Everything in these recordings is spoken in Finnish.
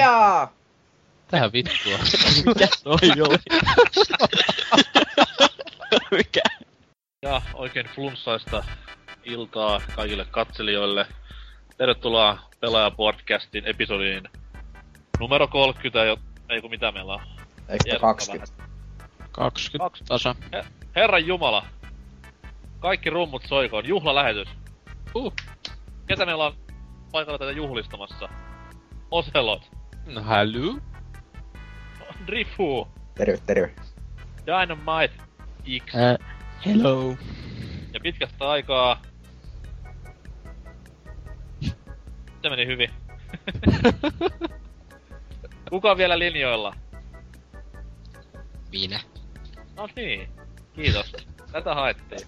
Hiljaa! Tähän vittua. Mikä toi oli? Mikä? Ja oikein flunssaista iltaa kaikille katselijoille. Tervetuloa Pelaaja-podcastin episodiin numero 30, eiku mitä meillä on? Eikö 20? 20 tasa. Herran Jumala. Kaikki rummut soikoon. Juhlalähetys. Ketä meillä on paikalla tätä juhlistamassa? Ocelot. No halloo. Drifu. Terve. Dynamite X. Hello. Ja pitkästä aikaa... Se meni hyvin. Kuka on vielä linjoilla? Minä. No niin. Kiitos. Tätä haettiin.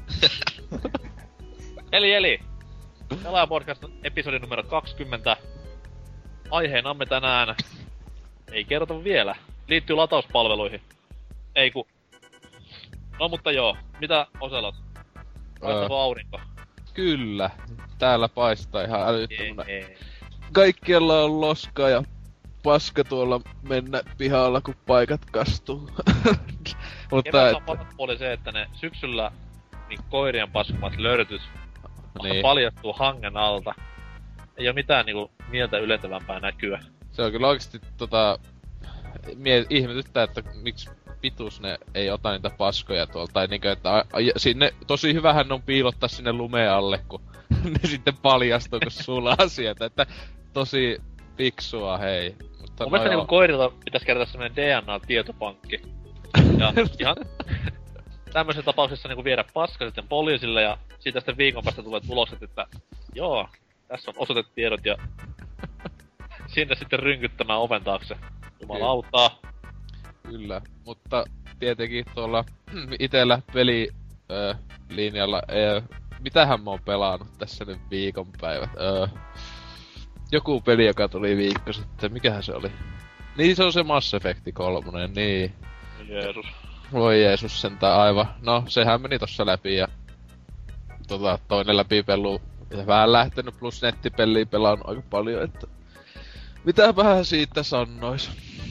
Eli. Pelaaja-podcast episodi numero 20. Aiheenamme tänään... Ei kerrota vielä. Liittyy latauspalveluihin. Ei ku... No mutta joo. Mitä Ocelot? Paistako aurinko? Kyllä. Täällä paistaa ihan älyttömänä. Kaikkialla on loska ja paska tuolla mennä pihalla, kun paikat kastuu. Mutta oli se, että ne syksyllä niin koirien paskamat lörtyt niin paljastuu hangen alta. Ei oo mitään niinku mieltä ylentävämpää näkyä. Se on kyllä oikeesti ihmetyttää, että miksi pitus ne ei ota niitä paskoja tuolta. Tai niinkö, että sinne tosi hyvähän on piilottaa sinne lumeen alle, kun ne sitten paljastuu, kun sulaa sieltä. Että tosi fiksua, hei. Mutta mun mielestä niinku koirilta pitäis kerätä semmonen DNA-tietopankki. Ja ihan tämmöisessä tapauksessa niinku viedä paska sitten poliisille ja siitä sitten viikon päästä tulee tulokset, että joo, tässä on osoitetiedot ja sinne sitten rynkyttämään oven taakse. Jumalautaa. Kyllä, mutta tietenkin tuolla itellä pelilinjalla, mitähän mä oon pelannut tässä nyt viikonpäivät. Joku peli, joka tuli viikko sitten, mikähän se oli? Niin se on se Mass Effect 3, niin. Jeesus. Voi Jeesus sentään aivan. No, sehän meni tossa läpi ja toinen läpipelu vähän lähtenyt plus nettipeliä pelannut aika paljon, että mitäpähän siitä sanois.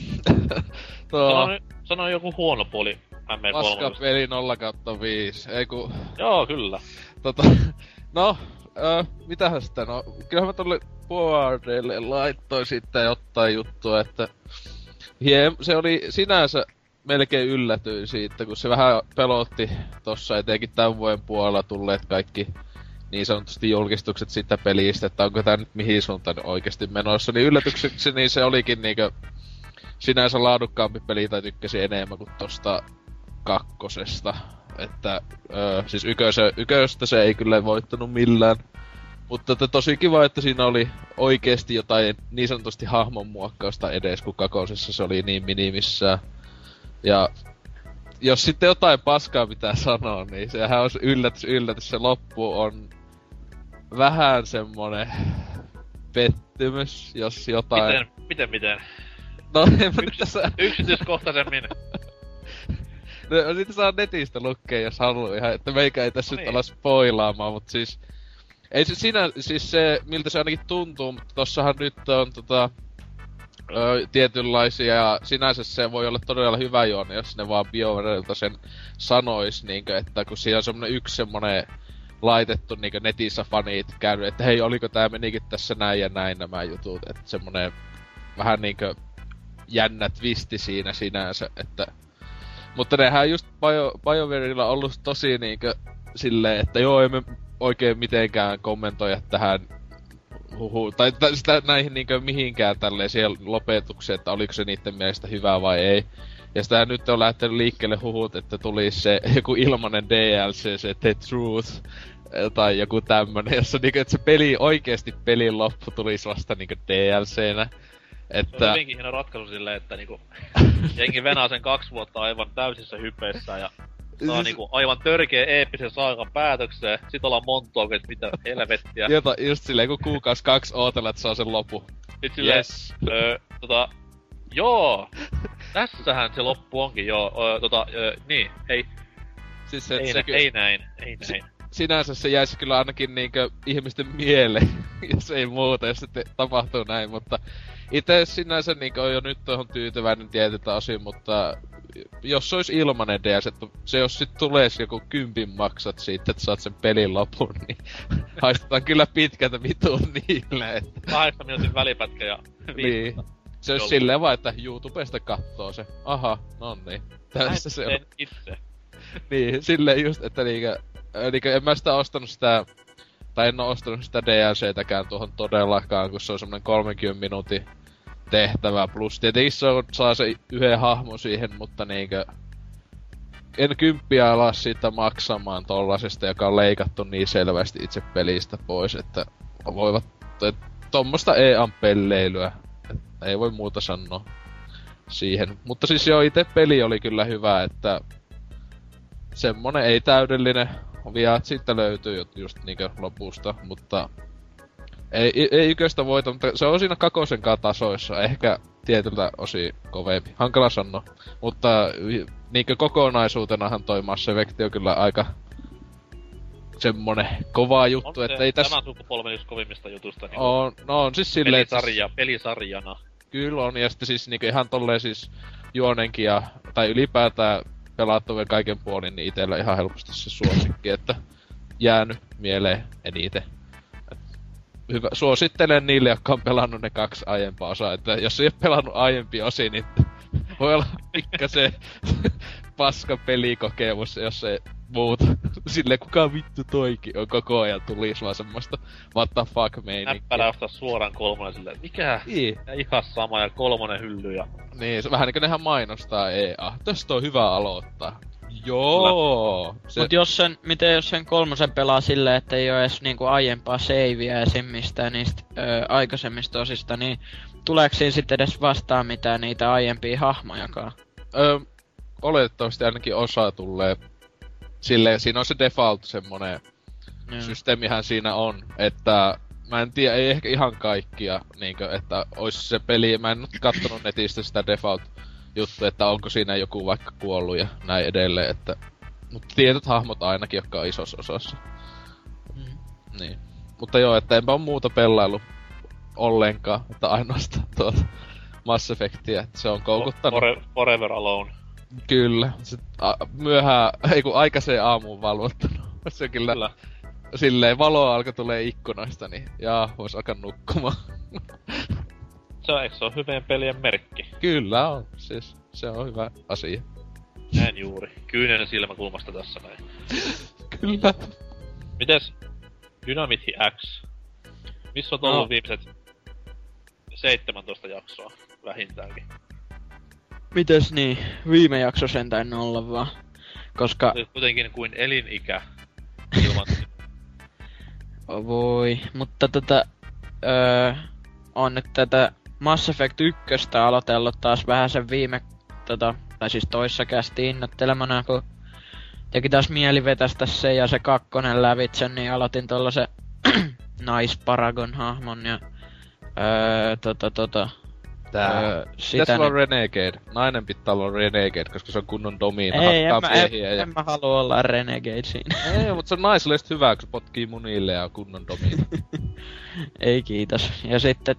Sano joku huono puoli MR3. Paskapeli 0/5, ei ku... Joo, kyllä. No, mitähän sitä, no, kyllähän mä tolle Boardille laittoin sitten jotain juttua, että... Se oli sinänsä melkein yllätyin siitä, kun se vähän pelotti tossa etenkin tän vuoden puolella tulleet kaikki niin sanotusti julkistukset siitä pelistä, että onko tää nyt mihin suuntaan oikeesti menossa, niin yllätykseksi niin se olikin niinkö sinänsä laadukkaampi peli tai tykkäsin enemmän kuin tosta kakkosesta. Että siis yköstä se ei kyllä voittanut millään. Mutta tosi kiva, että siinä oli oikeesti jotain niin sanotusti hahmonmuokkausta edes, kun kakosessa se oli niin minimissään. Ja jos sitten jotain paskaa pitää sanoa, niin sehän on yllätys. Se loppu on vähän semmonen pettymys, jos jotain... Miten? No, en mä tässä... Yksityiskohtaisemmin. No, siitä saa netistä lukea, jos haluu ihan, että meikä ei tässä nyt ala spoilaamaan, mut siis... Ei se siis se, miltä se ainakin tuntuu, mutta tossahan nyt on tietynlaisia, ja sinänsä se voi olla todella hyvä juoni, jos ne vaan BioWarelta sen sanois, niinkö, että kun siinä on semmonen yksi semmonen laitettu niinkö netissä fanit käynyt, että hei, oliko tää menikin tässä näin ja näin nämä jutut, että semmonen vähän niinkö jännä twisti siinä sinänsä, että... Mutta nehän just BioWarella ollut tosi niinkö silleen, että joo, emme oikein mitenkään kommentoida tähän tai sitä näihin niinkö mihinkään tälleen siihen lopetukseen, että oliko se niitten mielestä hyvä vai ei. Ja sitä nyt on lähtenyt liikkeelle huhut, että tulisi se joku ilmanen DLC, se The Truth, tai joku tämmönen, jossa niinkö, että se peli, oikeesti pelin loppu tulisi vasta niinkö DLCnä. Että... Se on hyvinkin hieno ratkaisu silleen, että niinku jengi venaa sen 2 vuotta aivan täysissä hypeissä ja saa niinku aivan törkeä eeppisen saakan päätökseen. Sit ollaan montua, että mitä helvettiä. Just silleen, kun kuukaus 2 ootella, että saa sen lopu. Sit silleen, yes. Joo, tässähän se loppu onkin, joo. Niin, hei. Siis ei näin. Sinänsä se jäisi kyllä ainakin niinkö ihmisten mieleen jos ei muuta, jos sitten tapahtuu näin, mutta itse sinänsä niin on jo nyt tuohon tyytyväinen tietyltä osin, mutta jos se olisi ilmanen DS, että se jos sit tulee joku 10 maksat siitä, että saat sen pelin lopun, niin haistetaan kyllä pitkältä vitun niillä, että... 8 minuutin välipätkä ja 5. Niin. Se olisi silleen vaan, että YouTubesta kattoo se. Aha, nonni. Tässä se on. Itse. Niin, silleen just, että niinkö en mä sitä ostanut sitä... Tai en oo ostanut sitä DLCtäkään tuohon todellakaan, kun se on semmonen 30 minuutin tehtävä. Plus tietenkin se on, saa se yhden hahmon siihen, mutta niinkö... En 10 ala siitä maksamaan tollasesta, joka on leikattu niin selvästi itse pelistä pois, että voivat... Tommosta EA-pelleilyä. Ei voi muuta sanoa siihen. Mutta siis joo, ite peli oli kyllä hyvä, että... Semmonen ei täydellinen. Viat siitä löytyy just niinkö lopusta, mutta... Ei yköstä voita, mutta se on siinä kakosenkaan tasoissa. Ehkä tietyltä osin kovempi. Hankala sanoa. Mutta niinkö kokonaisuutenahan toi Mass Effect on kyllä aika... Semmonen kova juttu, että ei tässä... Tämän sukupolven yksi kovimmista jutusta niinku... On siis silleen... Pelisarjana. Kyllä on, ja sitten siis niinku ihan tolleen siis juonenkin ja... Tai ylipäätään pelattavien kaiken puolin, niin itellä ihan helposti se suosikki, että... Jäänyt mieleen eniten. Hyvä. Suosittelen niille, jotka on pelannut ne 2 aiempaa osaa, että jos ei oo pelannut aiempia osia, niin voi olla pikkasen paska pelikokemus, jos ei muuta. Silleen kuka vittu toikin on koko ajan tulis vaan semmoista what the fuck meininkiä. Näppälä ostaa suoraan 3 silleen, mikä? Niin. Ja ihan sama ja 3 hylly ja... Niin, se vähän niinku nehän mainostaa EA. Tästä on hyvä aloittaa. Joo! Se... Mut jos sen 3 pelaa silleen, että ei oo edes niinku aiempaa saveä esim mistään niistä aikaisemmista osista, niin tuleeko siinä sitten edes vastaan mitään niitä aiempia hahmojakaan? Oletettavasti ainakin osa tulee. Silleen, siinä on se default semmonen systeemihän siinä on, että mä en tiedä, ei ehkä ihan kaikkia, niinkö, että ois se peli, mä en nyt kattonut netistä sitä default juttu, että onko siinä joku vaikka kuollut ja näin edelleen, että... Mutta tietyt hahmot ainakin, jotka on isossa osassa. Niin. Mutta joo, että enpä oo muuta pelaillut ollenkaan, että ainoastaan tuota Mass Effectia, että se on koukuttanut. Forever Alone. Kyllä. Myöhään, aikaiseen aamuun valvottanut. Se kyllä. Silleen valoa alkoi tulee ikkunoista, niin vois alkaa nukkumaan. Eikö se on hyvien pelien merkki? Kyllä on, siis se on hyvä asia. Näin juuri. Kyynelen silmäkulmasta tässä näin. Kyllä. Mites Dynamite X? Missä on ollut viimeiset 17 jaksoa vähintäänkin? Mites niin? Viime jakso sentään olla vaan. Koska... Se kuitenkin kuin elinikä ilman... Voi, mutta on nyt tätä Mass Effect 1 aloitellut taas vähän sen viime, tai siis toissa kästi innottelemana, kun teki taas mieli vetästä se ja se 2 lävitse, niin aloitin tollasen Naisparagon-hahmon ja Pitäis olla Renegade. Nainen pitää olla Renegade, koska se on kunnon domina. En mä halua olla Renegade siinä. Ei, mut se on naiselle hyvä, kun se potkii munille ja kunnon domina. Ei kiitos. Ja sitten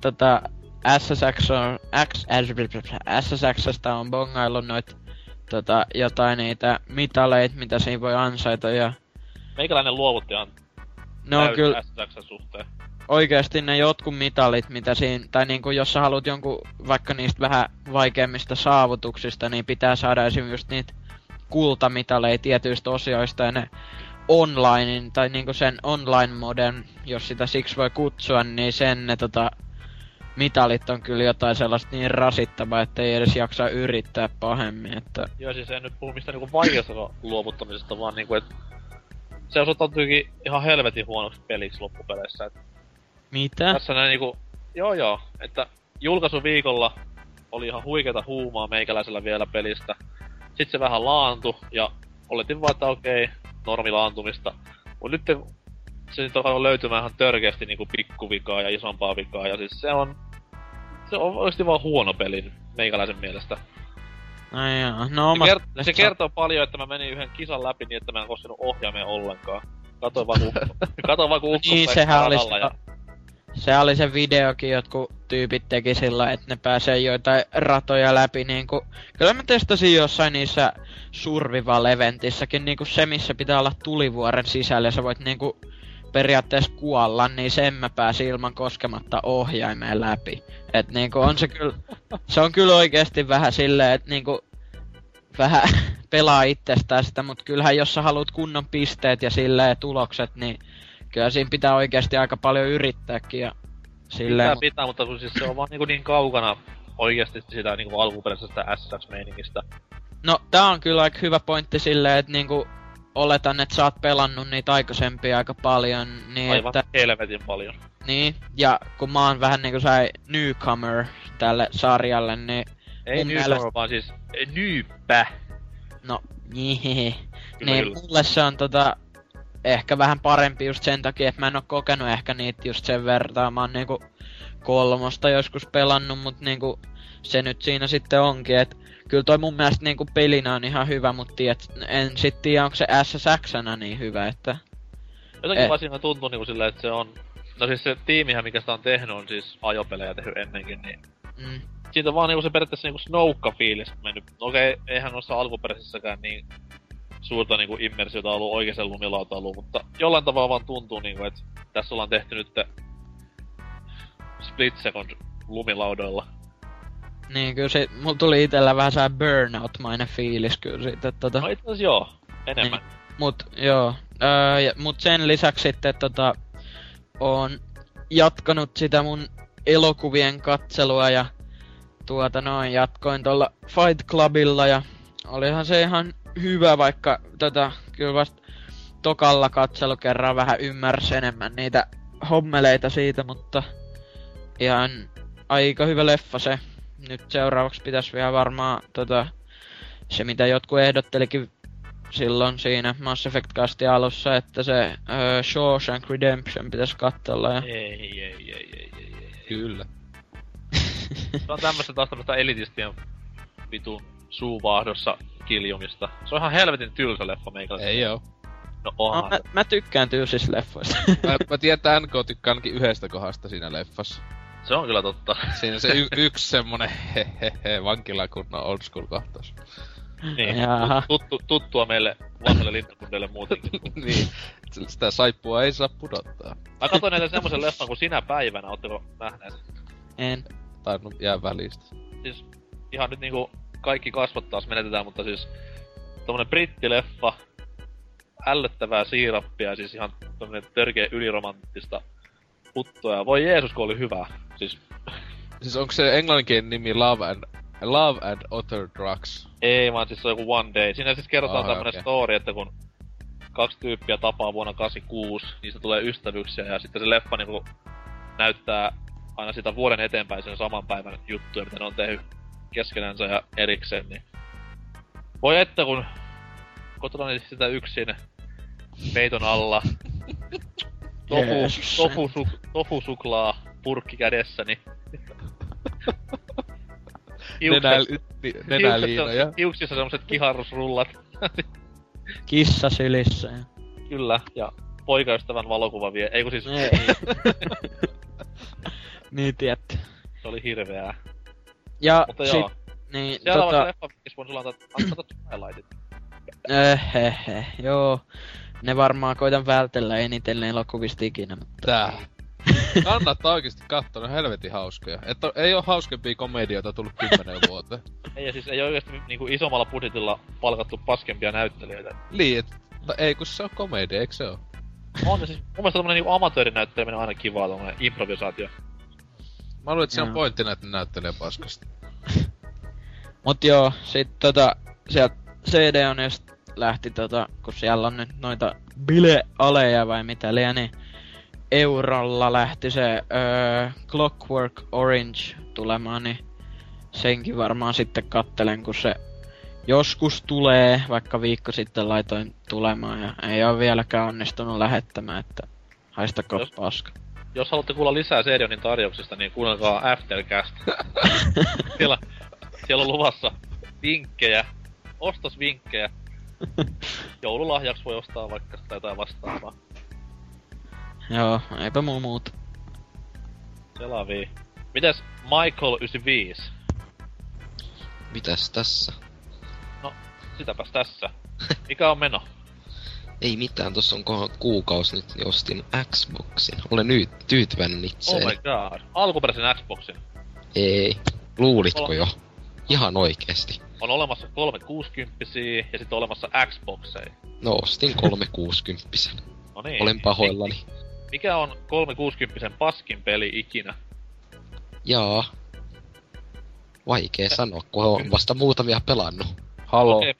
SSX:stä on bongaillut noit jotain niitä mitaleit, mitä siinä voi ansaita ja... Meikäläinen luovutti ihan kyllä SSX:n suhteen. Oikeesti ne jotkut mitalit, mitä siinä, tai niinku jos sä haluat jonkun vaikka niistä vähän vaikeammista saavutuksista, niin pitää saada esimerkiksi just niitä kultamitaleja tietyistä osioista ja ne onlinein, tai niinku sen online-moden, jos sitä siksi voi kutsua, niin sen ne mitalit on kyllä jotain sellaista niin rasittavaa, että ei edes jaksa yrittää pahemmin, että... Joo, siis en nyt puhu mistään niinku vaikeasta luovuttamisesta, vaan niinku, että se osoittautuikin ihan helvetin huonoksi peliksi loppupeleissä, et... Mitä? Tässä näin niinku... Joo, että julkaisuviikolla oli ihan huikeeta huumaa meikäläisellä vielä pelistä. Sitten se vähän laantui, ja oletin vaan, että okei, normilaantumista. Mut nyt se nyt on löytymään ihan törkeästi niinku pikkuvikaa ja isompaa vikaa, ja siis se on oikeesti vaan huono peli meikäläisen mielestä. Ai jaa, no se kertoo paljon, että mä menin yhden kisan läpi niin, että mä en koskenut ohjaimeen ollenkaan. Katoin vaan kun niin, sehän oli Se oli se videokin, jotkut tyypit teki sillä, että ne pääsee joitain ratoja läpi niinku. Kyllä mä testasin jossain niissä survival-eventissäkin niinku se, missä pitää olla tulivuoren sisällä ja sä voit niinku periaatteessa kuolla, niin sen mä pääsin ilman koskematta ohjaimeen läpi. Et niinku on se kyllä, se on kyllä oikeesti vähän silleen, että niinku vähän pelaa itsestään sitä, mut kyllähän jos sä haluat kunnon pisteet ja silleen tulokset, niin kyllä siinä pitää oikeesti aika paljon yrittääkin ja silleen. Pitää, mutta kun siis se on vaan niin kaukana oikeesti sitä niinku alkuperäisestä SSX-meiningistä. No tää on kyllä aika hyvä pointti silleen, että niinku oletan, että sä oot pelannut niitä aikaisempia aika paljon, niin aivan että helvetin paljon. niin, ja kun mä oon vähän niinku sai newcomer tälle sarjalle, niin ei newcomer, vaan siis nyyppä. No, niin. Kyllä, Niin kyllä. mulle se on ehkä vähän parempi just sen takia, että mä en oo kokenut ehkä niitä just sen verran. Mä oon niinku 3 joskus pelannut, mut niinku se nyt siinä sitten onkin, et kyllä toi mun mielestä niinku pelinä on ihan hyvä, mut en sit tiedä onko se SSX-nä niin hyvä, että Jotenkin vaan siinä tuntuu niinku silleen, että se on... No siis se tiimihän, mikä sitä on tehnyt, on siis ajopelejä tehnyt ennenkin, niin... Siitä on vaan niinku se periaatteessa niinku Snoukka-fiilis mennyt. Okei, eihän noissa alkuperäisissäkään niin suurta niinku immersiota ollut oikeeseen lumilautailuun, mutta jollain tavalla vaan tuntuu niinku, että tässä ollaan tehty nyt Split Second lumilaudoilla. niin kyllä se, mulla tuli itellä vähän sää Burnout-mainen fiilis kyllä siitä, että No itse asiassa joo, enemmän. Niin. Mut joo, mut sen lisäksi sitten oon jatkanut sitä mun elokuvien katselua ja jatkoin tuolla Fight Clubilla ja olihan se ihan hyvä, vaikka kyllä vasta tokalla katselukerran vähän ymmärsi enemmän niitä hommeleita siitä, mutta ihan aika hyvä leffa se. Nyt seuraavaksi pitäisi vielä varmaan se mitä jotkut ehdottelikin silloin siinä Mass Effect-castin alussa, että se Shawshank Redemption pitäisi katsella ja... Ei. Kyllä. Se on taas tämmöstä elitistien vitun suuvaahdossa kiljumista. Se on ihan helvetin tylsä leffa meikäläisen. Ei oo. No onhan. No, mä tykkään tylsistä leffoista. Mä tiedän, että NK tykkää ainakin yhdestä kohdasta siinä leffassa. Se on kyllä totta. Siinä se yksi semmonen vankilakunnan old school kohtaus. Niin, Jaha. tuttua meille vanhoille linnakundeille muutenkin. Niin, sitä saippua ei saa pudottaa. Mä katsoin näitä semmosen leffan kuin Sinä päivänä, ootteko nähneet? En. Tainnut jää välistä. Siis ihan nyt niinku kaikki kasvot taas menetetään, mutta siis tommonen brittileffa, ällöttävää siirappia, siis ihan tommonen törkeä yliromanttista puttoa, ja voi Jeesus, kun oli hyvä. Siis onko se englanninkielinen nimi Love and Other Drugs? Ei, vaan siis se on joku One Day. Siinä siis kerrotaan tämmönen okay. story, että kun 2 tyyppiä tapaa vuonna 86, niistä tulee ystävyyksiä, ja sitten se leffa niinku näyttää aina sitä vuoden eteenpäin sen saman päivän juttuja, mitä ne on tehnyt keskenänsä ja erikseen, niin... Voi että kun kotona niin sitä yksin peiton alla tofu-suklaa purkki kädessäni. Nenäliinoja. Hiuksissa semmoset kiharrusrullat. Kissa sylissä. Kyllä, ja poikaystävän valokuva vie. Eiku siis... Ei. Niin tietty. Se oli hirveää. Ja mutta joo. Niin, seuraavassa leffavinkkissä voin sulla antaa Twilightit. Joo. Ne varmaan koitan vältellä eniten elokuvista ikinä, mutta... Tää. Kannattaa oikeesti katsoa, ne on helvetin hauskoja. Ei oo hauskempia komedioita tullut 10 vuoteen. Ei, ja siis ei oikeesti niinku isommalla budjetilla palkattu paskempia näyttelijöitä. Niin, ei kun se on komedia, eikö se oo? On, siis mun mielestä tommonen niinku amatöörinäytteleminen on aina kivaa, tommonen improvisaatio. Mä luulen, että siinä on pointtina, että ne näyttelee paskasta. Mut joo, sit sieltä CD on just lähti kun siellä on nyt noita bile-aleja vai mitä liian, niin eurolla lähti se Clockwork Orange tulemaan, niin senkin varmaan sitten kattelen, kun se joskus tulee, vaikka viikko sitten laitoin tulemaan ja ei oo vieläkään onnistunut lähettämään, että haistakaa paska. Jos haluatte kuulla lisää Serionin tarjouksista, niin kuunnelkaa Aftercast. Siellä on luvassa vinkkejä, ostosvinkkejä. Joululahjaksi voi ostaa vaikka tai jotain vastaavaa. Joo, eipä muuta. Selavii. Mites Michael 95? Mitäs tässä? No, sitäpäs tässä. Mikä on meno? Ei mitään, tossa on kuukausi nyt, niin ostin Xboxin. Olen nyt tyytyväinen Oh itseen. my god. Alkuperäisen Xboxin. Ei. Luulitko jo? Ihan oikeesti. On olemassa 360 ja sitten on olemassa Xboxeja. No ostin 360. No niin. Olen pahoillani. Mikä on 360 paskin peli ikinä? Jaa. Vaikee sanoa, kun on vasta muutamia pelannut. Halo. Okei.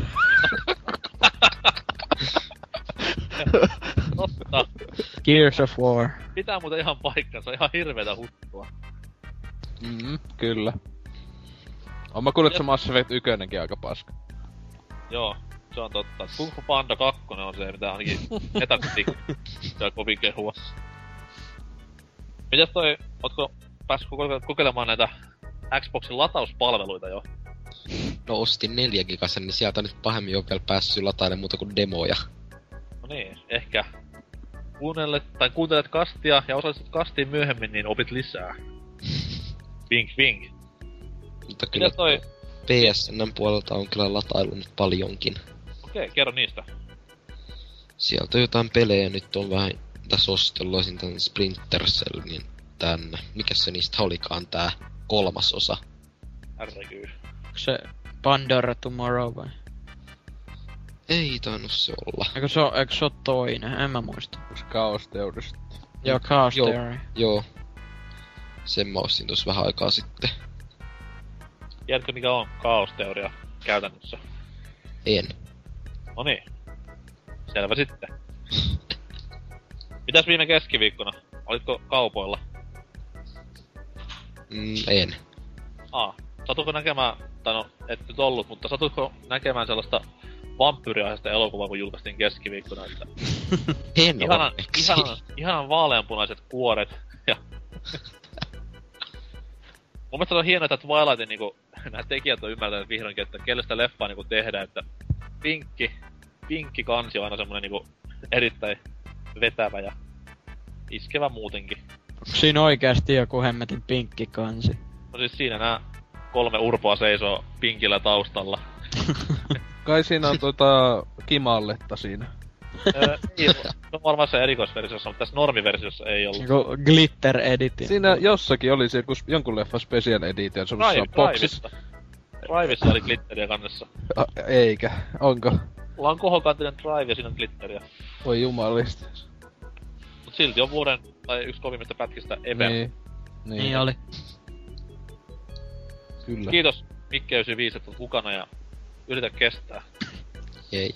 Totta. Gears of War. Pitää muuten ihan paikkansa, ihan hirveetä huttua. Kyllä. On mä kuullut, että se Mass Effect 1:nkin aika paska. Joo, se on totta. Kung Fu Panda 2 on se, mitä ainakin Metacritic saa kovin kehua. Mitäs toi, ootko päässyt kokeilemaan näitä Xboxin latauspalveluita jo? No ostin 4 gigasen, niin sieltä nyt pahemmin on vielä päässyt latailemaan muuta kuin demoja. No niin, ehkä kuuntelet kastia ja osallistut kastiin myöhemmin, niin opit lisää. Vink vink. Mutta kyllä Mitäs toi? PSN:n puolelta on kyllä latailu nyt paljonkin. Okei, kerro niistä. Sieltä on jotain pelejä, nyt on vähän tässä ostelloisin tän Splinter Cellin tänne. Mikäs se niistä olikaan tää 3. osa? RQ. Onko se Pandora Tomorrow vai? Ei tainnut se olla. Eikö se oo toinen? En mä muista. Onks Chaos Theorist? Joo, Chaos Joo. Theory. Joo. Sen mä ostin tossa vähän aikaa sitten. Tiedätkö mikä on kaosteoria käytännössä? En. No niin. Selvä sitten. Mitäs viime keskiviikkona? Olitko kaupoilla? En. Satutko näkemään, tai no, et nyt ollut, mutta satutko näkemään sellaista vampyyriaiheista elokuvaa, kun julkaistiin keskiviikkona, että En ihanan vaaleanpunaiset kuoret, ja mun mielestä on hienoa, että Twilightin niinku, nämä tekijät on ymmärtäneet vihdoinkin, että kelle sitä leffaa niinku tehdään, että pinkki kansi on aina semmonen niinku erittäin vetävä ja iskevä muutenkin. Onko siinä oikeasti joku hemmetin pinkki kansi? No siis siinä nää 3 urpoa seisoo pinkillä taustalla. Kai siinä on kimalletta siinä. Ei, se on varmaan se erikoisversiossa, mutta tässä normiversiossa ei ollut. Joku glitter editin. Siinä jossakin oli se jonkun leffa special edition semmoisessa boxissa. Drivessa oli glitteriä kannessa. Eikä, onko? Mulla on kohokantinen drive ja siinä on glitteriä. Voi jumalista. Mut silti on vuoden tai yksi kovimmista pätkistä ever. Niin oli. Kyllä. Kiitos Mikke 95, että oot mukana ja yritä kestää. Jee.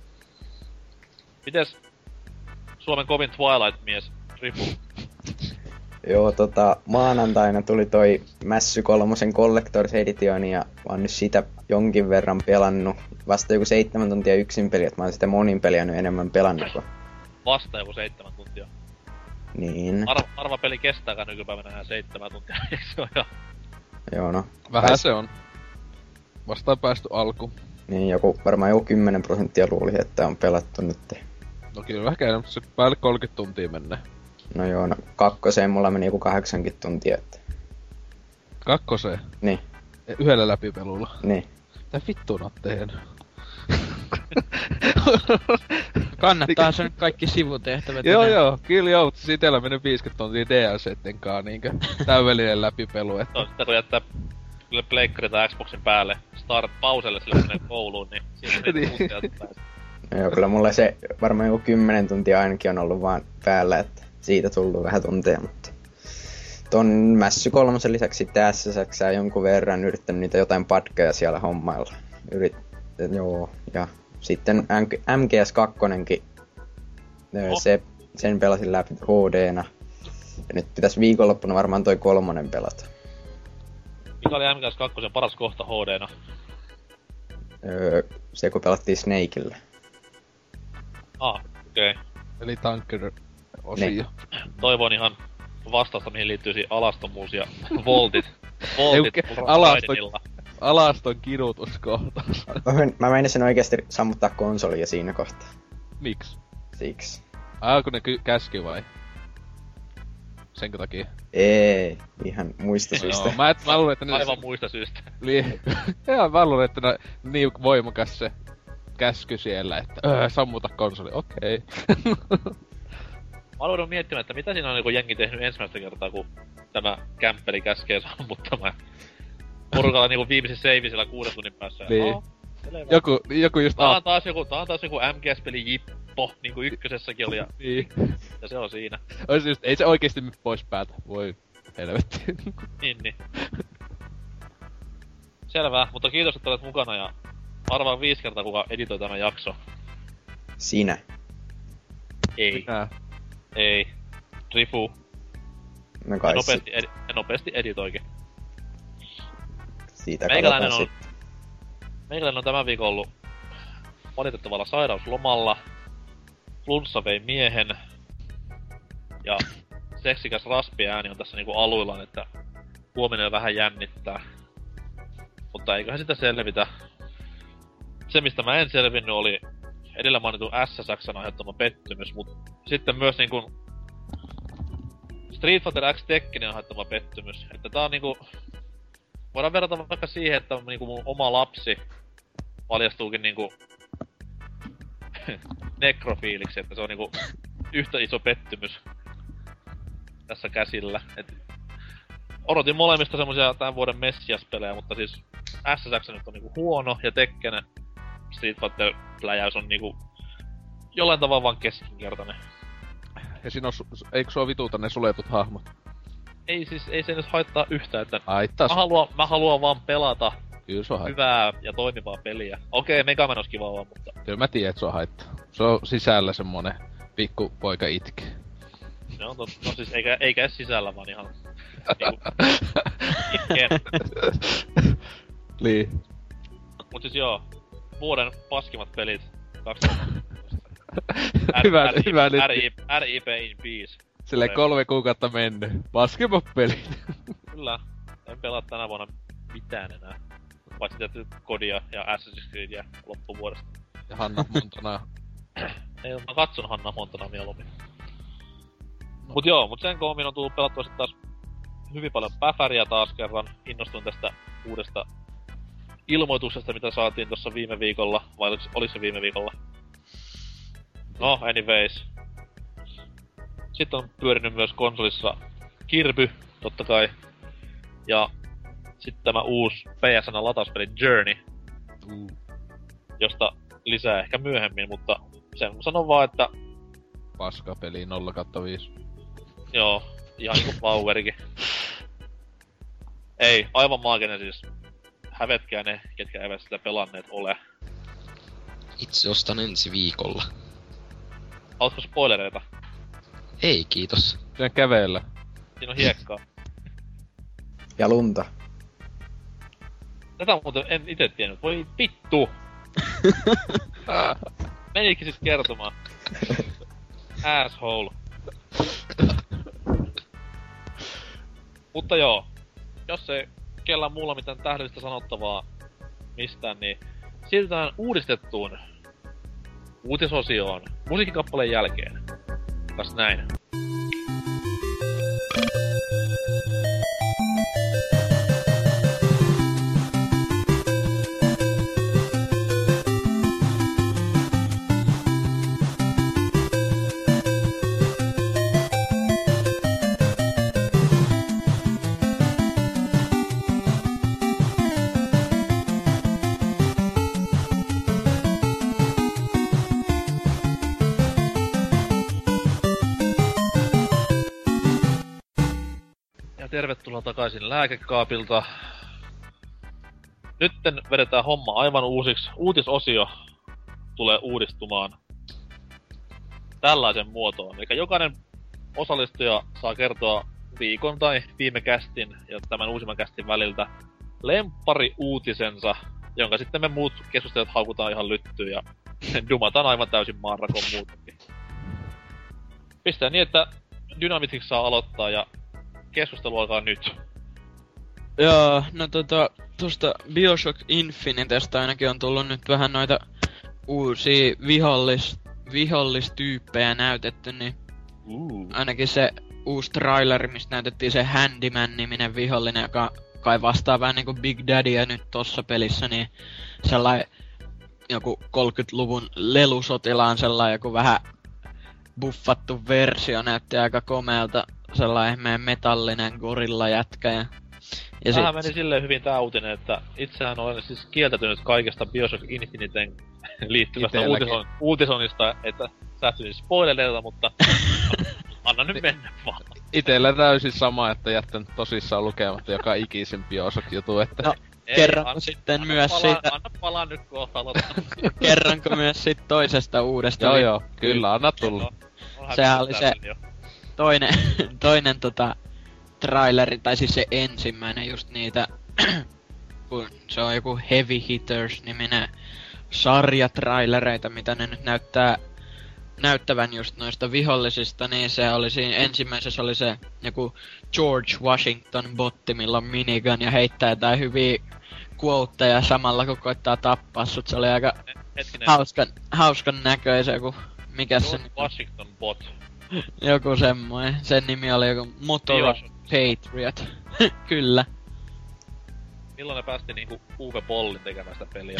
Mites Suomen kovin Twilight-mies Ripu? Joo, maanantaina tuli toi Mässy 3 Collector's Edition ja mä oon nyt sitä jonkin verran pelannut. Vasta joku 7 tuntia yksin peli, että mä oon sitä monin peliä nyt enemmän pelannut kuin. Vasta joku 7 tuntia. Niin. Arva peli kestääkään nykypäivänä enää 7 tuntia, eikö se oo jo? Joo, no. Vähän se on. Vasta on päästy alkuun. Niin, varmaan joku 10% luuli, että on pelattu nyt. No kyllä vähän käy, mutta se päälle 30 tuntia menee. No joo, no 2 mulla meni joku 80 tuntia, että. 2? Niin. Yhdellä läpipelulla. Niin. Mitä vittuun oot tehnyt? Kannattaa se nyt kaikki sivutehtävät. Joo, kyllä joo, mutta itellä meni 50 tuntia DLC:ten kaa niinkö täydellinen läpipelu, että. No, sitten kun jättää pleikkari tai Xboxin päälle pauselle sille menee kouluun, niin siinä meni tuntia päästä. No joo, kyllä mulla se varmaan joku 10 tuntia ainakin on ollut vaan päällä, että siitä tullut vähän tunteja, mutta ton Mässy 3 lisäksi sitten SSX:ää jonkun verran yrittänyt niitä jotain padkeja siellä hommailla. Joo, ja sitten MGS2:nkin, sen pelasin läpi HD:nä. Ja nyt pitäis viikonloppuna varmaan toi 3 pelata. Mikä oli MGS2 paras kohta HD:na? Se kun pelattiin Snakeillä. Okei. Eli tanker-osio. Niin. Toivon ihan vastausta, mihin liittyisi alastomuus ja voltit. Alaston kidutuskohtaus. Mä meinasin oikeesti sammuttaa konsolia siinä kohtaa. Miks? Siksi. Kun ne käski vai? Senkö takia? Ei, ihan muista syystä. Joo, mä luulen, että... Aivan muista syystä. Mä luulen, että niin voimakas se käsky siellä, että sammuta konsoli, okei. Mä aloin miettimään, että mitä siinä on niin jengi tehnyt ensimmäistä kertaa, kun tämä kämppeli käskee sammuttamaan. Porukalla niinku viimeisen save siellä 6 tunnin päässä. Niin. Joku just... Tää on taas joku MGS-peli Jippo, niinku ykkösessäkin oli, Niin. ja se on siinä. Ois just, ei se oikeesti mene pois päältä, voi helvetti. Niin. Selvä, mutta kiitos, että olet mukana ja arvaan 5 kertaa, kuka editoi tämän jakso. Sinä. Ei. Minä. Ei. Rifu. No kai Nopeasti editoikin. Siitä Meikäläinen katsotaan on, sitten. meikäläinen on tämän viikon ollut valitettavalla sairauslomalla. Flunssa vei miehen. Ja seksikäs raspiääni on tässä niinku aluillaan, että huominen vähän jännittää. Mutta eiköhän sitä selvitä. Se mistä mä en selvinnyt oli edellä mainitun SSX:n aiheuttama pettymys, mut sitten myös niinku Street Fighter X Tekkinen aiheuttama pettymys. Että tää on niinku... Voidaan verrata vaikka siihen, että niinku mun oma lapsi paljastuukin niinku nekrofiiliksi, että se on niinku yhtä iso pettymys tässä käsillä. Et odotin molemmista semmosia tämän vuoden Messias-pelejä, mutta siis SSX nyt on niinku huono ja Tekkenen Street Fighter-pläjäys on niinku jollain tavalla vaan keskinkertainen. Ja siinä on, eikö sua vituuta ne suletut hahmot? Ei siis, ei se nyt haittaa yhtään, että Haittas. mä haluan vaan pelata Kyllä sua haittaa. hyvää ja toimivaa peliä. Okei, Mega Man olisi kivaa vaan, mutta... Kyllä mä tiedän, että sua haittaa. Se on sisällä semmonen pikku poika itkee. Se on totta. No siis eikä edes sisällä, vaan ihan... niinku... itkeen. Niin. Mut siis joo, vuoden paskimmat pelit 2018. Hyvä nyt. RIP in peace. Silleen 3 kuukautta mennyt. Paskimmat pelit. Kyllä. En pelaa tänä vuonna mitään enää. Paitsi tietysti Kodia ja Assassin's Creedia loppuvuodesta. Ja Hanna Montana. Ei, mä katson Hanna Montana mieluummin. Mut joo, mut sen koomin on tullut pelattua sit taas hyvin paljon päfäriä taas kerran. Innostuin tästä uudesta ilmoituksesta, mitä saatiin tossa viime viikolla. Vai olis se viime viikolla? No, anyways. Sitten on pyörinyt myös konsolissa Kirby, totta kai. Ja sitten tämä uusi PSN-latauspeli Journey. Josta lisää ehkä myöhemmin, mutta sen sanon vaan, että... Paskapeli 0/5. Joo, ihan niinku Powerikin. Ei, aivan maaginen siis. Hävetkää ne, ketkä eivät sitä pelanneet ole. Itse ostan ensi viikolla. Haluatko spoilereita? Ei, kiitos. Siinä kävellä. Siinä on hiekkaa. Ja lunta. Tätä muuten en ite tiennyt. Voi vittu! Menikin siis kertomaan. Asshole. Mutta joo. Jos ei kellään muulla mitään tähdellistä sanottavaa mistään, niin siirrytään uudistettuun uutisosioon musiikkikappaleen jälkeen. Kas näin. Tervetuloa takaisin lääkekaapilta. Nytten vedetään homma aivan uusiksi. Uutisosio tulee uudistumaan tällaisen muotoon. Eli jokainen osallistuja saa kertoa viikon tai viime kästin ja tämän uusimman kästin väliltä lemppari-uutisensa, jonka sitten me muut keskustelijat haukutaan ihan lyttyyn ja dumataan aivan täysin maanrakon muutenkin. Pistää niin, että Dynamitix saa aloittaa ja keskustelu alkaa nyt. Joo, no tosta Bioshock Infinitesta ainakin on tullut nyt vähän noita uusia vihollistyyppejä näytetty, niin ainakin se uusi traileri, mistä näytettiin se Handyman-niminen vihollinen, joka kai vastaa vähän niinku Big Daddyä nyt tossa pelissä, niin sellainen joku 30-luvun lelusotilaan sellainen joku vähän buffattu versio näytti aika komealta, sellainen meidän metallinen gorilla-jätkä ja tämähän meni silleen hyvin tää uutinen, että itsehän olen siis kieltäytynyt kaikesta Bioshock Infiniteen liittyvästä uutisoinnista, että säästyisin spoilereilta, mutta anna nyt mennä vaan. Itellä täysin sama, että jättänyt tosissaan lukematta joka ikisen Bioshock-jutu, että... No, kerranko sitten myös siitä... Anna palaa nyt kohta Kerranko myös siitä toisesta uudesta... Joo, kyllä, anna tulla. Sehän oli se toinen traileri, tai siis se ensimmäinen just niitä... kun se on joku Heavy Hitters-niminen sarjatrailereita, mitä ne nyt näyttävän just noista vihollisista, niin se oli siinä ensimmäisessä oli se joku George Washington botti, millä on minigun ja heittää jotain hyviä quoteja samalla kun koittaa tappaa sut. Se oli aika hauskan näköisen joku, mikä se Washington bot. Joku semmoinen. Sen nimi oli joku Motor Patriot. Kyllä. Milloin ne päästi niinku Uwe Bollin tekemään sitä peliä?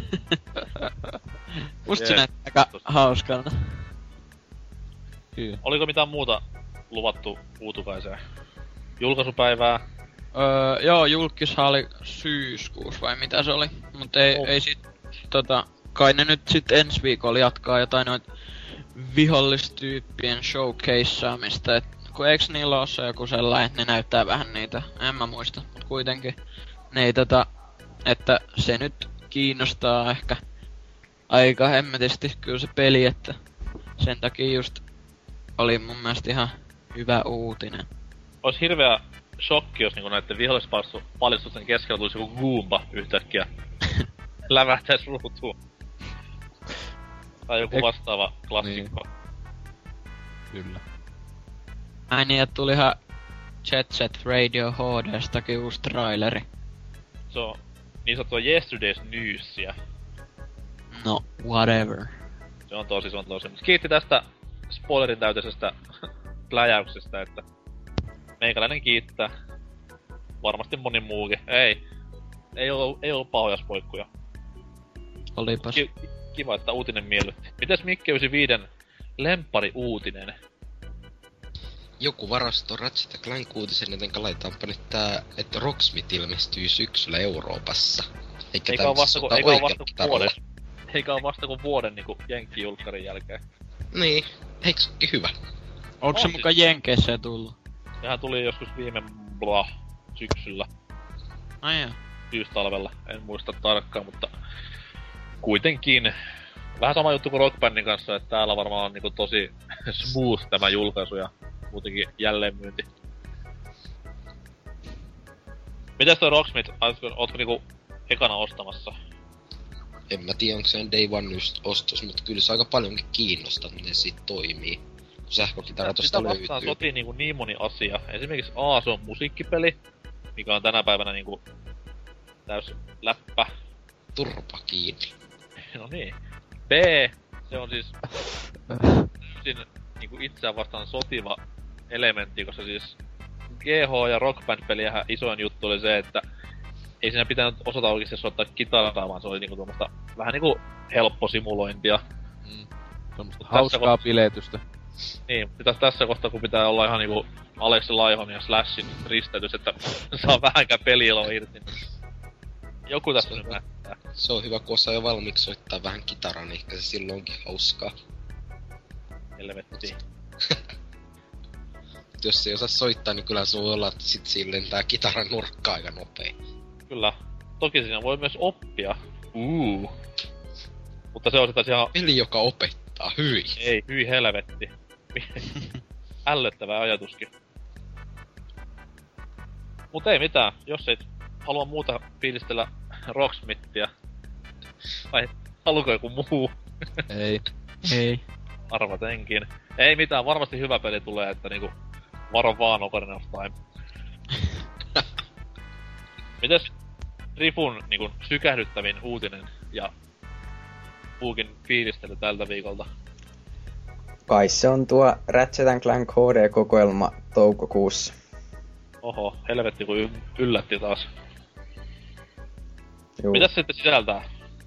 Musta se näyttää aika hauskalta. Kyllä. Oliko mitään muuta luvattu Uutukaiseen? Julkaisupäivää? Joo, julkishan oli syyskuussa vai mitä se oli. Mut ei sit kai ne nyt sit ensi viikolla jatkaa jotain noit vihollistyyppien showcaseaamista, et kun eiks niillä oo se joku sellainen, että ne näyttää vähän niitä, en mä muista, mut kuitenkin. Ne ei että se nyt kiinnostaa ehkä aika hemmetisti kyllä se peli, että sen takia just oli mun mielestä ihan hyvä uutinen. Ois hirveä shokki, jos niinku näitten vihollispaljastusten keskellä tulisi joku Goomba yhtäkkiä lävähtäis ruutuun. Tai joku vastaava klassikko. Niin. Kyllä. Ai niin, että tulihan Jet Set Radio HD:stakin uusi traileri. Se on niin sanottua Yesterday's Newsia. No, whatever. Se on tosi. Kiitti tästä spoilerin täyteisestä pläjäyksestä, että meikäläinen kiittää. Varmasti moni muukin. Ei oo pahoja spoikkuja. Olipas. Kiva, että uutinen miellytti. Mites Mikke 95 lemppari uutinen? Joku varasto Ratchet & Clank uutisen, jotenka laitetaanpa nyt tää, että Rocksmith ilmestyy syksyllä Euroopassa. Eikä oo vasta kuin vuoden niinku Jenkki-julkkarin jälkeen. Niin, eikö sekin hyvä? Onko se muka Jenkeissä tullut? Sehän tuli joskus viime syksyllä. Ai joo. Syystalvella, en muista tarkkaan, mutta kuitenkin vähän sama juttu kuin Rock Bandin kanssa, että täällä varmaan on niinku tosi smooth tämä julkaisu ja muutenkin jälleenmyynti. Mitäs toi Rocksmith, ootko niinku ekana ostamassa? En mä tiedä, onko se Day One ostos, mutta kyllä se aika paljonkin kiinnostaa, miten siitä toimii. Kun sähkökitara tosta löytyy. Sitä vastaan sotii niin moni asia. Esimerkiksi A, se on musiikkipeli, mikä on tänä päivänä niinku täys läppä. Turpa kiinni. No niin. B, se on siis täysin niinku itseään vastaan sotiva elementti, koska siis GH ja Rock Band-peliähän isoin juttu oli se, että ei siinä pitänyt osata oikeesti soittaa kitaraa, vaan se oli niinku tuommoista vähän niinku helpposimulointia. Semmoista hauskaa bileetystä. Niin, pitäis tässä kohtaa, kun pitää olla ihan niinku Aleksi Laihon ja Slashin risteytys, että saa vähänkään peliiloa irti. Joku tässä nyt näyttää. Se on hyvä, kun osaa jo valmiiksi soittaa vähän kitaraa, niin ehkä se silloinkin hauskaa. Helvettiin. Jos ei osaa soittaa, niin kyllä se voi olla, että sit siinä lentää kitaran nurkkaa aika nopea. Kyllä. Toki siinä voi myös oppia. Mutta se on sitä ihan... Peli, joka opettaa, hyi. Ei, hyi helvetti. Ällöttävä ajatuskin. Mut ei mitään, jos ei halua muuta fiilistellä Rocksmithia. Vai haluuko joku muu? Ei. Arvatenkin. Ei mitään, varmasti hyvä peli tulee, että niinku... Varo vaan Ocarina of Time. Mites Rifun niinku sykähdyttävin uutinen ja puukin fiilistely tältä viikolta? kai se on tuo Ratchet & Clank HD-kokoelma toukokuussa. Oho, helvetti kun yllätti taas. Juu. Mitäs sitten sisältää?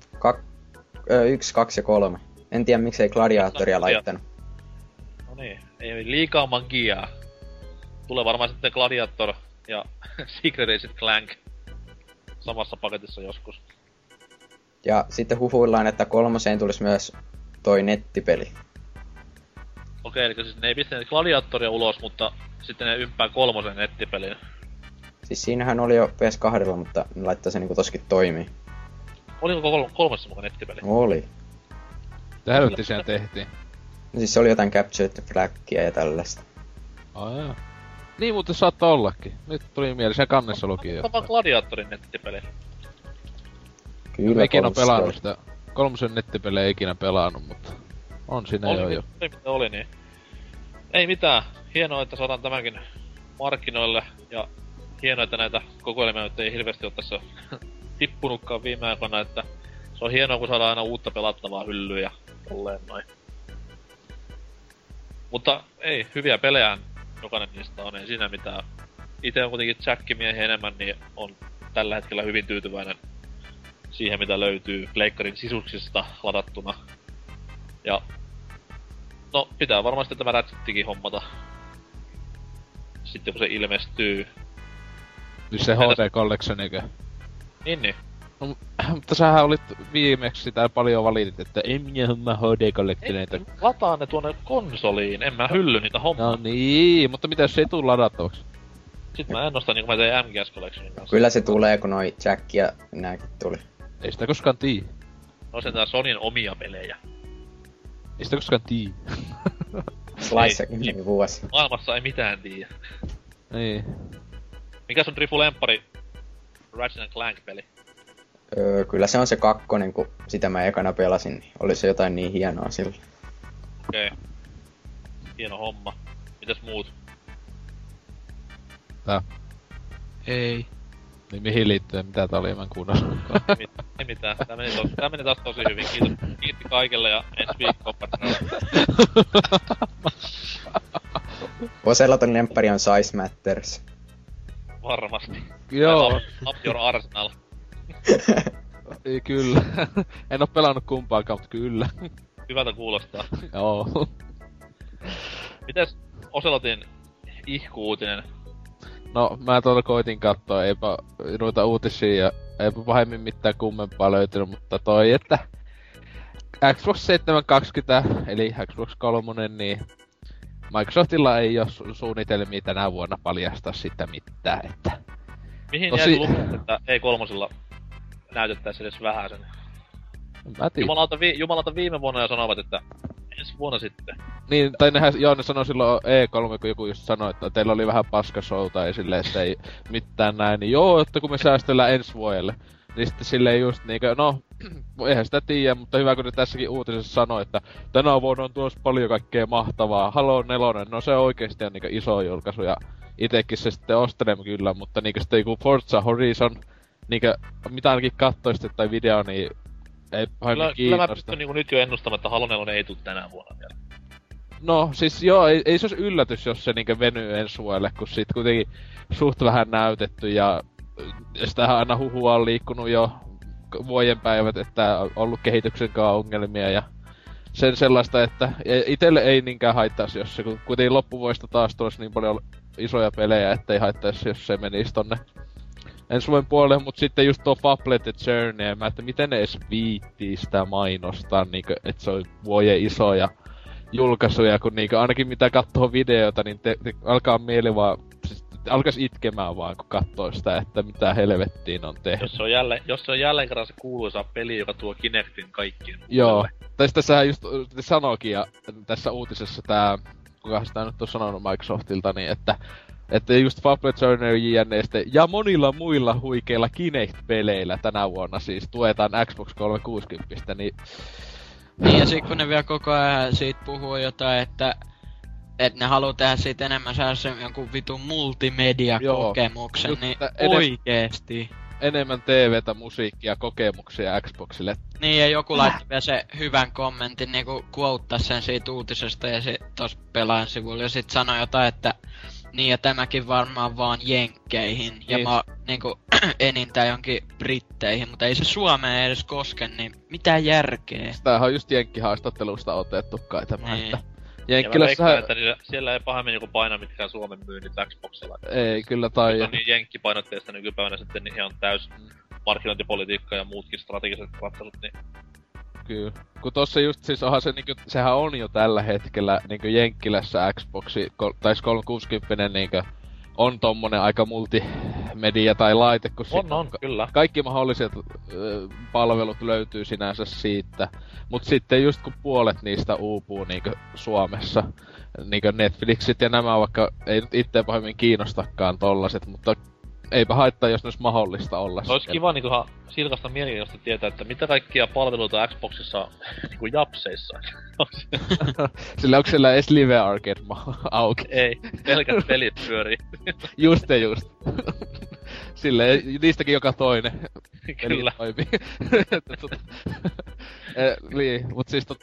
1, 2 ja 3. En tiedä miksei Gladiatoria laittanut. No niin, ei liikaa magiaa. Tulee varmaan sitten Gladiator ja Secret Agent Clank samassa paketissa joskus. Ja sitten huhuillaan, että 3 tulisi myös toi nettipeli. Okei, eli siis ne ei pistäneet Gladiatoria ulos, mutta sitten ne ympää 3 nettipeliin. Siis siinähän oli jo PS2, mutta ne laittaa se niinku toskin toimii. Oliko 3 mukaan nettipeli? Oli. Mitä helvetti siihen tehtiin? No siis se oli jotain Capture the Flagia ja tällaista. Jaa. Niin muuten saattaa ollakin. Nyt tuli mieleen, sen kannessa luki jo. Tämä Gladiatorin nettipeli. Kyllä Ikinä kolmosta pelannut oli. sitä. 3 nettipelejä ei ikinä pelannut, mutta on siinä jo. Oli mitä oli, niin. Ei mitään. Hienoa, että saadaan tämänkin markkinoille. Ja hienoa, että näitä kokoelmia nyt ei hirveästi ole tässä tippunutkaan viime aikoina, että se on hienoa, kun saadaan aina uutta pelattavaa hyllyä ja tolleen noin. Mutta ei, hyviä pelejä jokainen niistä on, ei siinä mitään. Itse on kuitenkin Jack-miehiä enemmän, niin on tällä hetkellä hyvin tyytyväinen siihen, mitä löytyy pleikkarin sisuksista ladattuna. Ja no, pitää varmasti tämä Ratchettikin hommata. Sitten kun se ilmestyy. Siis se HD Collectionikö? Niin. No, mutta sähän olit viimeksi sitä paljon valitit, että en minä homma HD Collectioneita. Ei, lataa ne tuonne konsoliin, en mä hylly niitä hommaa. No niin, mutta mitä jos se ei tuu ladattavaksi? Sitten mä ennustan niin kuin mä tein MGS Collectionin kanssa. Kyllä se tulee, kun noi Jack ja nääkin tuli. Ei sitä koskaan tii. No se tää Sonyn omia pelejä. Ei sitä koskaan tii. Slice vuosi. Maailmassa ei mitään tiiä. Niin. Mikä sun Drifu lemppari Ratchet & Clank-peli? Kyllä se on se 2, kun sitä mä ekana pelasin, niin oli se jotain niin hienoa sillä. Okei. Hieno homma. Mitäs muut? Tää. Ei. Niin mihin liittyen, mitä tää oli, mä en kuunnellutkaan. Ei mitään. Tää meni taas tosi hyvin. Kiitti kaikille ja ensi viikkoon. Oseloton lemppari on Size Matters. Varmasti. Joo. Up your arsenal. Ei, kyllä. En oo pelannut kumpaakaan, mutta kyllä. Hyvältä kuulostaa. Joo. Mites Oselotin ihku-uutinen? No, mä tuolla koitin kattoo, eipä noita uutisia ja eipä pahemmin mitään kummempaa löytynyt, mutta toi, että Xbox 720, eli Xbox 3, niin Microsoftilla ei oo suunnitelmia tänä vuonna paljastaa sitä mitään, että... Mihin jäi lukuun, että ei 3 näytettäis edes vähäsen? Mä tiedän. Jumalauta viime vuonna jo sanovat, että ensi vuonna sitten. Niin, tai ne sanoi silloin E3, kun joku just sanoi, että teillä oli vähän paskashowta ja silleen, että ei mitään näin, niin joo, että kun me säästellään ensi vuodelle. Niin sitten silleen just niinkö, no, eihän sitä tiedä, mutta hyvä kun ne tässäkin uutisessa sanoi, että tänä vuonna on tuossa paljon kaikkea mahtavaa. Halo 4, no se oikeesti on niinkö iso julkaisu ja itekin se sitten ostelen kyllä, mutta niinkö sitten joku Forza Horizon, niinkö mitä ainakin kattoisit tai video, niin ei pahemmin kiinnosta. Kyllä mä pystyn niinku nyt jo ennustamaan, että Halo 4 ei tuu tänä vuonna vielä. No siis joo, ei se olisi yllätys, jos se niinkö venyy ensi vuodelle, kun sit kuitenkin suht vähän näytetty ja sitähän aina huhua on liikkunut jo vuoden päivät, että on ollut kehityksen kanssa ongelmia ja sen sellaista, että itelle ei niinkään haittaisi, jos se kuitenkin loppuvuodesta taas tulisi niin paljon isoja pelejä, ettei haittaisi, jos se menisi tonne ensi vuoden puolelle, mut sitten just tuo Fable The Journey, että miten ne edes viittii sitä mainostaa, niinkö, että se on vuoden isoja julkaisuja, kun niinkö ainakin mitä kattoo videota, niin te alkaa mieli vaan, siis alkais itkemään vaan, kun kattoo sitä, että mitä helvettiin on tehty. Jos se on jälleen kerran se kuuluisa peli, joka tuo Kinectin kaikkien Joo, uudelle. tai tässähän just sanoikin, ja tässä uutisessa tää, kuka sitä nyt on sanonut Microsoftilta, niin että just Fable Journey JNE ja monilla muilla huikeilla Kinect-peleillä tänä vuonna siis tuetaan Xbox 360, niin... Niin ja sit kun ne vielä koko ajan siitä puhuu jotain, että ne haluu tehdä siitä enemmän sellaisen jonkun vitun multimedia-kokemuksen, niin oikeesti. enemmän TVtä, musiikkia, kokemuksia Xboxille. Niin, ja joku laittoi vielä se hyvän kommentin, niinku quoteasi sen siitä uutisesta ja se tossa pelaajan sivulla, ja sit sanoi jotain, että niin, ja tämäkin varmaan vaan jenkkeihin, ja Niin. mä niinku enintään jonkin britteihin, mutta ei se Suomeen edes koske, niin mitään järkeä. Tämähän on just jenkkihaastattelusta otettu kai tämä, Niin. että Ja mä Jenkkilässä veikkaan, että siellä ei pahemmin niinku paina mitkään Suomen myynnit Xboxilla. ei kyllä Se tai on niin jenkkipainotteista nykypäivänä sitten niin ihan täys markkinointipolitiikka ja muutkin strategiset ratkaisut, niin kyllä. Kun tossa just siis onhan se niinku, sehän on jo tällä hetkellä niinku Jenkkilässä Xboxi, tai 360 niinku on tommonen aika multimedia tai laite, kun on, kyllä. kaikki mahdolliset palvelut löytyy sinänsä siitä. Mut sitten just kun puolet niistä uupuu niinku Suomessa, niinku Netflixit ja nämä, vaikka ei nyt itseä pahemmin kiinnostakaan tollaset, mutta eipä haittaa, jos ne olisi mahdollista olla. Olisi kiva niinku silkasta mielenkiintoista tietää, että mitä kaikkia palveluita Xboxissa on niinku japseissa. Sillä onko siellä edes Live Arcade auki? Ei, pelkät pelit pyörii. Just. Silleen, niistäkin joka toinen. Kyllä. Toimii. Niin, mut siis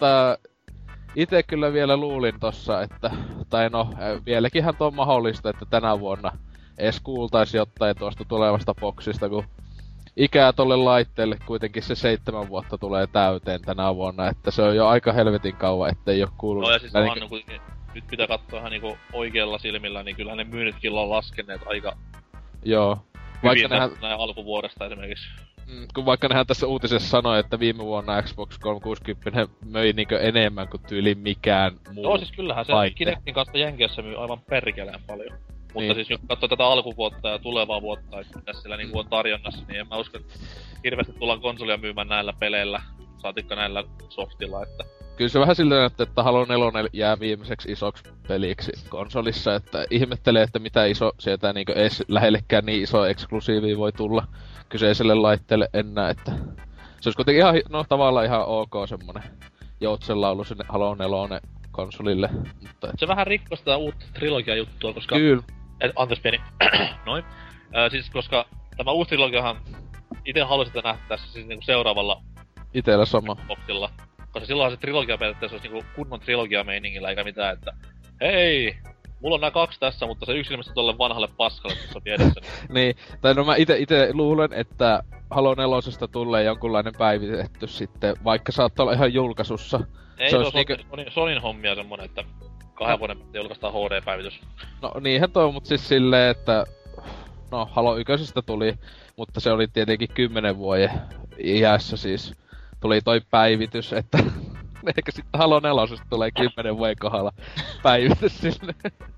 ite kyllä vielä luulin tossa, että, tai no, vieläkinhän tuo on mahdollista, että tänä vuonna edes kuultais jotain tuosta tulevasta boksista, kun ikää tolle laitteelle kuitenkin se 7 vuotta tulee täyteen tänä vuonna, että se on jo aika helvetin kauan, ettei oo kuullut. No ja siis onhan nyt pitää katsoa ihan niinku oikealla silmillä, niin kyllähän ne myynnitkin on laskeneet aika Joo. hyvin näin alkuvuodesta esimerkiksi. Kun vaikka nehän tässä uutisessa sanoi, että viime vuonna Xbox 360 möi niinkö enemmän kuin tyyli mikään muu. Joo, siis kyllähän se laite. Kinectin kanssa Jenkeissä myy aivan perkeleen paljon. Mutta Niin. siis nyt katsoo tätä alkuvuotta ja tulevaa vuotta, että mitä siellä niinku on tarjonnassa, niin en mä usko, että hirveästi tullaan konsolia myymään näillä peleillä, saatikka näillä softilla, että Kyllä se vähän siltä näyttää, että Halo 4 jää viimeiseksi isoksi peliksi konsolissa, että ihmettelee, että mitä iso sieltä niinkö edes lähellekään niin iso eksklusiivi voi tulla kyseiselle laitteelle enää, että se olisi kuitenkin ihan, no tavallaan ihan ok semmonen joutsenlaulu sinne Halo 4 konsolille, mutta se vähän rikkoi sitä uutta trilogia-juttua, koska kyllä, anteeksi pieni, noin. Siis koska tämä uusi trilogiahan ite haluaisin sitä nähdä tässä siis niinku seuraavalla itellä sama. boxilla. Koska silloinhan se trilogia periaatteessa olisi niinku kunnon trilogia-meiningillä eikä mitään, että hei, mulla on nää 2 tässä, mutta se yksi ilmeisesti tolle vanhalle paskalle tuossa vieressä. Niin, tai no mä ite luulen, että Halo 4 tulee jonkunlainen päivitetty sitten, vaikka saattaa olla ihan julkaisussa. Ei, se se olisi on Sonyn hommia semmonen, että 2 vuoden päästä julkaistaan HD-päivitys. No niinhän toi, mut siis silleen, että no Halo 1 tuli, mutta se oli tietenkin 10 vuoden iässä siis. Tuli toi päivitys, että ehkä sitten Halo 4 tulee 10 vuoden kohdalla päivitys sinne.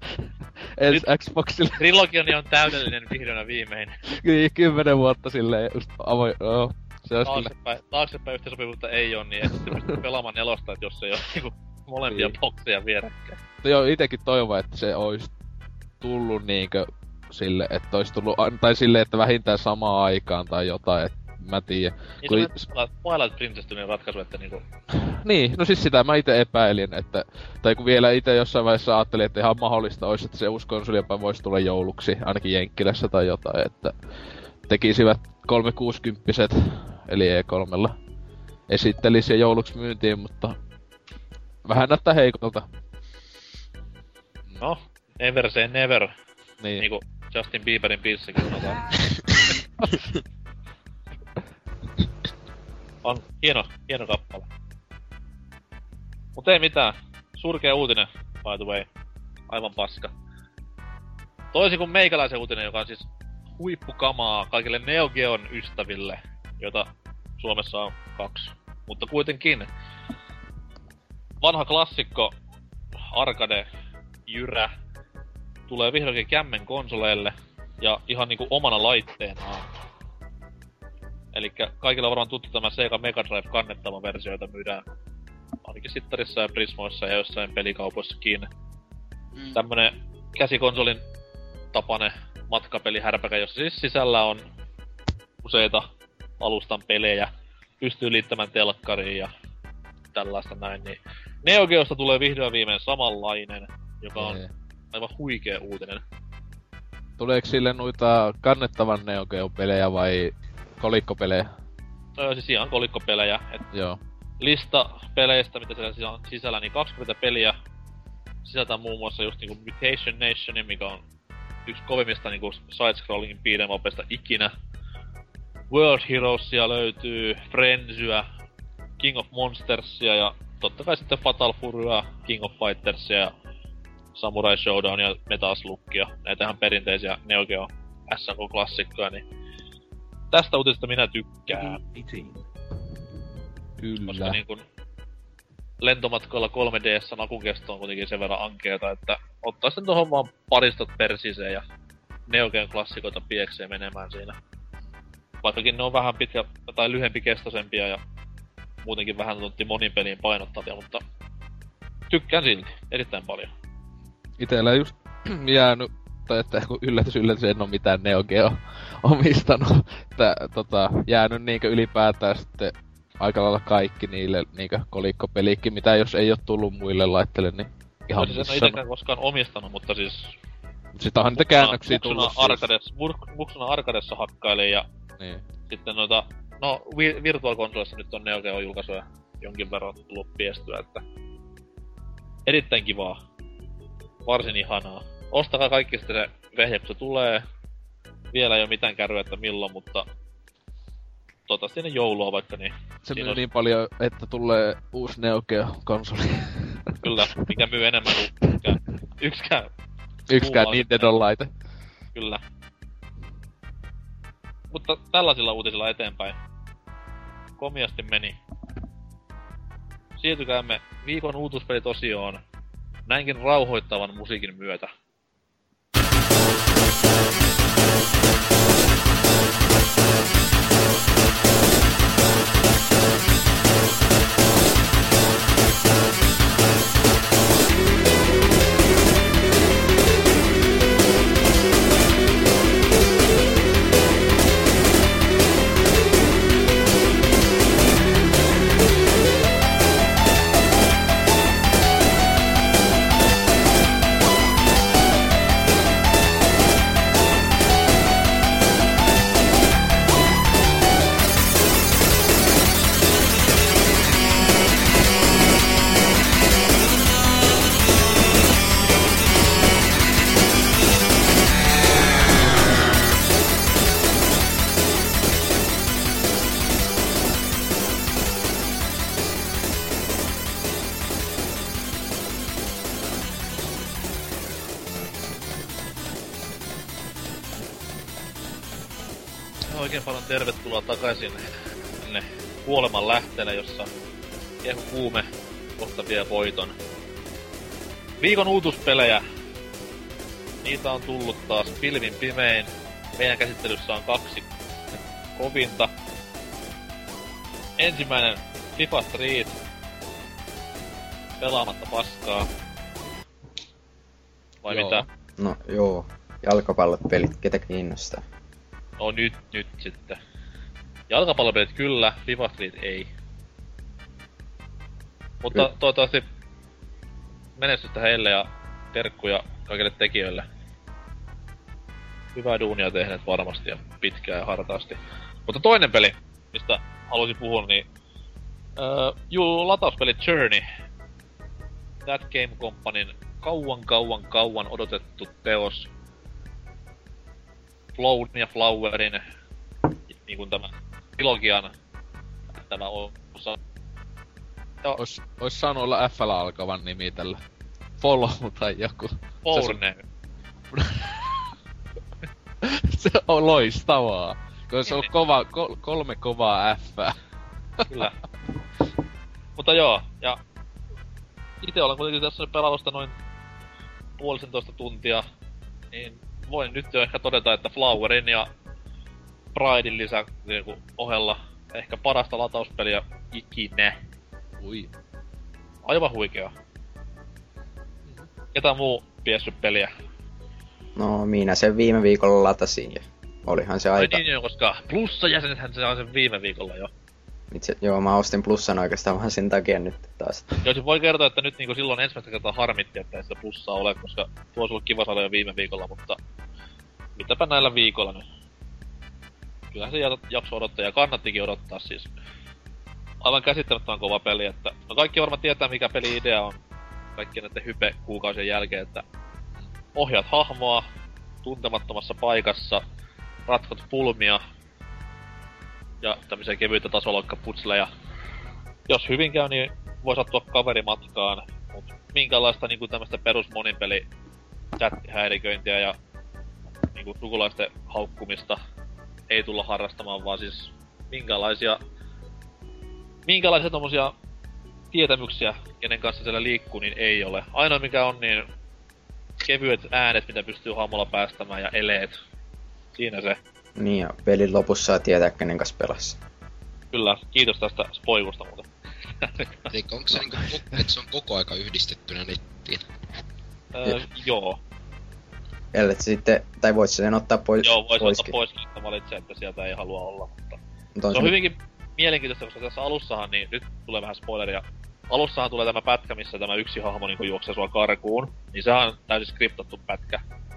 Ens Xboxille. Trilogiani on täydellinen vihdoin ja viimein. Niin, 10 vuotta silleen just joo. Se olisi kyllä. Taaksepäin yhteensopivuutta ei oo, niin ei sitten pysty pelaamaan 4, että jos ei oo niinku molempia Niin. bokseja vierekkäin. No joo, itekin toivon, että se ois tullut niinkö sille, että ois tullut, tai silleen, että vähintään samaan aikaan tai jotain, et mä tiedän. Niin Twilight Princess tuli ratkaisu, että niinku Niin, no siis sitä mä ite epäilin, että tai kun vielä ite jossain vaiheessa ajattelin, että ihan mahdollista olisi, että se uusi konsoli jopa voisi tulla jouluksi, ainakin Jenkkilässä tai jotain, että tekisivät 360-set, eli E3:lla esittelisi ja jouluksi myyntiin, mutta vähän näyttää heikolta. no, never say never. Niin. Niinku Justin Bieberin biissäkin sanotaan. On hieno kappale. Mut ei mitään. Surkea uutinen, by the way. Aivan paska. Toisin kuin meikäläisen uutinen, joka on siis huippukamaa kaikille Neo Geon ystäville, joita Suomessa on 2. Mutta kuitenkin vanha klassikko arcade jyrä tulee vihdoinkin kämmen konsoleille ja ihan niinku omana laitteenaan. Elikkä kaikilla on varmaan tuttu tämä Sega Mega Drive kannettava versio, jota myydään ainakin Sittarissa ja Prismoissa ja jossain pelikaupoissakin. Tämmönen käsikonsolin tapainen matkapelihärpäkä, jossa siis sisällä on useita alustan pelejä, pystyy liittämään telkkariin ja tällaista näin, niin Neo Geosta tulee vihdoin viimein samanlainen, joka on aivan huikea uutinen. Tuleeko sille noita kannettavan Neo Geo-pelejä vai kolikkopelejä. Siis ihan kolikkopelejä. Joo. Lista peleistä, mitä siellä on sisällä, niin 20 peliä. Sisältää muun muassa just niinku Mutation Nation, mikä on yksi kovimmista niinku side-scrollingin beat'em upista ikinä. World Heroesia löytyy, Frenzyä, King of Monstersia ja totta kai sitten Fatal Furya, King of Fightersia ja Samurai Showdown ja Metal Slugia. Näitä ihan perinteisiä Neo Geo SNK-klassikkoja, niin tästä uutisesta minä tykkään. Kyllä. Koska niin kun lentomatkoilla 3D:ssä nakun kesto on kuitenkin sen verran ankeeta, että ottaa sitten tohon vaan paristot persiseen ja Neo Geon klassikoita piekseen menemään siinä. Vaikkakin ne on vähän pitkä tai lyhempikestoisempia ja muutenkin vähän monin peliin painottavia, mutta tykkään silti erittäin paljon. Itellä just jäänyt, tai että yllätys, en oo mitään Neo Geo omistanut. Että jäänyt niinkö ylipäätään sitten aika lailla kaikki niille niinkö kolikkopeliikki, mitä jos ei oo tullut muille laitteille, niin ihan siis en oo itekään koskaan omistanut, mutta siis... Sitähän niitä käännöksiä tullut siis. Muksuna Arcadessa hakkailin ja... Niin. Sitten noita... No, Virtual Consolessa nyt on Neo Geo julkaisuja jonkin verran tullut piestyä, että... Erittäin kivaa. Varsin ihanaa. Ostakaa kaikki sitten se vehje, kun se tulee. Vielä ei oo mitään kärryä, että milloin, mutta... Toivottavasti ennen joulua vaikka niin... Se myy niin paljon, että tulee uusi Neo Geo-konsoli. Kyllä, mikä myy enemmän kuin yksikään Nintendo-laite. Kyllä. Mutta tällaisilla uutisilla eteenpäin. Komiasti meni. Siirtykäämme viikon uutuspelitosioon näinkin rauhoittavan musiikin myötä. Oikein paljon tervetuloa takaisin tänne kuoleman lähteelle, jossa Kehu Kuume kohta vie voiton. Viikon uutuspelejä. Niitä on tullut taas pilvin pimein. Meidän käsittelyssä on 2 kovinta. Ensimmäinen FIFA Street. Pelaamatta paskaa. Vai joo. Mitä? No joo. Jalkapallopelit, ketä kiinnostaa? No nyt sitten. Jalkapallopelit kyllä, FIFA Street ei. Mutta toivottavasti menestystä heille ja terkkuja kaikille tekijöille. Hyvää duunia tehneet varmasti ja pitkään ja hartaasti. Mutta toinen peli, mistä haluaisin puhua, niin... latauspeli Journey. That Game Companyn kauan odotettu teos. Flown ja Flowerin, niinkun tämä trilogian tämä osa. Ois saanut olla F:llä alkavan nimi tällä. Follow tai joku. Fourname. Se on loistavaa. Kun se on kolme kovaa F:ää. Kyllä. Mutta joo, ja ite olen kuitenkin tässä pelailusta noin 1,5 tuntia, niin voin nyt jo ehkä todeta, että Flowerin ja Pridein ohella ehkä parasta latauspeliä ikinä. Ui. Aivan huikea. Ketä muu piessyt peliä? No minä sen viime viikolla latasin ja olihan se aika... Ai niin, koska plussajäsenethän se on sen viime viikolla jo. Joo, mä ostin plussan oikeastaan vaan sen takia nyt taas. Joo, se voi kertoa, että nyt niinku silloin ensimmäistä kertaa harmitti, että ei sitä plussaa ole, koska tuo olisi ollut kiva saada jo viime viikolla, mutta... Mitäpä näillä viikolla nyt? kyllähän se jakso odottaa ja kannattikin odottaa siis. Aivan käsittämättömän kova peli, että... No kaikki varmaan tietää mikä peli-idea on kaikkien näiden hype-kuukausien jälkeen, että... Ohjaat hahmoa tuntemattomassa paikassa, ratkot pulmia ja tämmöisiä kevyitä tasoloikkaputsleja. Jos hyvin käy, niin voi sattua kaveri matkaan, mut minkälaista niinku tämmöstä perus moninpeli chat-häiriköintiä ja niinku sukulaisten haukkumista ei tulla harrastamaan, vaan siis minkälaisia tommosia tietämyksiä, kenen kanssa siellä liikkuu, niin ei ole. Ainoa mikä on, niin kevyet äänet, mitä pystyy hahmolla päästämään ja eleet. Siinä se. Niin ja pelin lopussa saa tietää, kenen kanssa pelassa. Kyllä, kiitos tästä spoilusta muuten. Eli onko se niinku, että se on koko aika yhdistettynä nettiin? Joo. Ellet sitten, tai voit sen ottaa pois. Joo, vois ottaa pois, että valitsee, että sieltä ei halua olla, mutta... Se on hyvinkin mielenkiintoista, koska tässä alussahan, niin nyt tulee vähän spoileria. Alussahan tulee tämä pätkä, missä tämä yksi hahmo niin juoksee sua karkuun. Niin sehän on täysin skriptattu pätkä.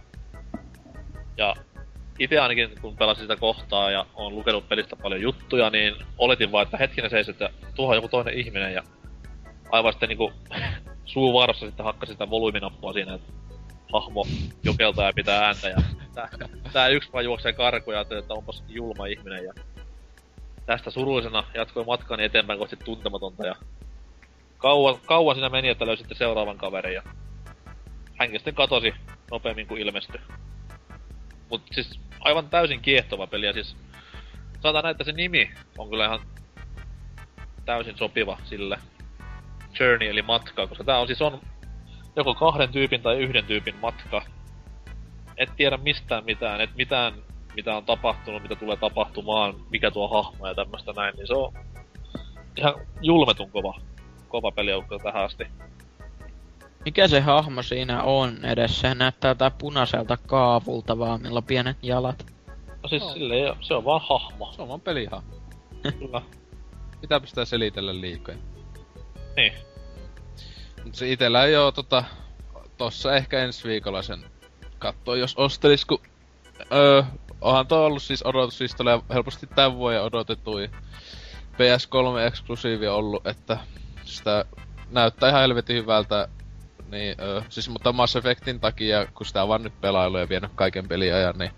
Ja ite ainakin, kun pelasin sitä kohtaa ja on lukenut pelistä paljon juttuja, niin oletin vaan, että hetkinen seis, että tuohon on joku toinen ihminen ja aivan sitten niinku suu vaarassa sitten hakkasi sitä volyyminappua siinä, että hahmo jokeltaa ja pitää ääntä ja tää yksi vaan juoksee karkuun ja ajattelin, että onpas julma ihminen ja tästä surullisena jatkoin matkaani eteenpäin kohti tuntematonta ja kauan siinä meni, että löysitte seuraavan kaverin ja hänkin sitten katosi nopeammin kuin ilmestyi. Mut siis aivan täysin kiehtova peli ja siis sanotaan näin, että se nimi on kyllä ihan täysin sopiva sille journey eli matka, koska tää on siis on joko 2 tyypin tai 1 tyypin matka. Et tiedä mistään mitään, et mitään mitä on tapahtunut, mitä tulee tapahtumaan, mikä tuo hahmo ja tämmöstä näin, niin se on ihan julmetun kova peli ollut tähän asti. Mikä se hahmo siinä on edes? Se näyttää jotain punaiselta kaavulta vaan, millä on pienet jalat. No siis silleen, se on vaan hahmo. Se on vaan pelihahmo. Kyllä. Mitä pistää selitellä liikoja. Niin. Mut se itellä ei oo tossa ehkä ensi viikolla sen kattoo, jos ostelis, kun onhan toi ollut siis odotuslistalla ja helposti tän vuoden odotetuin PS3-eksklusiivi ollut, että sitä näyttää ihan helvetin hyvältä. Niin, siis mutta Mass Effectin takia, kun sitä on vaan nyt pelailu ja vienyt kaiken peliajan, niin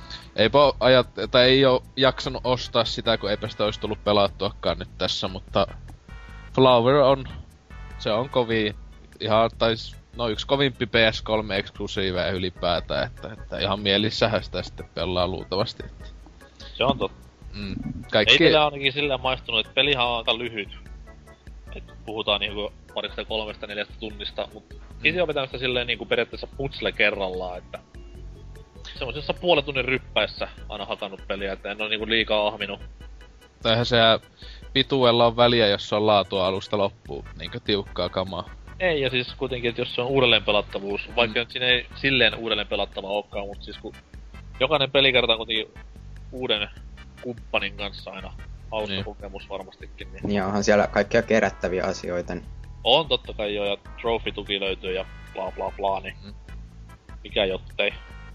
ei oo jaksanut ostaa sitä, kun eipä sitä ois tullut pelattuakaan nyt tässä, mutta Flower se on kovin, ihan yksi kovimpi PS3-eksklusiiveja ylipäätään, että ihan mielissähän sitä sitten pelaa luultavasti. Että. Se on totta. Kaikki... Ei teillä ainakin silleen maistunut, että pelihan on aika lyhyt. Et puhutaan niinku 2-3-4 tunnista, mut itse on vetänyt sitä silleen niinku periaatteessa putsle kerrallaan, että semmosessa puolen tunnin ryppäissä aina hakannut peliä, että en oo niinku liikaa ahminut. Eihän se pituudella on väliä, jos se on laatua alusta loppuun, niinkö tiukkaa kamaa. Ei, ja siis kuitenkin, että jos se on uudelleenpelattavuus, vaikka nyt siinä ei silleen uudelleenpelattava olekaan, mutta siis kun jokainen pelikerta on kuitenkin uuden kumppanin kanssa aina hauska kokemus varmastikin. Niin. Ja onhan siellä kaikkia kerättäviä asioita. Niin. On totta kai jo, ja trophy-tuki löytyy ja bla bla bla, niin mikä jottei.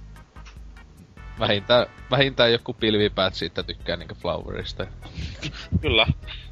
Vähintään joku pilvipäät siitä tykkää niinku Flowerista. Kyllä.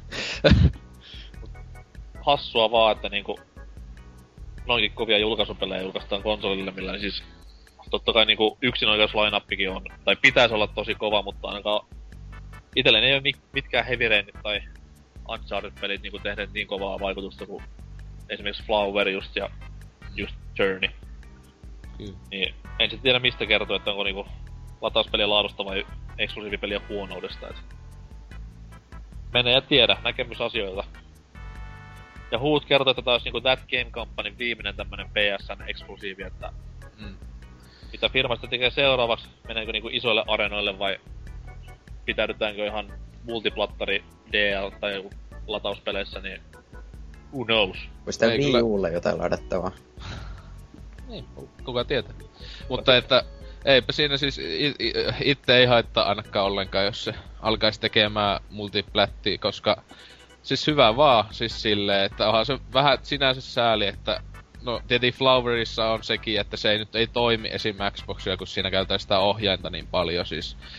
Hassua vaan, että niinku noinkin kovia julkaisupelejä julkaistaan konsolille, millä siis totta kai niinku yksinoikeus line-upikin on, tai pitäisi olla tosi kova, mutta ainakaan itselleen ei oo mitkään Heavy Rainit tai Uncharted-pelit niinku tehneet niin kovaa vaikutusta kuin esimerkiksi Flower just ja just Journey. Niin en sit tiedä mistä kertoo, että onko niinku latauspelien laadusta vai eksklusiivipelien huonoudesta, et menee ja tiedä, näkemysasioita. Ja Huut kertoi, että tää olisi niinku That Game Companyn viimeinen tämmönen PSN-eksklusiivi, että mitä firmasta tekee seuraavaksi, meneekö niinku isoille areenoille vai pitäydytäänkö ihan multiplattari DL tai joku latauspeleissä, niin who knows. Voi sitä Wii Ulle jotain ladattavaa. Niin, kuka tietää. Mutta että eipä siinä siis itse ei haittaa ainakaan ollenkaan, jos se alkaisi tekemään multiplättiä, koska siis hyvä vaan, siis silleen, että onhan se vähän sinänsä sääli, että no tietenkin Flowerissa on sekin, että se ei nyt ei toimi esim. Xboxilla, kun siinä käytetään sitä ohjainta niin paljon, siis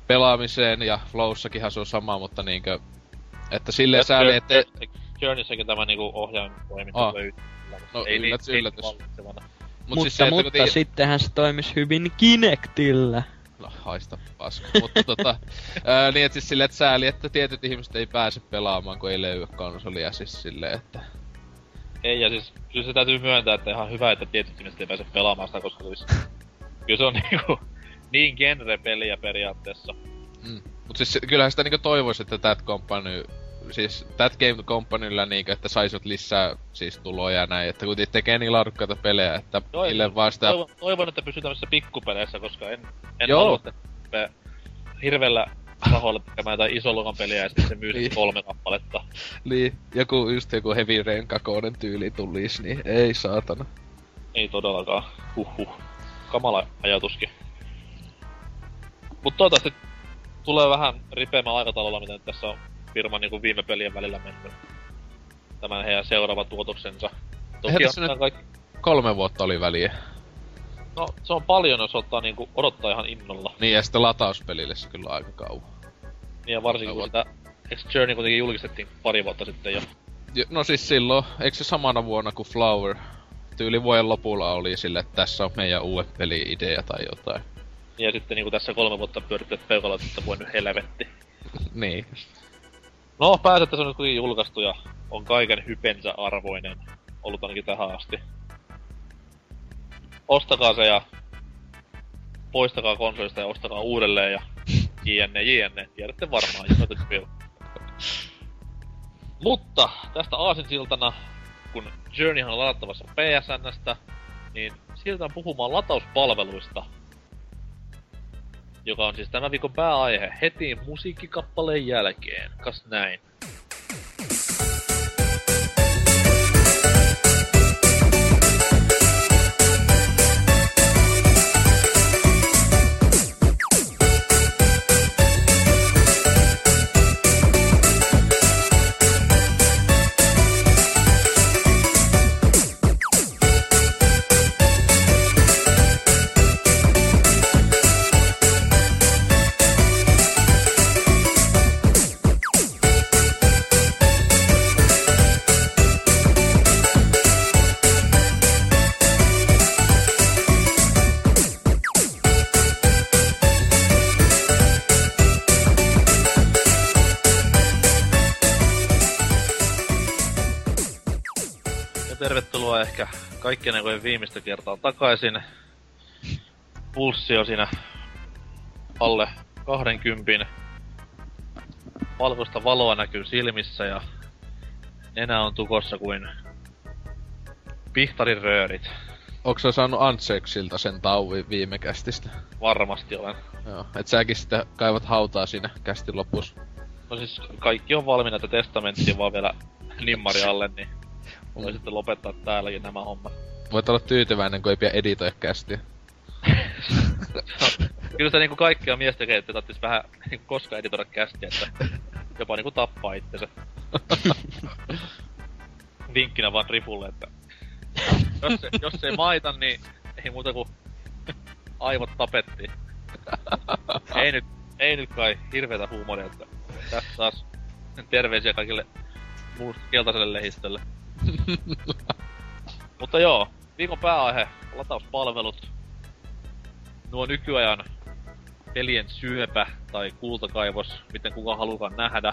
pelaamiseen ja Flowssakinhan se on sama, mutta niinkö... Että silleen sääli, että... Journeyssäkin tämä niinku ohjaintoiminta löytyy. No ei yllätys. Mutta sittenhän se toimis hyvin Kinectillä. No, haista paska. Mutta niin et siis silleen, että sääli, että tietyt ihmiset ei pääse pelaamaan, kun ei löydy konsolia siis silleen, että... Ei, ja siis kyllä se täytyy myöntää, että ihan hyvä, että tietyt ihmiset ei pääse pelaamaan sitä, koska siis... Kyllä se on niinku niin genre-peliä periaatteessa. Mut siis kyllähän sitä niinku toivois, että That Company... Siis That Game Companyllä niinkö, että saisivat lisää siis tuloja ja näin, että kun tekee niin laadukkaita pelejä, että niille vaan sitä... Toivon, että pysyy tämmöisissä pikkupeleissä, koska en halua, että hirveellä rahoilla tekemään jotain ison peliä ja sitten se myy 3 kappaletta. Niin, joku Heavy Rain 2 tyyli tulis, niin ei saatana. Ei todellakaan. Kamala ajatuskin. Mut toivottavasti tulee vähän ripeämään aikataululla, mitä tässä on firman niinku viime pelien välillä mennyt. Tämän heidän seuraava tuotoksensa. Toki tässä nyt kaikki... 3 vuotta oli väliä. No, se on paljon, jos ottaa niinku odottaa ihan innolla. Niin, ja sitten latauspelille se kyllä aika kauan. Niin, ja varsinkin kun sitä Journey kuitenkin julkistettiin 2 vuotta sitten jo. No siis silloin, eikö se samana vuonna kuin Flower tyyli vuoden lopulla oli sille, että tässä on meidän uudet peli-idea tai jotain. Ja sitten niinku tässä 3 vuotta pyöritteet peukalot, että voi nyt helvetti. Niin. No, pääsette se on nyt kuitenkin julkaistu ja on kaiken hypensä arvoinen. Ollut ainakin tähän asti. Ostakaa se ja poistakaa konsolista ja ostakaa uudelleen ja jne. Tiedätte varmaan, you. Mutta tästä aasinsiltana, kun Journeyhan on ladattavassa PSN:stä, niin siirrytään puhumaan latauspalveluista. Joka on siis tämän viikon pääaihe heti musiikkikappaleen jälkeen. Kas näin. Tervetuloa ehkä kaikkien aikojen viimeistä kertaa takaisin. Pulssi on siinä alle 20. Valkoista valoa näkyy silmissä ja nenä on tukossa kuin pihtarin röörit. Onko sä saanut Antseksilta sen tauvi viime kästistä? Varmasti olen. Joo, et säkin sitä kaivat hautaa siinä kästin lopussa. No siis kaikki on valmiina, että testamenttiin vaan vielä nimmari alle, niin voi sitten lopettaa täälläkin nämä hommat. Voit olla tyytyväinen, kun ei pidä editoida kästiä. Kyllä sitä niinku kaikkea mies tekee, että tarvitsis vähän niinku koskaan editoida kästiä, että jopa niinku tappaa itsensä. Vinkkinä vaan Rifulle, että jos ei maita, niin ei muuta kuin aivot tapettiin. Ei nyt kai hirveetä huumoria, että tässä taas terveisiä kaikille keltaiselle lehistölle. Mutta joo, viikon pääaihe, latauspalvelut. Nuo nykyajan pelien syöpä tai kultakaivos, miten kukaan halukaan nähdä.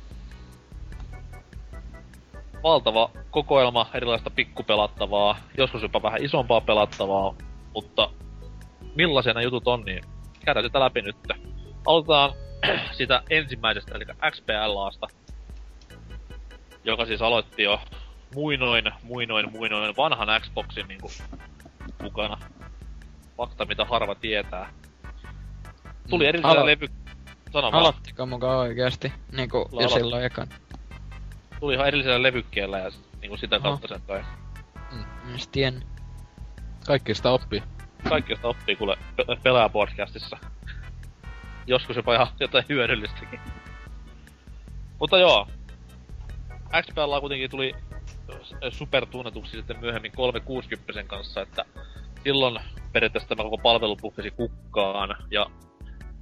Valtava kokoelma erilaista pikkupelattavaa, joskus jopa vähän isompaa pelattavaa, mutta millaisia nämä jutut on, niin käydään sitä läpi nyt. Aloitetaan sitä ensimmäisestä, eli XBLAsta, joka siis aloitti jo muinoin vanhan Xboxin niinku mukana. Fakta, mitä harva tietää. Tuli erillisellä levy... Sano vaan. Aloittiko mukaan oikeesti? Niinku jo silloin ekan. Tuli ihan erillisellä levykkeellä ja niinku sitä kautta sen toi. Tien. Kaikki sitä oppii. Kaikki sitä oppii kuule Pelaaja-podcastissa. Joskus jopa ihan jotain hyödyllistäkin. Mutta joo. XBLA kuitenkin tuli supertunnetuksi sitten myöhemmin 360 kanssa, että silloin periaatteessa tämä koko palvelu puhkesi kukkaan, ja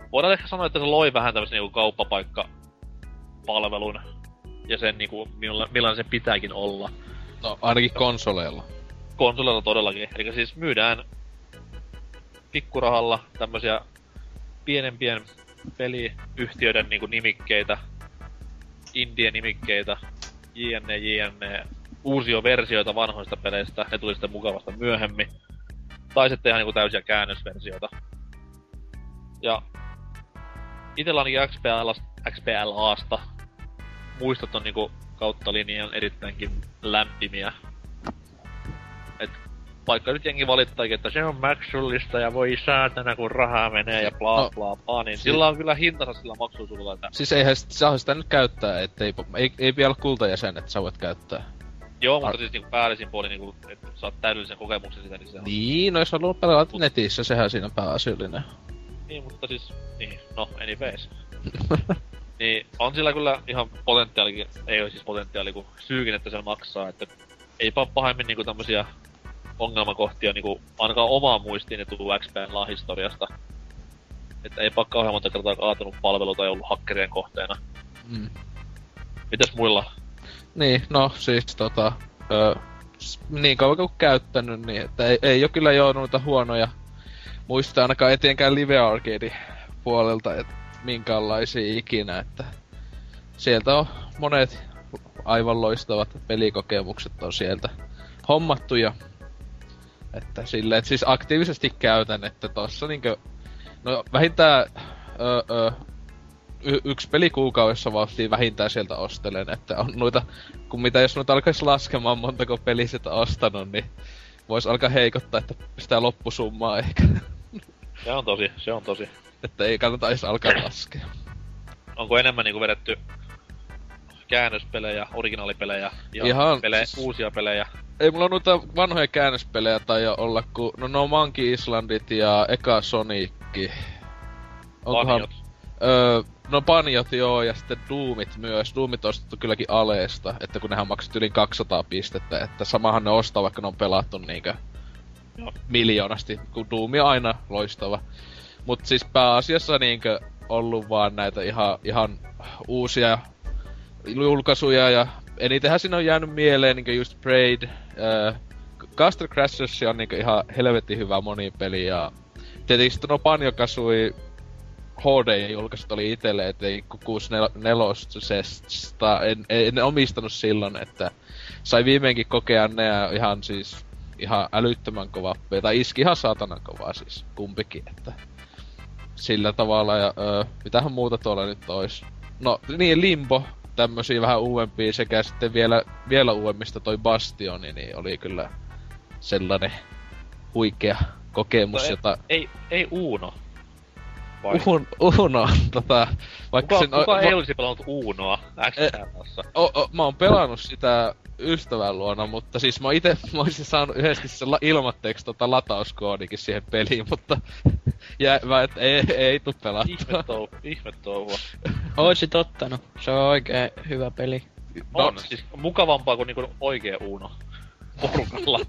voidaan ehkä sanoa, että se loi vähän tämmösen niinku kauppapaikkapalvelun ja sen niinku, millainen se pitääkin olla. No, ainakin konsoleilla. Konsoleilla todellakin. Eli siis myydään pikkurahalla tämmösiä pienempien peliyhtiöiden niinku nimikkeitä, indie-nimikkeitä, jne, uusioversioita vanhoista peleistä, ne tuli sitten mukavasta myöhemmin. Tai sitten ihan niinku täysiä käännösversioita. Ja itellä ainakin XPLAsta muistot on niinku kautta linjan erittäinkin lämpimiä. Et vaikka nyt jengi valittaakin, että se on maksullista ja voi saatana kun rahaa menee ja bla bla bla, niin sillä on kyllä hintansa sillä maksusulla. Että... Siis eihän saa sitä nyt käyttää, ettei ei vielä ole kultajäsen, että sä voit käyttää. Joo, mutta siis niinku päällisin puolin niinku, että saat täydellisen kokemuksen sitä, niin se on... Niin, no jos haluat pelata netissä, sehän siinä pääasiallinen. Niin, mutta siis, niin, no, anyways. Niin, on sillä kyllä ihan potentiaalikin, ei oo siis potentiaali, kun syykin, että se maksaa, että eipä pahemmin niinku tämmösiä ongelmakohtia niinku ainakaan omaan muistiin ne tullu XPLA-historiasta. Että eipä oo kauhean monta kertaa kaatunut palvelu tai ollut hakkerien kohteena. Mitäs muilla? Niin, no siis niin kauan kuin käyttänyt, niin että ei oo kyllä joo noita huonoja muista ainakaan eteenkään Live Arcade puolelta, et minkäänlaisia ikinä, että sieltä on monet aivan loistavat pelikokemukset on sieltä hommattuja. Että silleen, että siis aktiivisesti käytän, että tossa niinkö, no vähintään yksi peli kuukaudessa vauhtiin vähintään sieltä ostelen, että on noita, kun mitä jos noita alkais laskemaan montako pelisetä ostanut, niin vois alkaa heikottaa, että sitä loppusummaa ehkä. Se on tosi. Että ei kannata edes alkaa laskea. Onko enemmän niinku vedetty käännöspelejä, originaalipelejä ja siis... uusia pelejä? Ei mulla noita vanhoja käännöspelejä tai olla, kun no Monkey Islandit ja eka Sonicki. Banjot. No Banjot joo, ja sitten Doomit myös. Doomit on ostettu kylläkin Aleesta, että kun nehän maksat yli 200 pistettä, että samahan ne ostaa, vaikka ne on pelattu niinkö miljoonasti, kun Doom on aina loistava. Mut siis pääasiassa niinkö ollut vaan näitä ihan uusia julkaisuja, ja enitenhän siinä on jäänyt mieleen niinkö just Braid, Castle Crashers on niinkö ihan helvetin hyvä monipeli, ja tietenkin sitten no Banjo Kazooie HD-julkaisut oli itelle, ettei 64 en omistanut silloin, että sai viimeinkin kokea ne ja ihan älyttömän kova, tai iski ihan saatanan kovaa siis kumpikin, että sillä tavalla, ja mitähän muuta tuolla nyt ois. No niin, Limbo, tämmösiä vähän uudempia, sekä sitten vielä uudemmista toi Bastioni, niin oli kyllä sellainen huikea kokemus, no, jota... Ei Uno. Uno, vaikka kuka ei olisi pelannut Unoa XPLassa? Mä oon pelannut sitä ystävän luona, mutta siis mä oisin saanut yhdesti sen ilmatteeksi latauskoodikin siihen peliin, mutta ei tuu pelattua. Ihme touhua. Oisit ottanut, se on oikein hyvä peli. On, no, siis mukavampaa kuin niinku oikee Uno. Porukalla.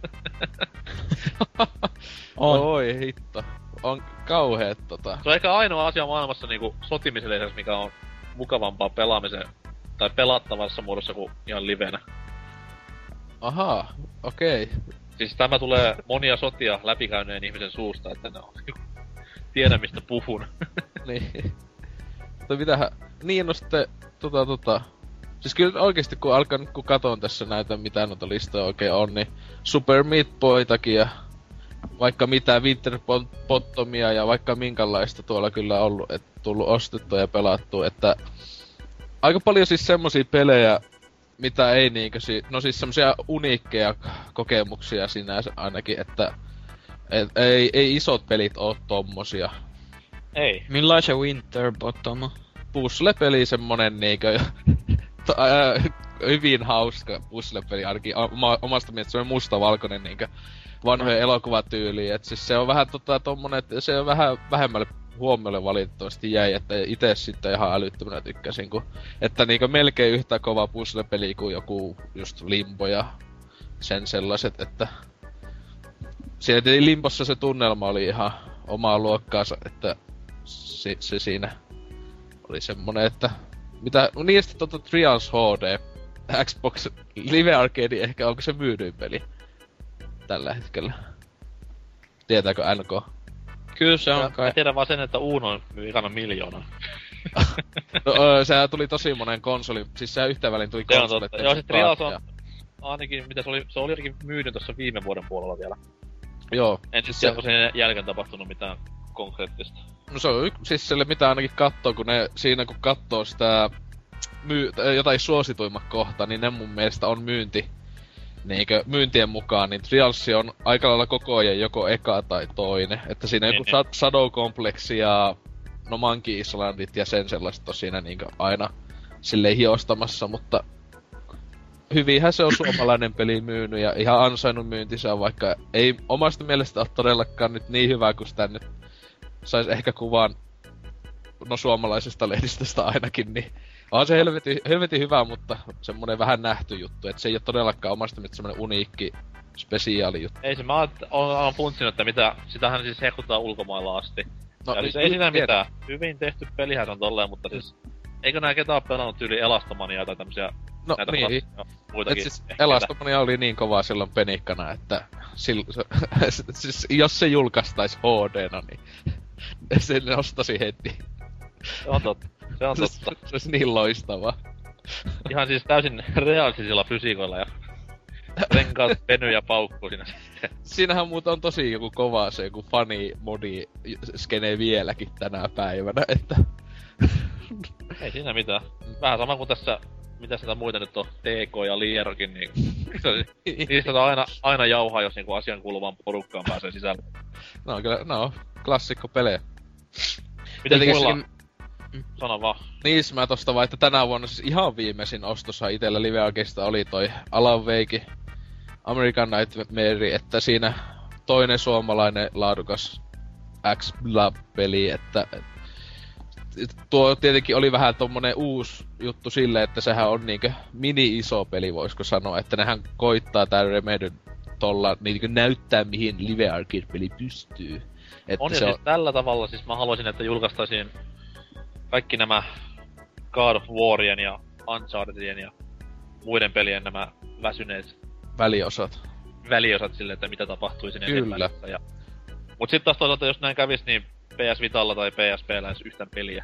On. Oi hitto. On kauheet Se on ehkä ainoa asia maailmassa niinku sotimisen lisäksi, mikä on mukavampaa pelaamisen tai pelattavassa muodossa kuin ihan livenä. Ahaa, okei. Siis tämä tulee monia sotia läpikäyneen ihmisen suusta, että ne on tiedä mistä puhun. Niin. Mutta mitähän... Niin, no sitten siis kyllä oikeesti kun katon tässä näitä, mitä noita listoja oikein on, niin Super Meat Boytakin ja vaikka mitä Winterbottomia ja vaikka minkälaista tuolla kyllä ollut, että tullut ostettua ja pelattua, että aika paljon siis semmosia pelejä, mitä ei niinkö no siis semmosia uniikkeja kokemuksia sinänsä ainakin, että ei isot pelit oo tommosia. Ei. Millaisen Winterbottom? Puzzle-peli semmonen niinkö hyvin hauska puzzle-peli ainakin omasta mielestä semmonen mustavalkoinen niinkö vanhojen elokuvatyyliin, et siis se on vähän tommonen, että se on vähän vähemmälle huomiolle valitettavasti jäi, että ite sitten ihan älyttömänä tykkäsin, että niinkö melkein yhtä kova puzzle-peli kuin joku just Limbo ja sen sellaiset, että siinä Limbossa se tunnelma oli ihan omaa luokkaansa, että se siinä oli semmonen, että... Mitä... No niin, sitten Trials HD. Xbox Live Arcade ehkä onko se myydyin peli tällä hetkellä? Tietääkö NK? Kyllä se on kai. Mä tiedän vaan sen, että Uno myy ikana 1 000 000. No, sehän tuli tosi monen konsoli, siis sehän yhtä välin tuli konsolit. Joo, se Trials on ainakin, mitä se oli ainakin myydyn tossa viime vuoden puolella vielä. Joo. En siis tiedä, onko sen jälkeen tapahtunut mitään konkreettista. No se on siis sille mitä ainakin kattoo, kun ne siinä kun kattoo sitä jotain suosituimmat kohta, niin ne mun mielestä on niinkö myyntien mukaan, niin Trials on aika lailla koko ajan joko eka tai toinen. Että siinä joku Shadow Complex ja no Monkey Islandit ja sen sellaiset on siinä niinkö aina silleen hiostamassa, mutta hyvinhän se on suomalainen peli myynyt ja ihan ansainnut myyntinsä, vaikka ei omasta mielestä ole todellakaan nyt niin hyvä, kun sitä nyt sais ehkä kuvan no suomalaisesta lehdistöstä ainakin, niin on se helvetin hyvä, mutta semmonen vähän nähty juttu, et se ei oo todellakaan omasta mielestä semmonen uniikki spesiaali juttu. Ei se, mä oon funtsinut, että mitä, sitähän siis hehkutaan ulkomailla asti. No, ja siis ei siinä mitään. Hyvin tehty pelihän se on tolleen, mutta siis... Eikö nää ketään pelannut tyyli Elastomania tai tämmösiä... No näitä niin. Muitakin siis Elastomania oli niin kovaa silloin penikkana, että siis jos se julkaistais HD-na, niin se nostasi heti. Se on totta. Se on totta. Se olisi niin loistavaa. Ihan siis täysin realistisilla fysiikoilla ja renkaat venyy ja paukkuu siinä. Siinähän muuten on tosi joku kova se joku funny-modi skene vieläkin tänä päivänä, että... Ei siinä mitään. Vähän sama kuin tässä, mitä sitä muita nyt on, TK ja Lierokin, niin niistä aina jauhaa, jos niinku asian kuuluvaan porukkaan pääsee sisälle. No kyllä, klassikko pelejä. Miten muilla... Sano vaan. Niin, mä tosta vaan, että tänä vuonna siis ihan viimeisin ostossa itellä Live Arcadeista oli toi Alan Wake American Nightmare, että siinä toinen suomalainen laadukas X-Blab-peli, että tuo tietenkin oli vähän tommonen uusi juttu silleen, että sehän on niinkö mini-iso peli, voisiko sanoa, että nehän koittaa tää Remedy tolla niinkö näyttää mihin Live Arcade-peli pystyy. Että on ja siis tällä tavalla, siis mä haluaisin, että julkaistaisiin kaikki nämä God of Warien ja Unchartedien ja muiden pelien nämä väsyneet väliosat sille, että mitä tapahtui sinne välissä. Ja... Mut sit taas toisaalta, jos näin kävis, niin PS Vitalla tai PSP:llä edes yhtään peliä.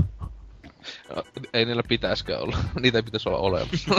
Ei niillä pitäiskään olla. Niitä ei pitäis olla olemassa.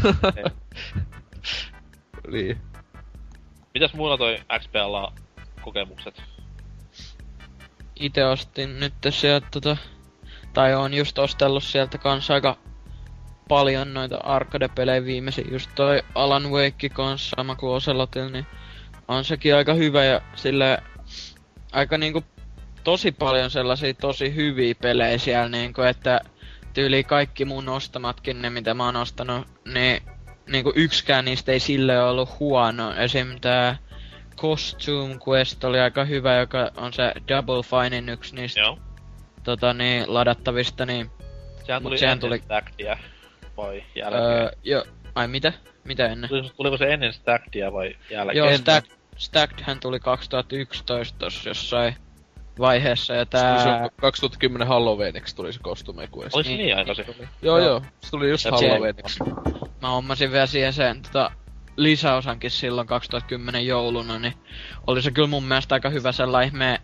Niin. Mitäs muilla toi XPL:n kokemukset? Ite ostin nyt sieltä tai on just ostellut sieltä kanssa aika paljon noita arcade-pelejä viimeisin. Just toi Alan Wake kanssa sama kuin Ocelotil, niin on sekin aika hyvä ja silleen aika niinku tosi paljon sellaisia tosi hyviä pelejä siellä niinku, että tyyli kaikki mun ostamatkin ne mitä mä oon ostanut, niin niinku yksikään niistä ei silleen ollut huono. Esim tää Costume Quest oli aika hyvä, joka on se Double Finein yksi niistä ladattavista, niin... Sehän tuli Stackedia vai jälkeen? Joo, ai mitä? Mitä ennen? Tuliko se ennen Stackedia vai jälkeen? Joo, Stackedhän tuli 2011 tossa jossain vaiheessa ja tää... Se 2010 Halloweeniksi tuli se Costume Quest. Olis niin aikaisin? Joo, se tuli just Halloweeniksi. Mä hommasin vielä siihen sen lisäosankin silloin 2010 jouluna, niin oli se kyllä mun mielestä aika hyvä sellainen ihme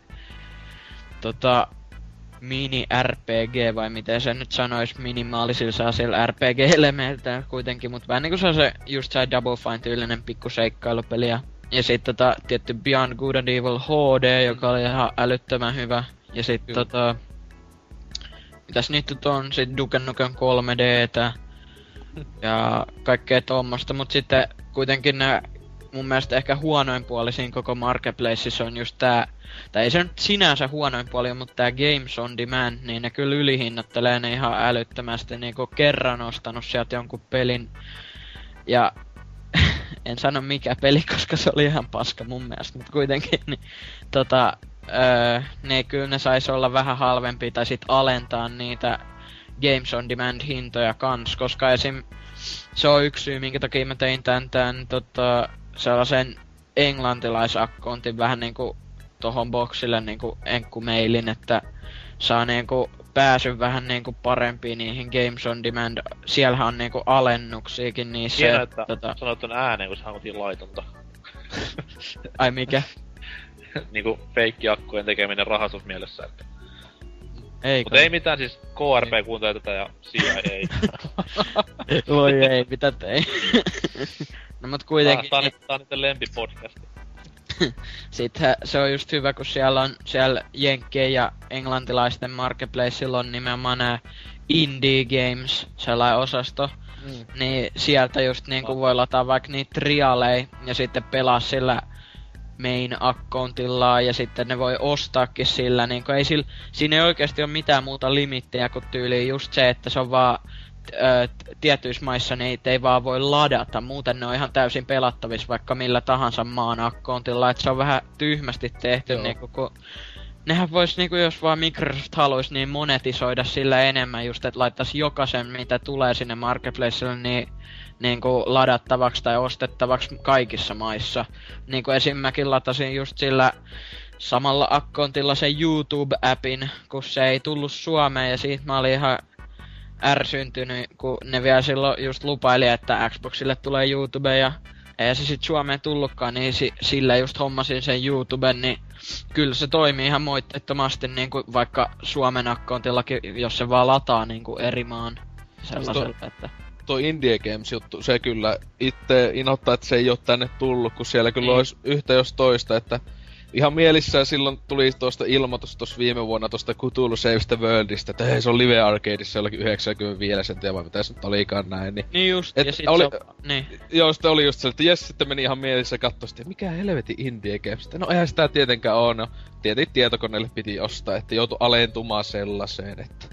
mini-RPG, vai miten se nyt sanois, minimaalisilla sellaisilla RPG-elementeillä kuitenkin, mut vähän niinku se just se Double Fine-tyylinen pikku seikkailupeli. Ja sit tietty Beyond Good and Evil HD, joka oli ihan älyttömän hyvä. Ja sit mitäs niitä on, sit Duke Nukem 3D:tä ja kaikkea tommosta, mut sitten kuitenkin nää mun mielestä ehkä huonoin puoli siinä koko Marketplaceissa on just tää, tai ei se nyt sinänsä huonoin puoli, mutta tää Games on Demand, niin ne kyllä ylihinnattelee ne ihan älyttömästi, niinku kerran ostanut sieltä jonkun pelin, ja en sano mikä peli, koska se oli ihan paska mun mielestä, mutta kuitenkin, niin ne kyllä ne sais olla vähän halvempia, tai sit alentaa niitä Games on Demand hintoja kans, koska esim. Se on yksi syy, minkä takia mä tein tän sellaisen englantilaisakkontin vähän niinku tohon boxille niinku enkkumailin, että saa niinku pääsyn vähän niinku parempiin niihin Games on Demand. Siellähän on niinku alennuksiakin niissä. Hienoa, että sanoit ton ääneen, kun se hankuttiin laitonta. Ai mikä? Niinku feikkiakkujen tekeminen rahastusmielessä, että... Eikö? Mut ei mitään, siis KRP kuuntelee tätä ja CIA ei. Voi ei, mitä tei. No mut kuitenkin... Tää on niitten lempipodcasti. Sitten se on just hyvä, kun siellä jenkkien ja englantilaisten marketplaceilla on nimenomaan nää indie games, sellainen osasto. Niin sieltä just niinku voi lataa vaikka niitä trialeja ja sitten pelaa sillä main accountilla ja sitten ne voi ostaakin sillä, niinku ei siinä ei oikeesti oo mitään muuta limittejä kuin tyyliin just se, että se on vaan tietyissä maissa niitä ei vaan voi ladata, muuten ne on ihan täysin pelattavissa vaikka millä tahansa maan accountilla, että se on vähän tyhmästi tehty niinku, kun nehän vois niinku, jos vaan Microsoft haluis niin monetisoida sillä enemmän just, että laittais jokaisen mitä tulee sinne marketplacelle niinku ladattavaksi tai ostettavaksi kaikissa maissa. Niinku esim. Mäkin latasin just sillä samalla accountilla sen YouTube-appin, kun se ei tullut Suomeen ja siitä mä olin ihan ärsyntynyt, kun ne vielä silloin just lupaili, että Xboxille tulee YouTube ja ei se sit Suomeen tullutkaan, niin sillä just hommasin sen YouTuben, niin kyllä se toimii ihan moitteettomasti niinku vaikka Suomen accountillakin, jos se vaan lataa niinku eri maan sellaiselta, että... Tuo Indie Games-juttu, se kyllä itse inottaa, että se ei oo tänne tullut, kun siellä kyllä olisi yhtä jos toista, että ihan mielissään silloin tuli tuosta ilmoitus tuossa viime vuonna tuosta Cthulhu Saves the Worldista, että hei, se on Live Arcadeissa jollakin 95 senttiä, vai mitä se nyt olikaan näin, niin just, et ja sit oli, se on, niin. Joo, sitten oli just se, että jes, sitten meni ihan mielissään kattoo sitten, mikä helvetin Indie Games, no eihän sitä tietenkään oo, no tietenkin tietokoneelle piti ostaa, että joutui alentumaan sellaiseen, että...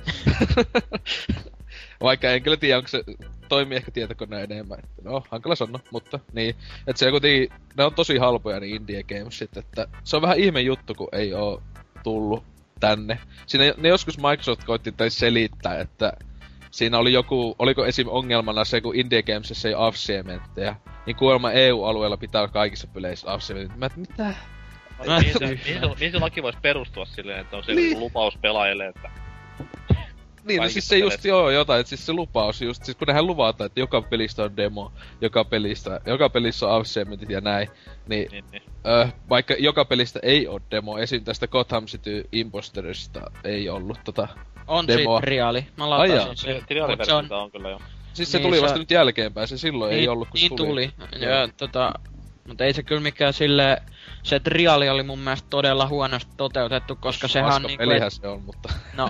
Vaikka en kyllä tiedä, onko se toimii ehkä tietokoneen enemmän. No, hankala sanoa, mutta niin. Että se kuitenkin, ne on tosi halpoja ne Indie Gamesit, että se on vähän ihme juttu, kun ei oo tullut tänne. Siinä ne joskus Microsoft koitti selittää, että siinä oli joku, oliko esim. Ongelmana se, kun Indie Gamesissa ei AFC-menttejä, niin kuulemma EU-alueella pitää kaikissa peleissä AFC-menttejä. Mä et mitä? Mihin se laki vois perustua silleen, että on se niin. Lupaus pelaajille, että... Niin, no siis se just jotain, että siis se lupaus just, siis kun nehän luvataan, että joka pelistä on demo, joka pelissä on AFC-mentit ja näin, niin. Vaikka joka pelistä ei oo demo, esim. Tästä Gotham City Imposterista ei ollut on demoa. On siitä triali, mä latasin sen. Trialiversiota on kyllä jo. Siis se tuli vasta nyt jälkeenpäin, se silloin niin, ei ollut kun niin tuli. Ja mutta ei se kyllä mikään silleen, se triali oli mun mielestä todella huonosti toteutettu, koska sehän on niinku... pelihän se on, mutta... No,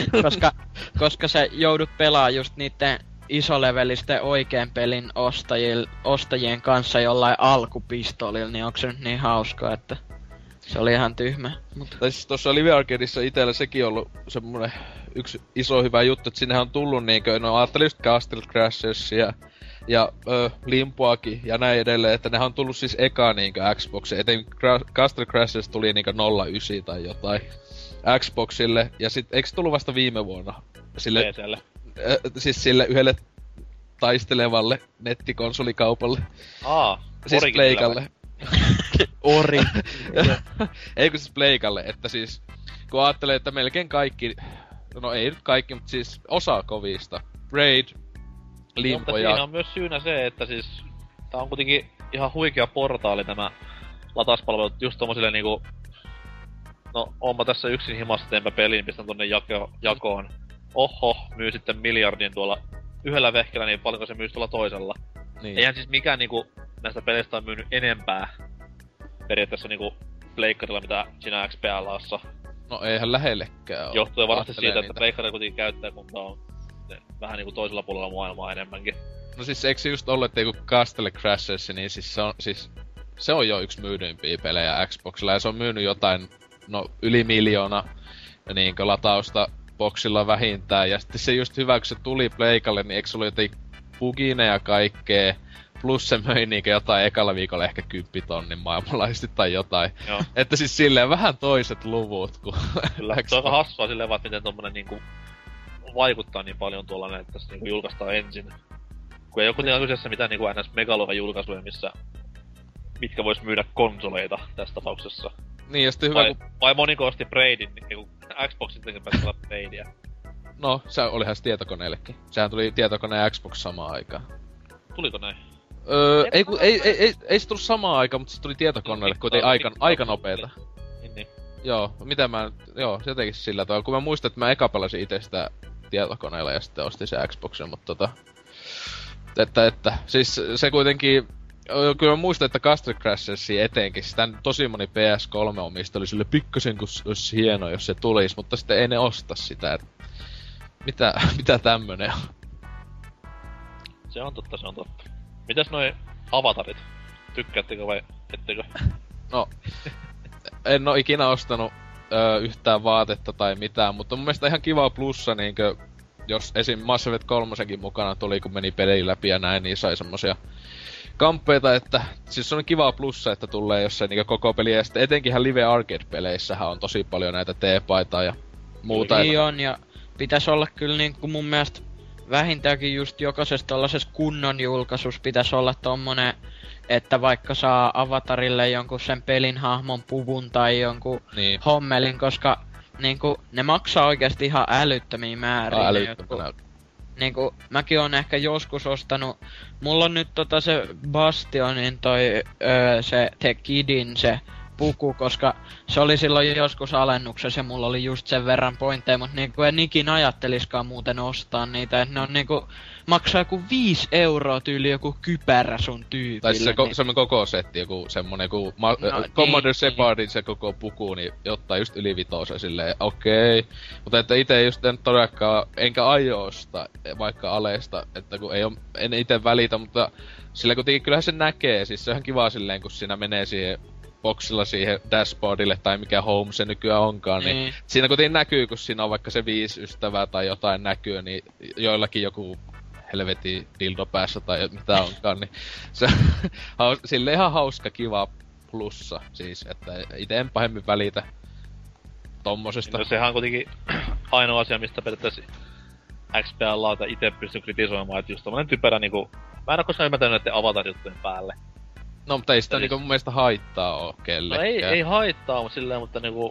koska se joudut pelaa just niitten isolevelisten oikeen pelin ostajien kanssa jollain alkupistolilla, niin onko se nyt niin hauskaa, että se oli ihan tyhmä. Mutta... Tai siis tossa Live Arcadeissa itellä sekin ollut semmonen yksi iso hyvä juttu, että sinnehän on tullut niinkö, no ajattelin just Castle Crashersia ja Limpoakin ja näin edelleen, että nehän on tullut siis eka niinkö Xboxille, etenkin Castle Crashers tuli niinkö 09 tai jotain Xboxille, ja sit eikö se tullut vasta viime vuonna? Sille, siis sille yhdelle taistelevalle nettikonsolikaupalle. Siis Pleikalle. Ori. Eikö siis Pleikalle, että siis kun ajattelee, että melkein kaikki, no ei nyt kaikki, mutta siis osa kovista, Raid, Limpo mutta siinä on myös syynä se, että siis tää on kuitenkin ihan huikea portaali nämä latauspalvelut just tommosille niinku... No, onpa tässä yksin himassa teenpä peliin, pistän tonne jakoon. Oho, myy sitten miljardin tuolla yhdellä vehkellä, niin paljonko se myy tuolla toisella. Niin. Eihän siis mikään niinku näistä peleistä on myynyt enempää periaatteessa niinku pleikkarilla, mitä siinä XPLAssa. No eihän lähellekään oo. Johtuen varmasti siitä, että pleikkarilla kuitenkin käyttäjäkunta on vähän niinku toisella puolella maailmaa enemmänkin. No siis eikö se just ollut, että joku Castle Crashers, niin se on jo yksi myydyimpiä pelejä Xboxilla, ja se on myynyt jotain, no yli 1 miljoona niinkö latausta boxilla vähintään, ja sitten se just hyvä, kun se tuli pleikalle, niin eikö se ollut jotain bugineja ja kaikkee, plus se möi niinkö jotain ekalla viikolla ehkä 10 tonnin maailmanlaajuisesti tai jotain. Joo. Että siis silleen vähän toiset luvut kuin kyllä, se on aika hassua silleen vaan, miten tommonen niinku vaikuttaa niin paljon tuollainen, että se niinku julkaistaan ensin. Kun ei oo kuitenkaan kyseessä mitään niinku ns. Megaluokan julkaisuja, mitkä vois myydä konsoleita tässä tapauksessa. Niin, ja sitten hyvä vai moniko osti Braidin niinku Xboxin pääsi pelaa Bladeä. No, se olihan se tietokoneellekin. Sehän tuli tietokoneen ja Xbox samaan aikaan. Tuliko näin? Ei se tullut samaan aikaan, mutta se tuli tietokoneelle, kun ei aika nopeeta. Niin. Joo, jotenkin sillä tavalla. Kun mä muistan, että mä eka pelasin itse sitä tietokoneella ja sitten ostin se Xboxin, mutta siis se kuitenkin... Kyllä mä muistan, että Castle Crashersia etenkin, sitä tosi moni PS3-omista oli sille pikkasen, kun olisi hieno, jos se tulisi, mutta sitten ei ne osta sitä, et... Mitä tämmönen on? Se on totta. Mitäs noi avatarit? Tykkäättekö vai ettekö? No, en oo ikinä ostanut yhtään vaatetta tai mitään, mutta mun mielestä ihan kiva plussa niinkö... Jos esim. Mass Effect 3:senkin mukana tuli, kun meni peli läpi ja näin, niin sai semmosia kamppeita, että siis on kiva plussa, että tulee jossain niinku koko peli, ja sitten etenkinhän Live Arcade-peleissähän on tosi paljon näitä T-paitaa ja muuta. Niin on, ja pitäis olla kyllä niinku mun mielestä vähintäänkin just jokaisessa tollasessa kunnon julkaisussa pitäis olla tommonen, että vaikka saa avatarille jonkun sen pelin hahmon puvun tai jonkun hommelin, koska niinku ne maksaa oikeesti ihan älyttömiä määriä. Niinku, mäkin on ehkä joskus ostanut, mulla on nyt se Bastionin se The Kidin se puku, koska se oli silloin joskus alennuksessa ja mulla oli just sen verran pointteja, mut niinku en ikin ajatteliskaan muuten ostaa niitä, et ne on niinku, maksaa joku 5 € tyyli joku kypärä sun tyypille. Tai se semmonen koko setti, joku semmonen Commodore Shepardin se koko puku, niin ottaa just yli 5 silleen, okei. Mutta että ite just en todellakaan, enkä aio ostaa, vaikka Alesta, että kun en ite välitä, mutta sillä kuitenkin kyllähän se näkee, siis se on ihan kiva silleen, kun siinä menee siihen boxilla siihen dashboardille tai mikä home se nykyään onkaan, niin siinä kuitenkin näkyy, kun siinä on vaikka se 5 ystävää tai jotain näkyy, niin joillakin joku helvetin dildo päässä tai mitä onkaan, niin se sille ihan hauska kiva plussa siis, että ite en pahemmin välitä tommosesta. No sehän on kuitenkin ainoa asia, mistä periaatteessa XPL:lta ite pystyn kritisoimaan, että just tommonen typerä niinku... Mä en oo koskaan ymmärtänyt näitten avatar-juttujen päälle. No, mutta ei sitä niinku mun mielestä haittaa oo kellekään. No ei haittaa, mutta silleen, mutta niinku...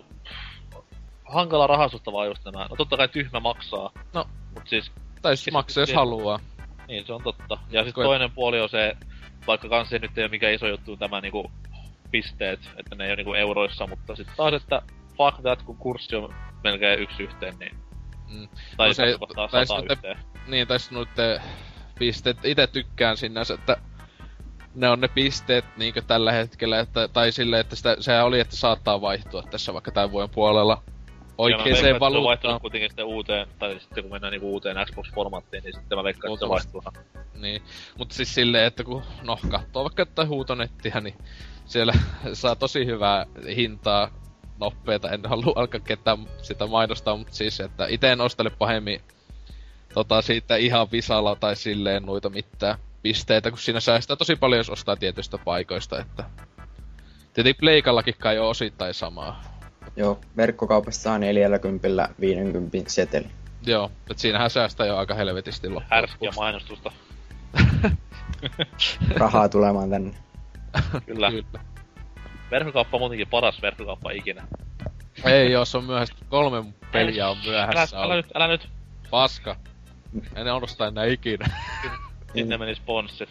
Hankala rahastusta vaan just nämä. No totta kai tyhmä maksaa. No. Mut siis... Tai siis maksaa jos haluaa. Niin, se on totta. Ja sit toinen puoli on se, vaikka kans se nyt ei oo mikään iso juttu tämä niinku... pisteet, että ne ei oo niinku euroissa, mutta sit taas, että fuck that, kun kurssi on melkein 1:1, niin... Tai no se, kohtaa 100 yhteen. Niin, tai sitten pisteet, ite tykkään sinänsä, että ne on ne pisteet niinkö tällä hetkellä, että, tai silleen, että sehän oli, että saattaa vaihtua tässä vaikka tämän vuoden puolella oikeeseen valuuttaan. Se on vaihtunut kuitenkin sitten uuteen, tai sitten kun mennään niinku uuteen Xbox-formaattiin, niin sitten mä veikkaan, että se vaihtuu. Niin, mutta siis silleen, että kun kattoo vaikka jotain huutonettiä, niin siellä saa tosi hyvää hintaa nopeeta. En halua alkaa ketään sitä mainostaa, mutta siis, että ite en ostele pahemmin siitä ihan visalla tai silleen noita mitään pisteitä, kun siinä säästää tosi paljon, jos ostaa tietystä paikoista, että... Tietenkin Pleikallakin kai on osittain samaa. Joo, verkkokaupasta saa 40 50 seteli. Joo, et siinähän säästää jo aika helvetisti loppuun. Härskiä mainostusta. Rahaa tulemaan tänne. Kyllä. Verkkokauppa on muutenkin paras verkkokauppa ikinä. Ei oo, se on myöhäistä. 3 peliä on myöhässä. Älä nyt. Paska. En odosta enää ikinä. Sitten meni sponssit.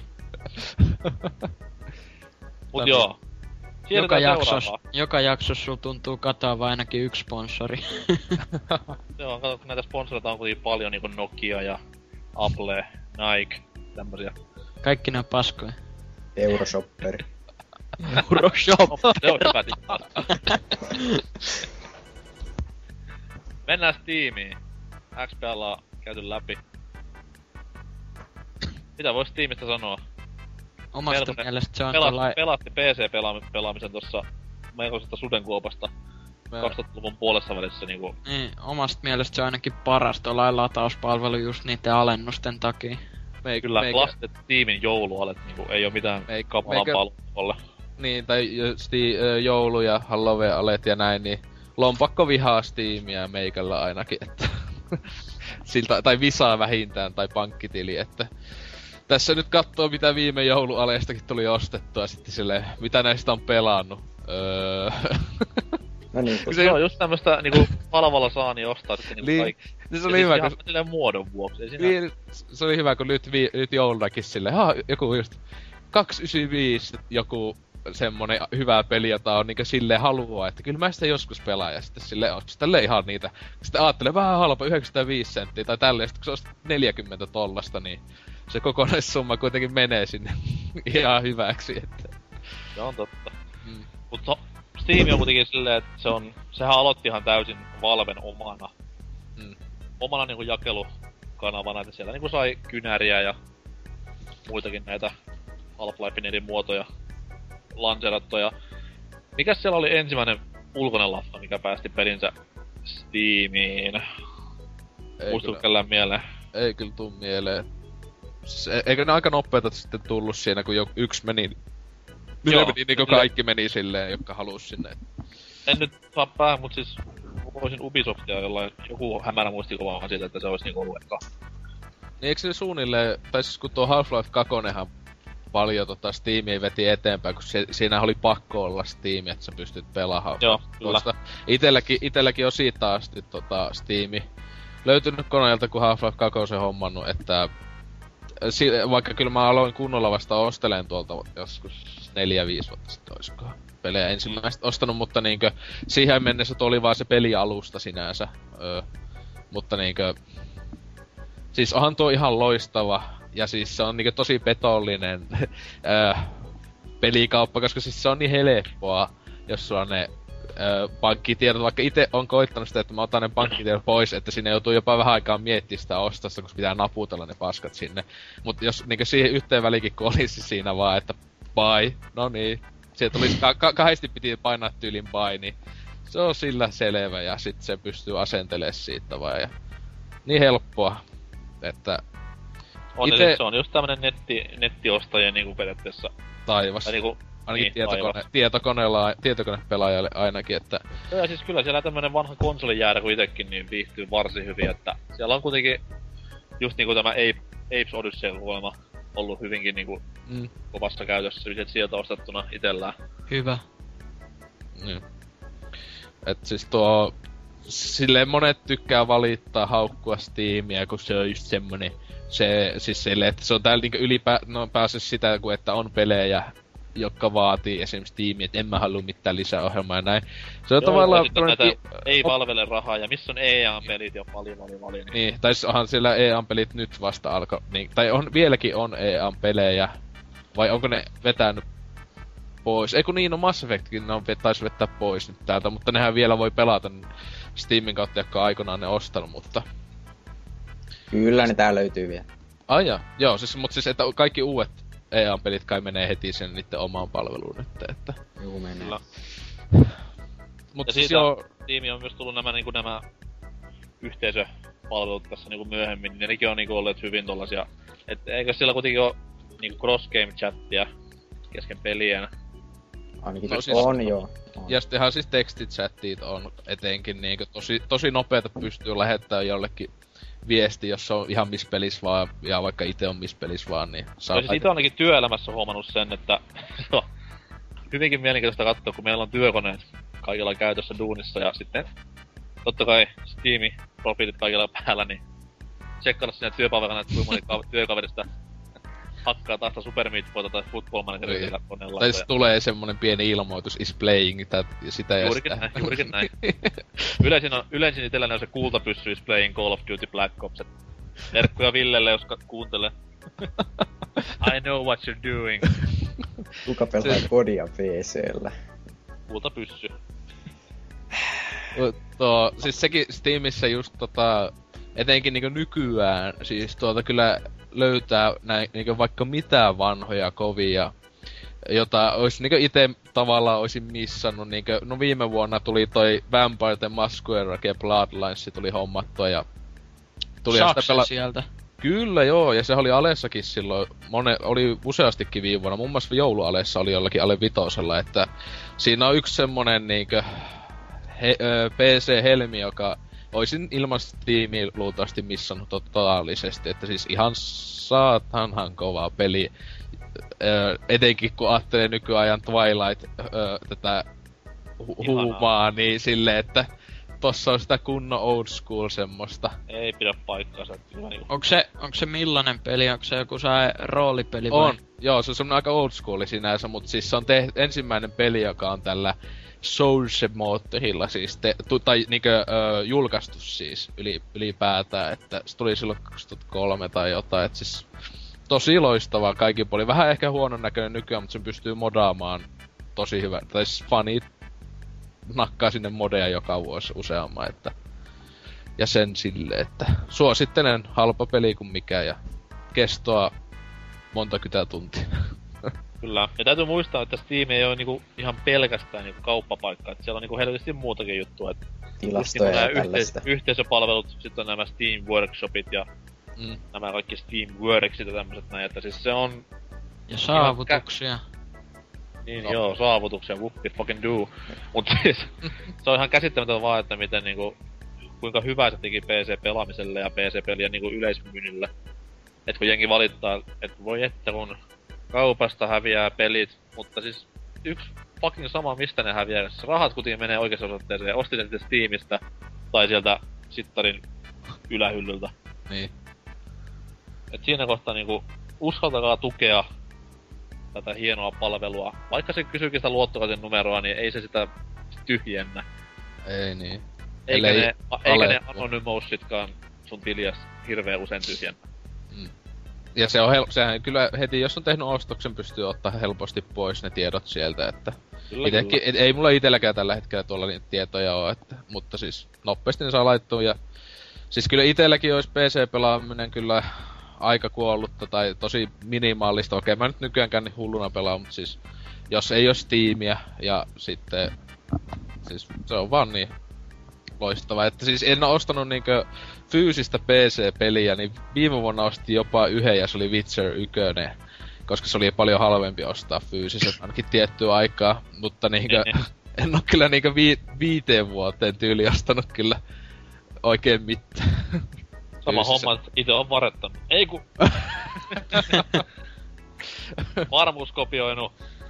Mut joo. Joka jaksossa sulla tuntuu katoava ainakin 1 sponsori. Joo, kato, kun näitä sponsoreita on kuitenkin paljon, niinku Nokia ja Apple, Nike, tämmösiä. Kaikki nää paskoja. Euroshopperi. Se on hyvä tippa. Mennään Steamiin. XPL on käyty läpi. Mitä vois Steamista sanoa? Omasta mielestä se on Pelatti PC-pelaamisen tossa melkoisesta sudenkuopasta 2000-luvun puolessa välissä niinku... Niin, omasta mielestä se on ainakin paras tuollain latauspalvelu just niitten alennusten takia. Kyllä, lastet Steamin joulualet niinku ei oo mitään kamalampaa luolle. Niin, tai joulu- ja Halloween-alet ja näin, niin lompakko vihaa Steamia meikällä ainakin, että... Siltä, tai visaa vähintään, tai pankkitili, että... Tässä nyt kattoo mitä viime joulualeestakin tuli ostettua, sitten silleen, mitä näistä on pelannut. No niin, Se on just tämmöstä niinku halvalla saa, niin ostaa sitten niinku kaikki. Se oli hyvä, kun... silleen muodon vuoksi. Ei siinä... niin, se oli hyvä, kun nyt joulunakin silleen, joku just 295 joku semmonen hyvä peli, jota on niinkö silleen haluaa, että kyllä mä sitä joskus pelaan, ja sitten silleen ostaa tälleen ihan niitä. Sitten ajattelen vähän halpa, 95 senttiä tai tälleen, sitten kun se ostaa 40 tollasta, niin se kokonaissumma kuitenkin menee sinne ihan hyväksi, että... Se on totta. Mutta Steam on kuitenkin silleen, että sehän aloitti ihan täysin Valven omana niinku jakelukanavana, että siellä niinku sai kynäriä ja muitakin näitä Half-Life muotoja lanseerattuja. Mikäs siellä oli ensimmäinen ulkoinen laffa, mikä päästi pelinsä Steamiin? Muistuuko kellään mieleen? Ei kyllä tuu mieleen. Eikö ne aika nopeeta sitten tullut siinä, kun yksi meni... Joo, meni niinku kaikki meni silleen, jotka halus sinne. En nyt saa päähän, mut siis voisin Ubisoftia jollain joku hämärä muistikuva on siitä, että se olisi niinku ollut eka. Niin eikö se suunnilleen, tai siis kun tuo Half-Life 2 paljon Steamia veti eteenpäin, kun siinä oli pakko olla Steam, että sä pystyt pelaamaan. Joo, kyllä. Itelläkin on siitä asti Steami löytynyt koneelta, kun Half-Life 2 hommannut, että vaikka kyllä mä aloin kunnolla vasta osteleen tuolta joskus 4-5 vuotta sitten oiskohan pelejä ensimmäistä ostanut, mutta niinkö siihen mennessä oli vaan se pelialusta sinänsä. Mutta niinkö siis onhan tuo ihan loistava ja siis se on niinkö tosi petollinen pelikauppa, koska siis se on niin helppoa, jos sulla on ne pankkitiedot, vaikka itse on koittanut sitä, että mä otan ne pankkitiedot pois, että sinne joutuu jopa vähän aikaa miettiä sitä ostasta, koska pitää naputella ne paskat sinne. Mut jos niinkö siihen yhteen välikin olisi siinä vaan, että buy, no niin. Sieltä tulisi kahdesti piti painaa tyylin buy, niin se on sillä selvä ja sit se pystyy asentelemaan siitä vaan ja niin helppoa, että on se on just tämmönen nettiostajien niinku periaatteessa taivas. Niinku, ainakin niin, tietokonepelaajalle ainakin, että... Ja siis kyllä siellä tämmönen vanha konsolijäärä kuin itekin niin viihtyy varsin hyvin, että siellä on kuitenkin just niinku tämä Apes Odyssey kuulemma ollut hyvinkin niinku kovassa käytössä, että sieltä ostettuna itellään. Hyvä. Niin. Et siis tuo... Silleen monet tykkää valittaa, haukkua Steamia, kun se on just semmonen... Siis silleen, että se on täällä niinku pääse sitä, kun että on pelejä, jotka vaatii esimerkiksi Steamia, että en mä halua mitään lisäohjelmaa ja näin. Se on tavallaan... Näitä ei Valvelle rahaa, ja missä on EA-pelit jo paljon. Niin, tai onhan siellä EA-pelit nyt vasta alkoi, niin, tai vieläkin on EA-pelejä, vai onko ne vetänyt pois? Ei kun niin, no Mass Effectkin ne taisi vettää pois nyt täältä, mutta nehän vielä voi pelata Steamin kautta, jotka on aikanaan ne ostanut, mutta... Kyllä ne tää löytyy vielä. Joo, siis että kaikki uudet EA-pelit kai menee heti sen niitten omaan palveluun nyt, että... Juu, menee. Kyllä. Mut ja siis siitä joo... Steam on myös tullut nämä yhteisöpalvelut tässä niinku myöhemmin, niin nekin on niinku olleet hyvin tollasia... Et eikö siellä kuitenkin oo niinku cross-game-chattia kesken pelien? Ainakin no, siis on, joo. Ja sittenhän siis tekstitchattit on etenkin niinku tosi nopeeta pystyy lähettämään jollekin viesti, jos on ihan missä pelissä vaan, ja vaikka itse on missä pelissä vaan, niin saa... Siis itse ainakin työelämässä huomannut sen, että on hyvinkin mielenkiintoista katsoa, kun meillä on työkoneet kaikilla käytössä duunissa, ja sitten totta kai Steam-profiilit kaikilla päällä, niin tsekkailla siinä työpäivänä, että kuinka moni työkaverista hakkaa taas Super Meat Boyta tai Football Manageria koneella. Tai sitten tulee semmonen pieni ilmoitus, is playing, sitä Juurikin näin. Yleisin itselläni on se kultapyssy is playing Call of Duty Black Ops. Terkkuja Villelle, jos kuuntelee. I know what you're doing. Kuka pelaa kodia PC:llä? Kultapyssy. Siis sekin Steamissa just etenkin niinku nykyään, siis kyllä löytää niinku vaikka mitään vanhoja kovia, jota ois niinku ite tavallaan oisin missannut niinku, no viime vuonna tuli toi Vampire the Masquerade ja Bloodlines tuli hommattua ja tuli sieltä. Kyllä joo, ja se oli Alessakin silloin, oli useastikin viime vuonna, muun muassa joulualessa oli jollakin alle vitosella, että siinä on yksi semmonen niinkö PC-helmi, joka oisin ilman Steamia luultavasti missannut totaalisesti, että siis ihan saatanhan kovaa peli. Etenkin kun ajattelee nykyajan Twilight tätä huumaa, niin silleen, että tossa on sitä kunnon old school semmoista. Ei pidä paikkaansa. Niinku... Onko se millainen peli? Onko se joku roolipeli vai? On, joo, se on semmonen aika old school sinänsä, mut siis se on ensimmäinen peli, joka on tällä Source-moottorilla siis, tai niinkö julkaistu siis ylipäätään, että se tuli silloin 2003 tai jotain, et siis tosi loistavaa kaikin puolin. Vähän ehkä huonon näköinen nykyään, mutta sen pystyy modaamaan tosi hyvä, tai siis fanit nakkaa sinne modeja joka vuosi useamman, että ja sen silleen, että suosittelen halpa peli kuin mikä ja kestoa monta tuntia. Kyllä. Ja täytyy muistaa, että Steam ei ole niinku ihan pelkästään niinku kauppapaikka, että siellä on niinku helvetisti muutakin juttua, että tilastoja ja tällaista. Yhteisöpalvelut, sitten on nämä Steam Workshopit ja nämä kaikki Steam Worksit ja tämmöset näin, että siis se on... Ja saavutuksia. Niin no. Joo, saavutuksia, whoopie fucking do. Mut siis, se on ihan käsittämätöntä vaan, että miten niinku, kuinka hyvä se teki PC-pelaamiselle ja PC-pelien niinku yleismyynnille. Et kun jengi valittaa, että voi että kun kaupasta häviää pelit, mutta siis yksi fucking sama mistä ne häviää, jos rahat kuitenkin menee oikeaan osoitteeseen, ostin sitten Steamista tai sieltä sittarin ylähyllyltä. Niin. Et siinä kohtaa niinku uskaltakaa tukea tätä hienoa palvelua. Vaikka se kysyykin sitä luottokortin numeroa, niin ei se sitä tyhjennä. Ei niin. Eikä ne anonymousitkaan sun tilias hirveän usein tyhjennä. Ja sehän kyllä heti, jos on tehnyt ostoksen, pystyy ottaa helposti pois ne tiedot sieltä, että... Kyllä. Ei mulla itelläkään tällä hetkellä tuolla niitä tietoja oo, että... Mutta siis nopeasti ne saa laittua ja... Siis kyllä itelläkin olisi PC-pelaaminen kyllä aika kuollutta tai tosi minimaalista. Okei, mä nyt nykyäänkään niin hulluna pelaan, mutta siis... Jos ei oo Steamia ja sitten... Siis se on vaan niin loistava, että siis en oo ostanut niinkö fyysistä PC-peliä, niin viime vuonna ostin jopa yhden ja se oli Witcher 1, koska se oli paljon halvempi ostaa fyysiset, ainakin tiettyä aikaa, mutta niinkö en oo kyllä niinkö 5 vuoteen tyyli ostanut kyllä oikein mitään. Sama homma, että ite on varettanut. Ei ku... Varmuus kopioinut.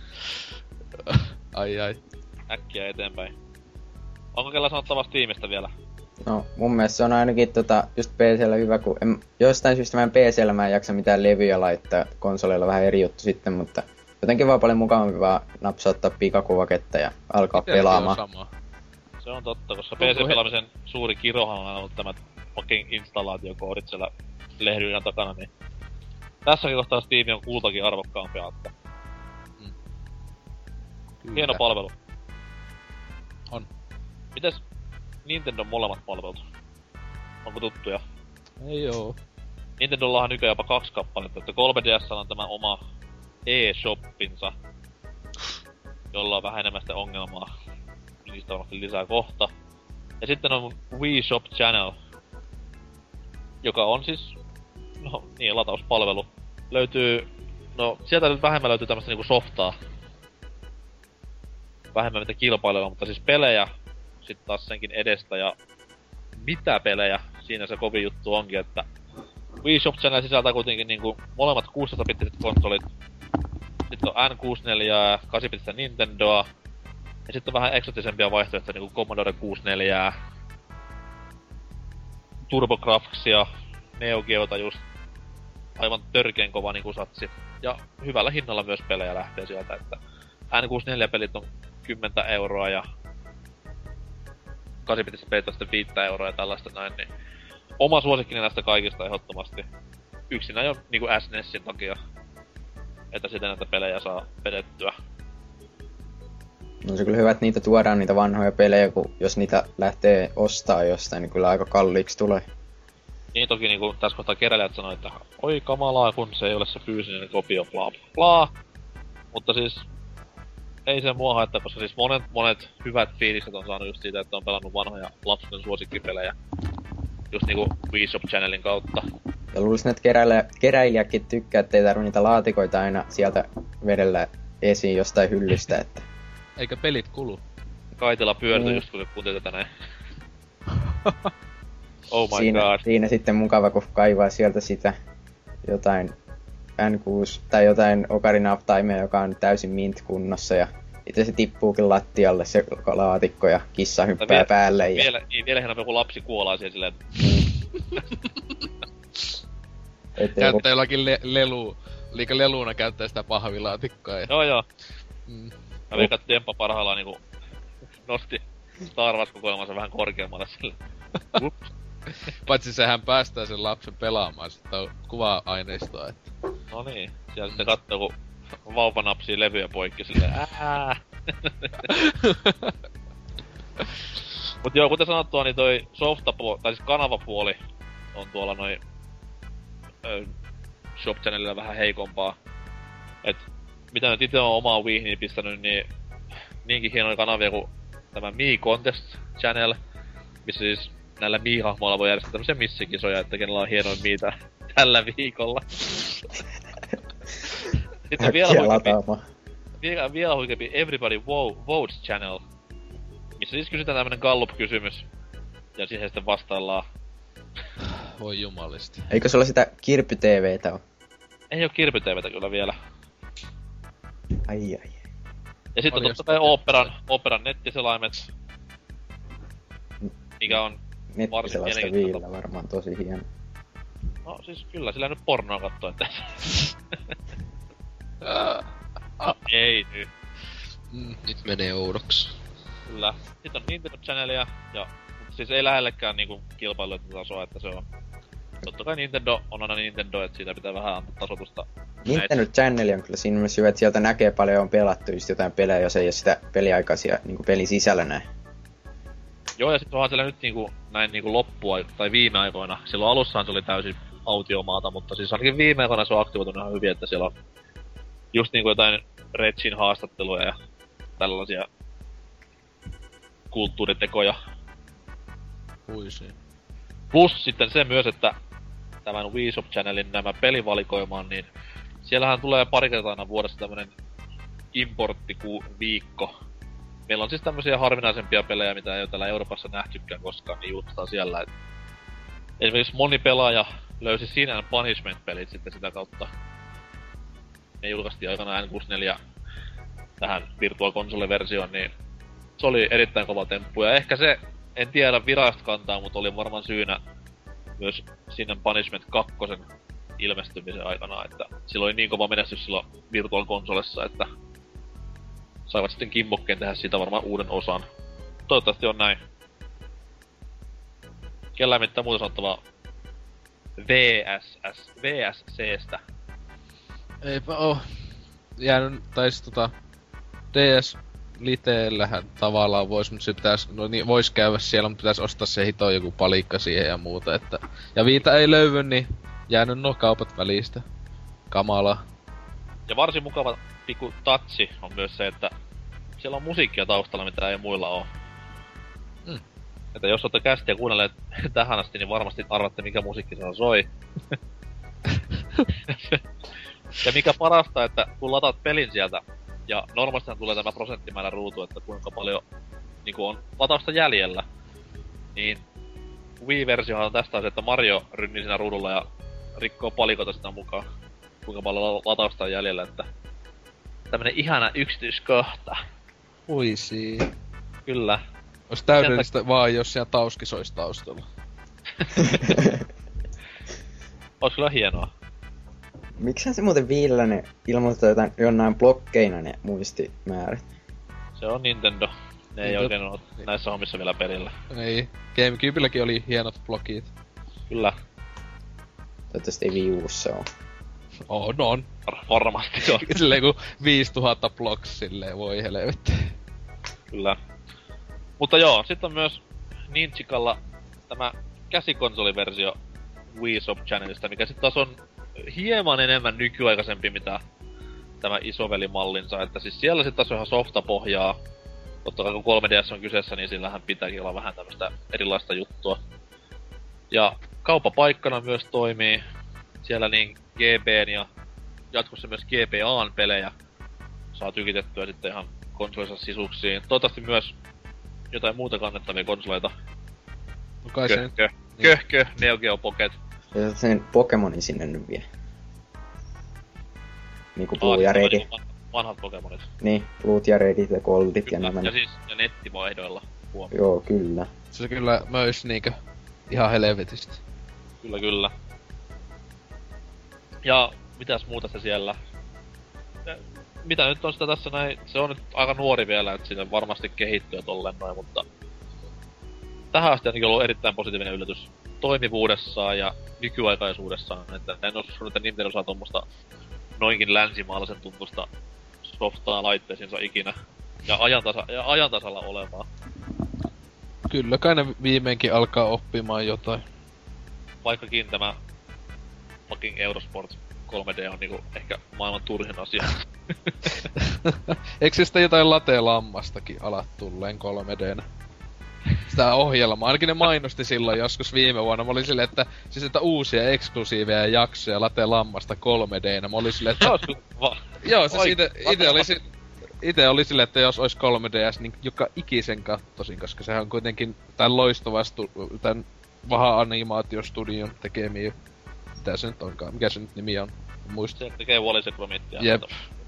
Ai. Äkkiä eteenpäin. Onko kellä sanottavaa Steamista vielä? No, mun mielestä se on ainakin just PC:llä hyvä, kun jostain syystä mä en PC:llä mä en jaksa mitään levyjä laittaa, konsoleilla vähän eri juttu sitten, mutta jotenkin vaan paljon mukavampi vaan napsauttaa pikakuvaketta ja alkaa pelaamaan. Se on totta, koska PC-pelaamisen suuri kirohan on ollut tämä fucking installaatiokoodit siellä lehdyn takana, niin tässäkin kohtaa Steam on kultakin arvokkaampia, että hieno palvelu. On. Mites Nintendon molemmat palvelut? Onko tuttuja? Ei oo. Nintendollahan nykyään jopa 2 kappaletta, että 3DS on tämä oma e-shoppinsa, jolla on vähän enemmän sitä ongelmaa. Niistä varmasti lisää kohta. Ja sitten on Wii Shop Channel, joka on siis, no niin, latauspalvelu. Löytyy, no sieltä nyt vähemmän löytyy tämmöstä niinku softaa. Vähemmän mitä kilpailua, mutta siis pelejä sit taas senkin edestä ja mitä pelejä siinä se kovin juttu onkin, että Wii Shop Channel sisältää kuitenkin niinku molemmat 16-bittiset konsolit. Sitten on N64 ja 8-bittistä Nintendoa. Ja sitten on vähän eksotisempia vaihtoehtoja niinku Commodore 64, TurboGrafxia, Neo Geota just aivan törkeen kova niinku satsi. Ja hyvällä hinnalla myös pelejä lähtee sieltä, että N64-pelit on 10 € ja 8-bittistä pelit on sitten 5 € ja tällaista näin, niin oma suosikkini näistä kaikista ehdottomasti. Yksinä jo niinku SNESin takia, että sitten näitä pelejä saa vedettyä. No se kyllä hyvä, että niitä tuodaan niitä vanhoja pelejä, kun jos niitä lähtee ostaa jostain, niin kyllä aika kalliiksi tulee. Niin toki niinku tässä kohtaa keräilijät sanoi, että oi kamalaa, kun se ei ole se fyysinen kopio, bla bla. Mutta siis ei se mua haittaa, koska siis monet hyvät fiilikset on saanut just siitä, että on pelannut vanhoja lapsuuden suosikkipelejä. Just niinku Wii Shop Channelin kautta. Ja luulisin, että keräilijäkin tykkää, ettei tarvi niitä laatikoita aina sieltä vedellä esiin jostain hyllystä, että... Eikä pelit kulu. Kaitella pyörtyy just kun se kuuntelee tätä näin. Oh my god. Siinä sitten mukava, kun kaivaa sieltä sitä jotain N6 tai jotain Ocarina of Timea, joka on täysin mint kunnossa ja itse se tippuukin lattialle se laatikko ja kissa hyppää päälle. Ja... Vielä hienoa joku lapsi kuolaa siihen silleen, Käyttää jollakin liikä leluuna käyttää sitä pahvilaatikkoa. Ja... Joo. Mä veikkaan, että Demppa parhaillaan niinku nosti Star Wars-kokoelmansa vähän korkeammalle sille. Paitsi sehän päästää sen lapsen pelaamaan sitä kuva-aineistoa, että... No niin, siellä sitten kattoo, kun vauva napsii levyjä poikki silleen Mut joo, kuten sanottua, niin toi tai siis kanavapuoli on tuolla noin Shop Channelilla vähän heikompaa. Et mitä nyt ite on omaa Wiihin pistänyt, niin niinkin hienoja kanavia kuin tämä Mii Contest Channel, missä siis näillä Mii-hahmoilla voi järjestää tämmösiä missikisoja, että kenellä on hienoin Miitä tällä viikolla. Sitten vielä huikeampi Everybody Votes Channel, missä siis kysytään tämmönen Gallup-kysymys, ja siihen sitten vastaillaan. Voi jumalisti. Eikö sulla sitä Kirpy-TVtä oo? Ei oo Kirpy-TVtä kyllä vielä. Ai. Ja sitten totta kai Operan nettiselaimet, mikä on varsin mielenkiintoista. Viillä varmaan tosi hieno. No siis kyllä, sillä nyt pornoa kattoo, että... Ei nyt. Nyt menee oudoksi. Kyllä. Sitten on Nintendo Channelia, ja siis ei lähellekään niinku kilpailuiden tasoa, että se on... Totta kai Nintendo on aina Nintendo, että siitä pitää vähän antaa tasotusta. Nintendo Channel on kyllä siinä mielessä hyvä, että sieltä näkee paljon on pelattu just jotain pelejä, jos ei oo sitä peliaikaisia niinku pelin sisällä näin. Joo, ja sit onhan siellä nyt niinku näin niinku loppua, tai viime aikoina. Silloin alussahan se oli täysin autiomaata, mutta siis ainakin viime aikoina se on aktivoitunut ihan hyvin, että siellä on just niinku jotain Regin haastatteluja ja tällaisia kulttuuritekoja. Huisi. Plus sitten se myös, että tämän Wii Shop Channelin nämä pelivalikoimaan, niin siellähän tulee pari kertaa aina vuodessa tämmönen importtiviikko. Meillä on siis tämmösiä harvinaisempia pelejä, mitä ei oo täällä Euroopassa nähtykään koskaan, niin julkaistaan siellä. Et esimerkiksi moni pelaaja löysi Sin and Punishment-pelit sitten sitä kautta. Me julkaistiin aikana N64 tähän Virtual Console-versioon, niin se oli erittäin kova temppu. Ja ehkä se, en tiedä virallista kantaa, mutta oli varmaan syynä myös Sin and Punishment 2 ilmestymisen aikana, että sillä oli niin kova menestys silloin Virtual Consolessa, että saivat sitten kimmokkeen tehdä siitä varmaan uuden osan. Toivottavasti on näin. Kellään mitään muuta sanottavaa VSCstä. Eipä oo jäänyt, tai DS Liteellähän tavallaan vois, mut se pitäis, no niin, vois käydä siellä, mut pitäis ostaa se hito joku palikka siihen ja muuta, että... Ja Viita ei löydy, niin jäänyt nuo kaupat välistä. Kamala. Ja varsin mukava pikku touchi on myös se, että siellä on musiikkia taustalla, mitä ei muilla oo. Että jos ootte kästiä kuunnelleet tähän asti, niin varmasti arvatte, mikä musiikki siellä soi. Ja mikä parasta, että kun lataat pelin sieltä, ja normaalistihan tulee tämä prosenttimäärä ruutu, että kuinka paljon niinku on latausta jäljellä. Niin Wii-versiohan on tästä se, että Mario rynnii siinä ruudulla ja rikkoo palikoita sitä mukaan. Kuinka paljon latausta on jäljellä, että tämmönen ihana yksityiskohta. Huisi. Kyllä. Ois täydellistä vaan, jos siellä tauski sois taustalla. Ois kyllä hienoa. Miksihän se muuten Viillä ne ilmoittaa jonain blokkeina ne muistimäärät? Se on Nintendo. Ne ei oikein oo näissä hommissa vielä perillä. Ei. GameCubeilläkin oli hienot blokit. Kyllä. Toivottavasti ei Wii U:ssa oo. On. Varmasti on. Silleen kun 5000 bloks silleen, voi helvetti. Kyllä. Mutta joo, sit on myös Ninjikalla tämä käsikonsoliversio Wii Shop Channelista, mikä sit taas on hieman enemmän nykyaikaisempi mitä tämä isovelimallinsa, että siis siellä sit taas on ihan softapohjaa. Totta kai kun 3DS on kyseessä, niin sillähän pitääkin olla vähän tämmöstä erilaista juttua. Ja kauppapaikkana myös toimii siellä niin GBn ja jatkossa myös GBAn pelejä saa tykitettyä sitten ihan konsolissa sisuksiin. Toivottavasti myös jotain muuta kannettavia konsoleita. No kai se Köhkö, Neo Geo Pocket. Ja sen Pokemonin sinne nyt vie. Niinku Blue ja Red. vanhat Pokemonit. Niin, Bluet ja Redit ja Goldit ja nämä. Ja siis ja nettivaihdoilla huomioon. Joo, kyllä. Se kyllä möis niinkö ihan helvetistä. Kyllä. Ja mitäs muuta se siellä? Mitä nyt on sitä tässä näin? Se on nyt aika nuori vielä, että siinä varmasti kehittyy tolleen noin, mutta tähän asti ainakin ollut erittäin positiivinen yllätys toimivuudessaan ja nykyaikaisuudessaan, että en uskonut, että Nintendo saa tommoista noinkin länsimaalaisen tuntusta softaa laitteisiinsa ikinä. Ja ajan tasalla olevaa. Kyllä kai ne viimeinkin alkaa oppimaan jotain. Vaikkakin tämä fucking Eurosport 3D on niinku ehkä maailman turhin asia. Eikö se sitä jotain late-lammastakin alat tulleen 3D:nä? Sitä ohjelmaa. Ainakin ne mainosti silloin joskus viime vuonna. Mä olin silleen, että siis että uusia eksklusiiveja jaksoja late-lammasta 3D:nä. Mä olin silleen, että... Joo, siis ite oli silleen, että jos ois 3DS, niin joka ikisen kattosin, koska sehän on kuitenkin tän tän Vaha-animaatiostudion tekemiä. Mitä se nyt onkaan? Mikä se nyt nimi on? Muista. Se tekee Wallace & Gromitia. Jep.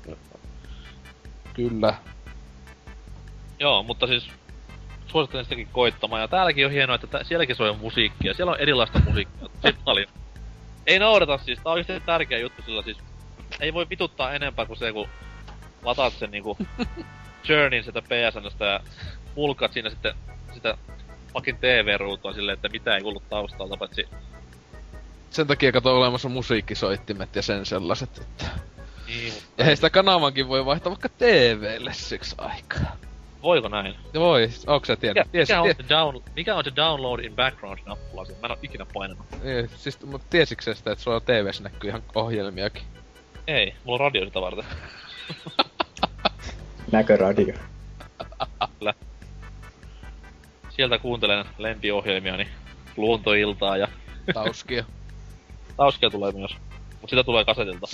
Kyllä. Joo, mutta siis suosittelen sitäkin koittamaan. Ja täälläkin on hienoa, että sielläkin soi musiikkia. Siellä on erilaista musiikkia. Tosi paljon. Ei naurata siis. Tää on oikeesti tärkeä juttu sillä siis. Ei voi vituttaa enempää kuin se, kun lataat sen niinku Journeyn sieltä PSN:stä ja pulkat siinä sitten sitä fucking TV-ruutua silleen, että mitä ei kuulu taustalta, paitsi... Sen takia kato olemassa musiikkisoittimet ja sen sellaiset, että... Niin, mutta... Ja hei sitä kanavankin voi vaihtaa vaikka TV:lle syks aikaa. Voiko näin? Voi, onko sä tiennyt? Mikä on se download in background-nappula? Mä en oo ikinä painanut. Niin, siis, mutta tiesitkö sä sitä, että sulla TV:ssä näkyy ihan ohjelmiakin? Ei, mulla on radio sitä varten. Näköradio. Kyllä. Sieltä kuuntelen lempiohjelmiani, Luontoiltaa ja... Tauskia. Tauskia tulee myös, mut sitä tulee kasetilta.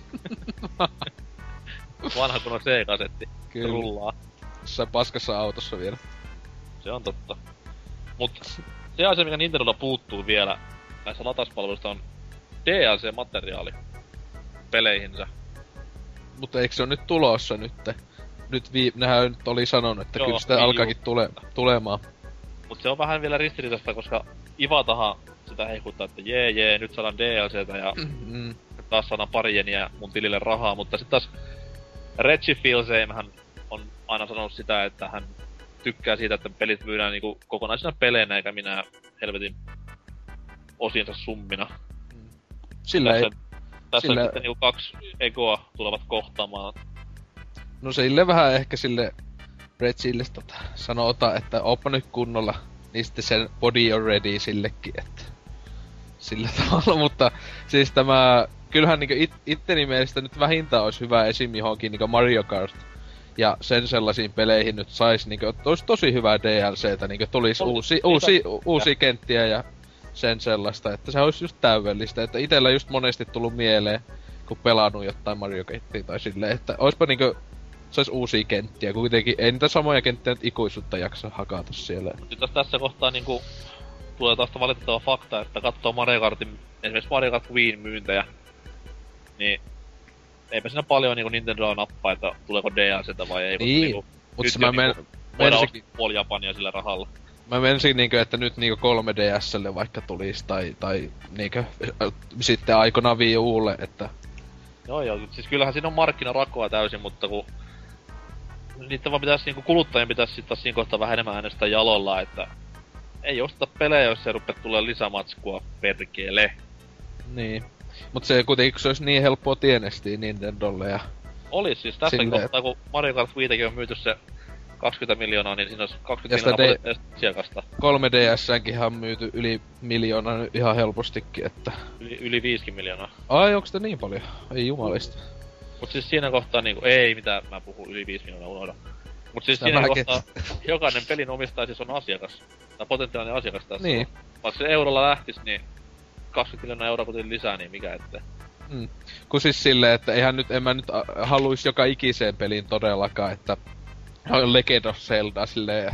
Vanha kun on C-kasetti. Kyllä. Rullaa. Jossain paskassa autossa vielä. Se on totta. Mut se asia, mikä Nintendolta puuttuu vielä näissä latauspalveluista on DLC-materiaali peleihinsä. Mutta eikö se on nyt tulossa nytte? Nehän nyt oli sanonut, että joo, kyllä sitä alkaakin tulemaan. Mut se on vähän vielä ristiriitaista, koska Ivatahan sitä heikuttaa, että jee, nyt saadaan DLCtä ja taas saadaan pari jeniä mun tilille rahaa, mutta sit taas Reggie Fils-Aime hän on aina sanonut sitä, että hän tykkää siitä, että pelit myydään niinku kokonaisina peleinä eikä minä helvetin osiensa summina. Tässä sitten niinku kaksi egoa tulevat kohtaamaan. No sille vähän ehkä sille Reggille sanota, että ooppa nyt kunnolla, niin sitten sen body on ready sillekin, että sillä tavalla, mutta siis tämä, kyllähän niinku itteni mielestä nyt vähintään olisi hyvä esim. Johonkin niinku Mario Kart ja sen sellaisiin peleihin nyt sais niinku, olisi tosi hyvää DLCtä, niinku tulisi uusia kenttiä ja sen sellaista, että se olisi just täydellistä, että itellä just monesti tullut mieleen, kun pelannut jotain Mario Kartia tai silleen, että oispa niinku sais uusia kenttiä, kuitenkin ei niitä samoja kenttiä nyt ikuisuutta jaksa hakata siellä. Nyt tässä kohtaa niinku tulee taas valitettava fakta, että katsoo Mario Kartin, esimerkiksi Mario Kart Wiin myyntejä, niin eipä siinä paljon niinku Nintendoa nappaa, että tuleeko DLCtä vai ei, niin, niinku, mutta mä voidaan puoli Japania sillä rahalla. Mä menisin niinkö, että nyt niinku 3DS:lle vaikka tulis, tai niinkö sitten aikanaan Wii Ulle, että... Joo, siis kyllähän siinä on markkinarakoa täysin, mutta kun... Niitä vaan pitäis niinku kuluttajien pitäis sit taas siinä kohtaa vähän enemmän äänestää jalolla, että... Ei osteta pelejä, jos ei rupea tulee lisämatskua perkele. Niin. Mut se kuitenkin, kun se olisi niin helppoa tienestiä Nintendolle ja... Olis siis tässä kohtaa, kun Mario Kart Wiitäkin on myyty se 20 miljoonaa, niin siinä olisi 20 miljoonaa asiakasta. 3DS:nkin on myyty yli miljoona ihan helpostikin, että... Yli 5 miljoonaa. Ai, onks sitä niin paljon? Ei jumalista. Mut siis siinä kohtaa niinku, ei mitä mä puhun, yli 5 miljoonaa, unohda. Mut siis siinä kohtaa jokainen pelin omistaja siis on asiakas. Tai potentiaalinen asiakas tässä. Niin. Vaikka se eurolla lähtis, niin 20 miljoonaa euroa kuitenkin lisää, niin mikä ettei. Kun siis silleen, että en mä nyt haluis joka ikiseen peliin todellakaan, että Legend of Zelda silleen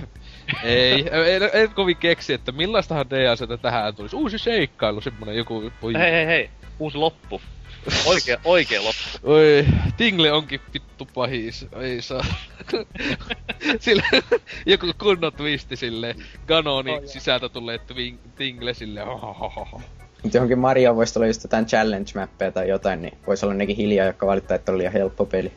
ei kovin keksi, että millaistahan DLCtä tähän tulisi. Uusi seikkailu, semmonen joku... Hei, uusi loppu. Oikee loppu. Oi, Tingle onkin vittu pahis, ei saa. Sille, joku kunnon twisti silleen, Ganonin sisältä tulee Tingle silleen, Mut johonkin Mario voisi olla just jotain challenge-mappeja tai jotain, niin voisi olla nekin hiljaa, jotka valittaa, että on liian helppo peli.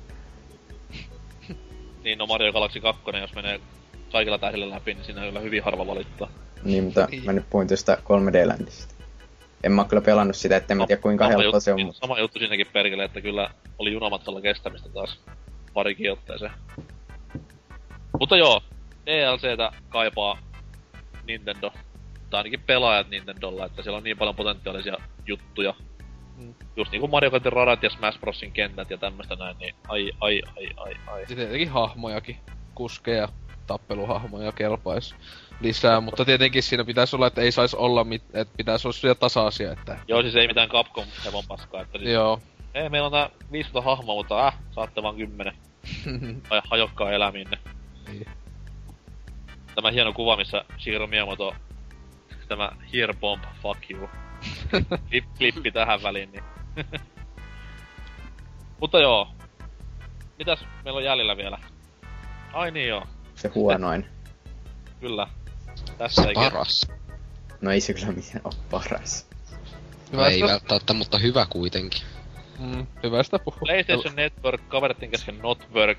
Niin, no Mario Galaxy 2, jos menee kaikilla tähdillä läpi, niin siinä on kyllä hyvin harva valittaa. Niin, mutta mä nyt puhuin tuosta 3D-ländistä. En mä kyllä pelannut sitä, ettei mä tiedä kuinka helppo se on. Mutta... Sama juttu siinäkin perkele, että kyllä oli junamatkalla kestämistä taas parikin otteeseen. Mutta joo, DLCtä kaipaa Nintendo. Tai ainakin pelaajat Nintendolla, että siellä on niin paljon potentiaalisia juttuja. Just niinku Mario Kartin radat ja Smash Brosin kentät ja tämmöstä näin, niin ai. Sitten tietenkin hahmojakin, kuskeja, tappeluhahmoja kelpais lisää, mutta tietenkin siinä pitäisi olla, että ei saisi olla, että pitäisi olla syö tasaisia, että... Joo, siis ei mitään Capcom hevon paskaa, että siis... Joo. Ei, meillä on tää 500 hahmoa, mutta saatte vaan 10. Tai hajokkaa eläminne. Niin. Tämä hieno kuva, missä Shigeru Miyamoto... Tämä Here Bomb, fuck you. Klippi tähän väliin, niin... Mutta joo. Mitäs meillä on jäljellä vielä? Ai niin joo. Se huonoin. Kyllä. Tässä ei paras. No ei se kyllä mitään oo paras. No ei välttämättä, mutta hyvä kuitenkin. Hyvä sitä puhua. PlayStation Network, kavereiden kesken not work.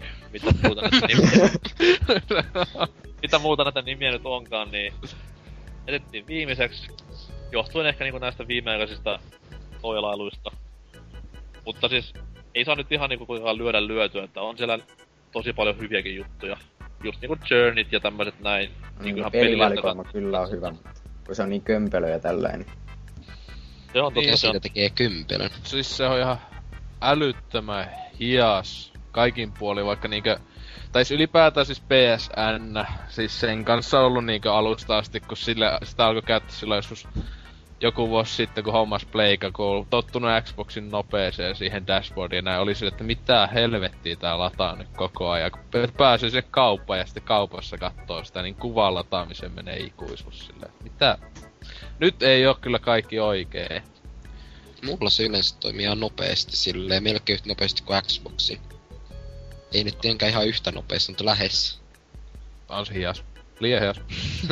Mitä muuta näitä nimiä nyt onkaan, niin... Etettiin viimeiseksi. Johtuen ehkä niinku näistä viimeaikaisista toilailuista. Mutta siis... Ei saa nyt ihan niinku kuinkaan lyödä lyötyä, että on siellä tosi paljon hyviäkin juttuja. Just niinku Journeyt ja tämmöset näin. Niinku ihan pelivalikoima kyllä on hyvä, mutta kun se on niin kömpelö ja tällainen. Se on totta, siitä tekee kömpelön. Siis se on ihan älyttömän hias kaikin puolin, vaikka niinkö... Tai ylipäätään siis PSN, siis sen kanssa on ollut niinkö alusta asti, kun sitä alkoi käyttää silloin joskus joku vuosi sitten, kun hommas Pleika, kun on tottunut Xboxin nopeeseen siihen dashboardiin ja näin, oli sille, että mitä helvettiä tää lataa nyt koko ajan. Kun pääsee sinne kauppaan ja sitten kaupassa kattoo sitä, niin kuvan lataamiseen menee ikuisuus silleen. Mitä? Nyt ei oo kyllä kaikki oikein. Mulla se yleensä toimii ihan nopeesti silleen, melkein yhtä nopeasti kuin Xboxi. Ei nyt tietenkään ihan yhtä nopeasti, mutta lähes. On se hias. Liian hias.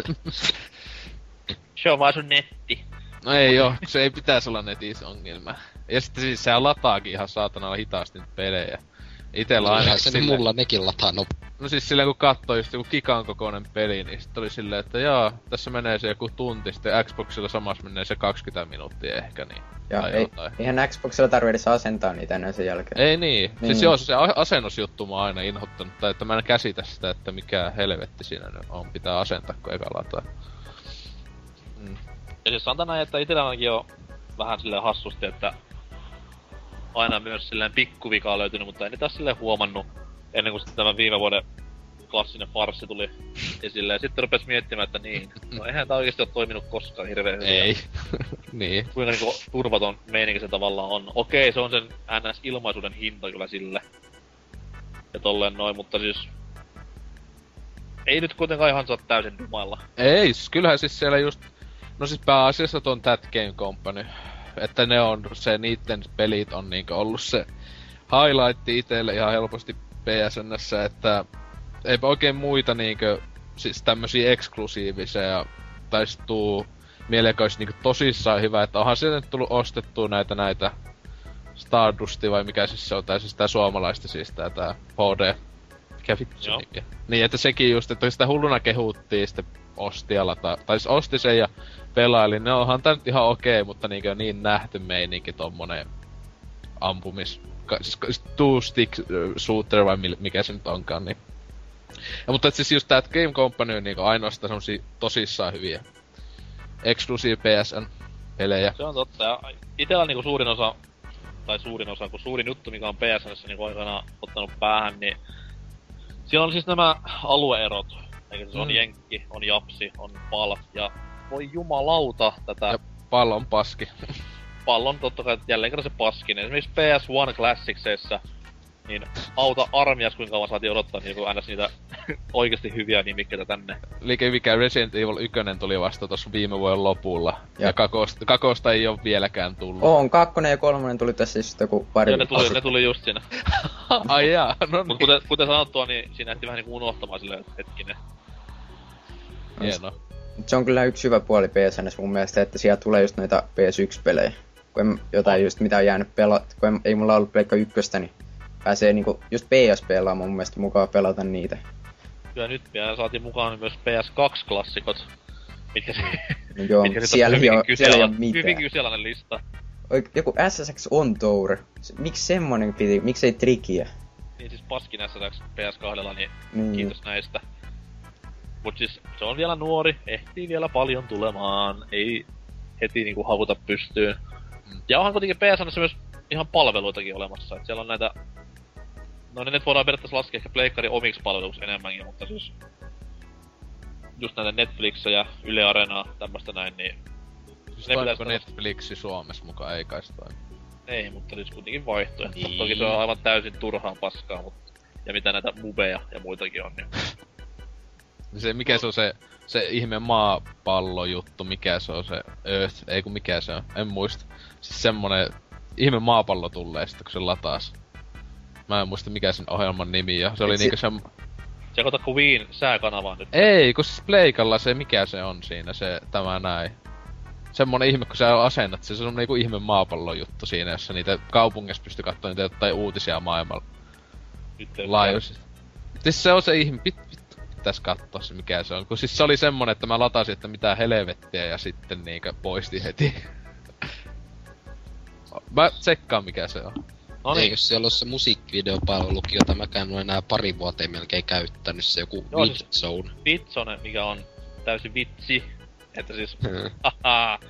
Se on vaan sun netti. No ei oo, se ei pitäisi olla netissä ongelma. Ja sitten siis sehän lataakin ihan saatanalla hitaasti pelejä. Itellä aina silleen... mulla nekin lataa No siis silleen kun kattoo just joku gigan kokoinen peli, niin sit oli silleen, että jaa, tässä menee se joku tunti, sitten Xboxilla samassa menee se 20 minuuttia ehkä, niin... Ja eihän Xboxilla tarvitse edes asentaa niitä ennen sen jälkeen. Ei niin. Siis joo, se asennusjuttu mä oon aina inhottanut, tai että mä en käsitä sitä, että mikä helvetti siinä nyt on, pitää asentaa kun eka lataa. Ja siis sanotaan näin, että itellä ainakin on vähän silleen hassusti, että aina myös silleen pikkuvikaa löytynyt, mutta en taas silleen huomannut ennen kuin tämä viime vuoden klassinen farssi tuli esille. Ja sitten rupes miettimään, että niin, no eihän tää oikeesti oo toiminut koskaan hirveen hyvin. Ei. Niin. Kuinka niinku turvaton meininki se tavallaan on. Okei, se on sen NS-ilmaisuuden hinta kyllä sille. Ja tolleen noin, mutta siis... Ei nyt kuitenkaan ihan saa täysin dumailla. Ei, kyllähän siis siellä just... No siis pääasiassa ton That Game Company. Että ne on se, niitten pelit on niinku ollut se highlight itelle ihan helposti PSN:ssä, että eipä oikein muita niinkö siis tämmösiä eksklusiivisia tai sit tuu mieleen, joka olisi niinku tosissaan hyvä, että onhan sieltä nyt tullut ostettua näitä Stardusti vai mikä siis se on, tai siis tää suomalaista siis tää HD. Mikä vittu se niin, että sekin just, että sitä hulluna kehuttiin sitten ostialla, tai siis osti sen ja pelaili, ne onhan tää nyt ihan okei, mutta niinkö niin nähty meininki tommonen ampumis... Siis two-stick shooter vai mikä se nyt onkaan, niin... Ja, mutta siis just tää Game Company on niinku ainoastaan semmosia tosissaan hyviä exclusive PSN-pelejä. Se on totta, ja itellä niinku suurin juttu, mikä on PSN:ssä niinku aikanaan ottanut päähän, niin... Siellä on siis nämä alueerot. Eikä se on Jenkki, on Japsi, on PAL, ja voi jumalauta tätä... Ja PAL on paski. PAL on totta kai jälleen kerran se paskinen. Esimerkiksi PS1 Classicsissa Niin auta armias, kuinka kauan saatiin odottaa niinku aina niitä oikeesti hyviä nimikkeitä tänne. Liike mikä Resident Evil 1 tuli vasta tossa viime vuoden lopulla. Ja kakosta ei oo vieläkään tullut. On, 2 ja 3 tuli tässä just joku pari. Joo, ne tuli just siinä. Ai jaa, no Mut niin. kuten sanottua, niin siinä ehti vähän niinku unohtamaan silleen, että hetkinen. Hieno. Se on kyllä yksi hyvä puoli PSN:ssä mun mielestä, että siellä tulee just noita PS1-pelejä. Kun jotain just mitä on jäänyt kun ei mulla ollut Pleikka 1, niin pääsee niinku just PSP:llä on mun mielestä mukava pelata niitä. Kyllä nyt vielä saatiin mukaan myös PS2-klassikot. Mitkä No joo, mitkä siellä ei oo mitään. hyvin kyseenalainen lista. Joku SSX on Tour. Miksi semmonen piti? Miksei Trickiä? Niin siis paskin SSX PS2, niin Niin. kiitos näistä. Mut siis se on vielä nuori, ehtii vielä paljon tulemaan, ei heti niinku havuta pystyyn. Ja onhan kuitenkin PSN:ssä myös ihan palveluitakin olemassa, et siellä on näitä... No ne nyt voidaan periaatteessa laskea ehkä pleikkarin omiksi palveluksi enemmänkin, mutta siis... Just näitä Netflixejä, Yle Areenaa, tämmöstä näin, niin... Siis ne toimiko pitäis Netflixi Suomessa mukaan? Ei kai se toimi. Ei, mutta nyt kuitenkin vaihtoehto. Niin. Toki se on aivan täysin turhaan paskaa, mutta... Ja mitä näitä mubeja ja muitakin on, niin... Se, mikä se on se ihme maapallojuttu, mikä se on se Earth, ei kun mikä se on, en muista. Siis semmonen ihme maapallo tulee sitten kun se lataas. Mä en muista mikä sen ohjelman nimi on, se oli niinku Sekoita Queen sääkanavaan nyt. Ei, kun siis Pleikalla se mikä se on siinä, se tämä näin. Semmonen ihme kun sä asennat, se on niinku ihme maapallojuttu siinä, jossa niitä kaupungeissa pystyy katsoa niitä jotain uutisia maailmalla laajuisesti. Siis se on se ihme, pitäis kattoo se mikä se on. Kun siis se oli semmonen, että mä latasin, että mitä helvettiä ja sitten niinkö poistin heti. Mä tsekkaan mikä se on. No niin. Eikös siellä oo se musiikkivideopalvelukin, jota mäkään en oo enää pari vuoteen melkein käyttänyt, se joku Joo, Vidzone. Vidzone, mikä on täysin vitsi. Että siis, haha.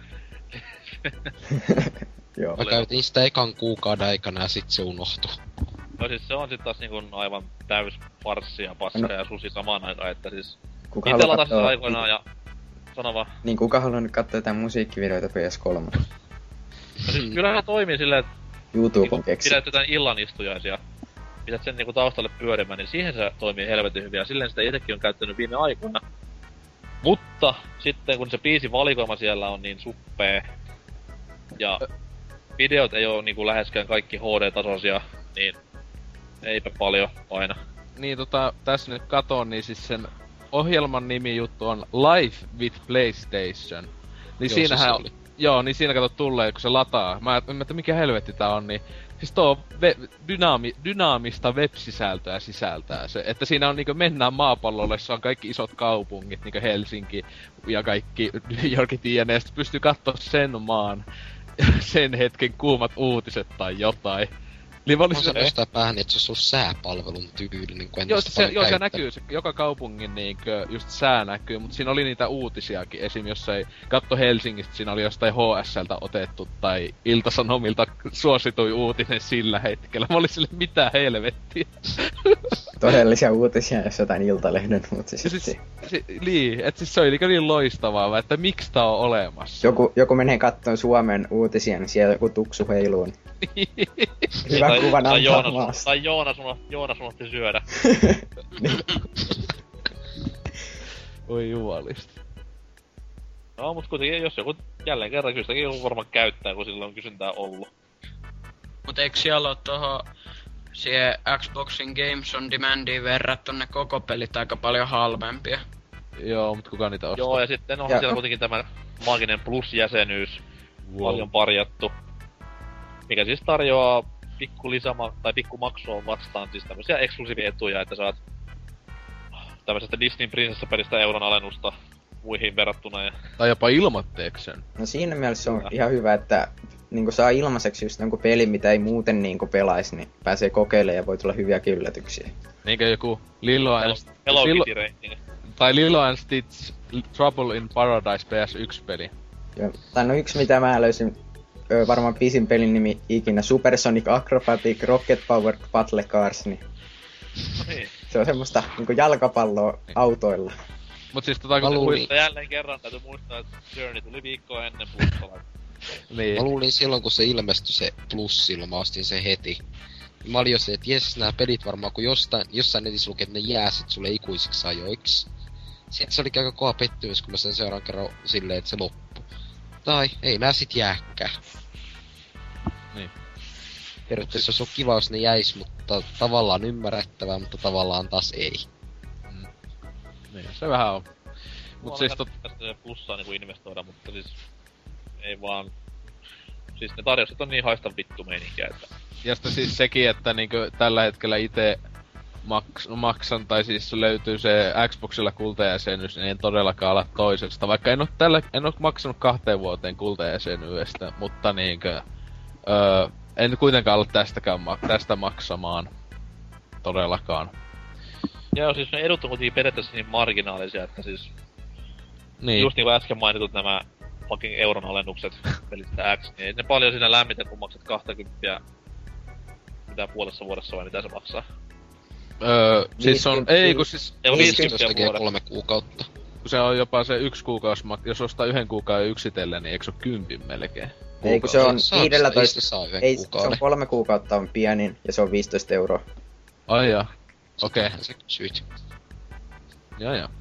Joo. Mä käytin sitä ekan kuukauden aikana ja sit se unohtui. No siis se on sit taas niinku aivan täys farssi ja paska ja susi samaan aikaan, että siis... Kuka Itse haluaa latasin kattoo- aikoinaan ja... Sano vaan. Niin, kuka haluaa nyt katsoa jotain musiikkivideoita PS3? No siis kyllähän se toimii silleen, että YouTube on niinku keksi. pidät jotain illanistujaisia. Pidät sen niinku taustalle pyörimään, niin siihen se toimii helvetin hyvin ja silleen sitä itekin on käyttänyt viime aikoina. Mutta sitten kun se biisin valikoima siellä on niin suppee ja videot ei oo niinku läheskään kaikki HD-tasoisia, niin eipä paljon aina. Niin tässä nyt katon, niin siis sen ohjelman nimi juttu on Live with PlayStation. Niin Joo, siinähän se on... oli. Joo, niin siinä kato tulee, kun se lataa. Mä että mikä helvetti tää on, niin... Siis tuo dynaamista web-sisältöä sisältää se, että siinä on niinku mennään maapallolle, jossa on kaikki isot kaupungit, niinku Helsinki ja kaikki New Yorkit jne. Ja sit pystyy kattoo sen maan, sen hetken kuumat uutiset tai jotain. Niin On se jostain päähän, että se olisi ollut sääpalvelun tyylinen, kun en Joo, sitä se, paljon joo, se käyttänyt. näkyy, se, joka kaupungin niinkö just sää näkyy, mutta siinä oli niitä uutisiakin, esim. Jossain, katso Helsingistä, siinä oli jostain HSLtä otettu tai Ilta-Sanomilta suositui uutinen sillä hetkellä. Mä olin sille, mitä helvettiä. Todellisia uutisia, jos jotain Iltalehden uutisia. Siis, niin, et siis se oli niin loistavaa, että miksi tää on olemassa. Joku menee kattoon Suomen uutisia, niin siellä joku tuksu heiluu. Niin hyvän kuvan antaa maasta. Tai Joonas unohti syödä. Oi jumalista. No, mut kuitenkin, jos joku jälleen kerran kyllä sitäkin joku varmaan käyttää, kun sillä on kysyntää ollut. Mut eikö siellä oo toho siihen Xboxin Games on Demandiin verrattuna ne koko pelit aika paljon halvempia? Joo, mut kuka niitä ostaa? Joo, ja sitten onhan Ja- siellä kuitenkin tämä maaginen plus-jäsenyys paljon parjattu. Mikä siis tarjoaa pikku maksua vastaan siis tämmösiä eksklusiivietuja, että saat tämmöisestä Disney prinsessapelistä euron alennusta muihin verrattuna ja... Tai jopa ilmoitteeksen. No siinä mielessä se on ihan hyvä, että niinku saa ilmaiseksi just jonkun pelin, mitä ei muuten niinku pelaisi, niin pääsee kokeilemaan ja voi tulla hyviä yllätyksiä. Niinkö joku Lilo and... Hello Lilo- Kitty rating. Tai Lilo and Stitch Trouble in Paradise PS1-peli. Ja, tai no yksi mitä mä löysin, varmaan pisin pelin nimi ikinä, Supersonic Acrobatic Rocket Powered Battle Cars, niin No niin. se on semmoista niinku jalkapalloa autoilla. Mut siis Mä luulin, Mutta jälleen kerran täytyy muistaa, että Journey tuli viikkoa ennen plussalla. Niin. mä luulin silloin, kun se ilmestyi se plus-silma, ostin sen heti. Mä olin jo se, että jes, nää pelit varmaan, kun jossain netissä luki, että ne jää sit sulle ikuisiksi ajoiksi. Sitten se olikin aika kova pettymys, kun mä sen seuraan kerran silleen, että se loppu. Tai ei nää sit jääkään. Niin. Periaatteessa se on kiva, jos ne jäis, mutta tavallaan ymmärrettävää, mutta tavallaan taas ei. Niin, se vähän on. Mut siis tästä plussaa niinku investoida, mutta siis ei vaan. Siis ne tarjoukset on niin haista vittu meininkiä, että. Ja sitten siis sekin, että niinku tällä hetkellä ite maksan, tai siis löytyy se Xboxilla kultajäsenyys, niin en todellakaan ala toisesta. Vaikka en oo maksanut 2 vuoteen kultajäsenyydestä, mutta niinkö en kuitenkaan ala tästä maksamaan. Todellakaan. Joo, siis ne edut on kuitenkin periaatteessa niin marginaalisia, että siis. Niin. Just niinku äsken mainitut nämä fucking euron alennukset pelistä X, niin ei ne paljon siinä lämmitä, kun maksat 20 mitä puolessa vuodessa vai mitä se maksaa. Siis on, ei kun siis. Ei 50 tekee vuodessa. 3 kuukautta. Kun se on jopa se 1 kuukausi, jos ostaa 1 kuukauden yksitellen, niin eikö se oo 10 melkein? Ei kun se on Saa 15, saa yhden ei, se kuukauden. on 3 kuukautta on pienin ja se on 15 €. Ai jaa. Okei. Sitähän sä kysyit. Jaa.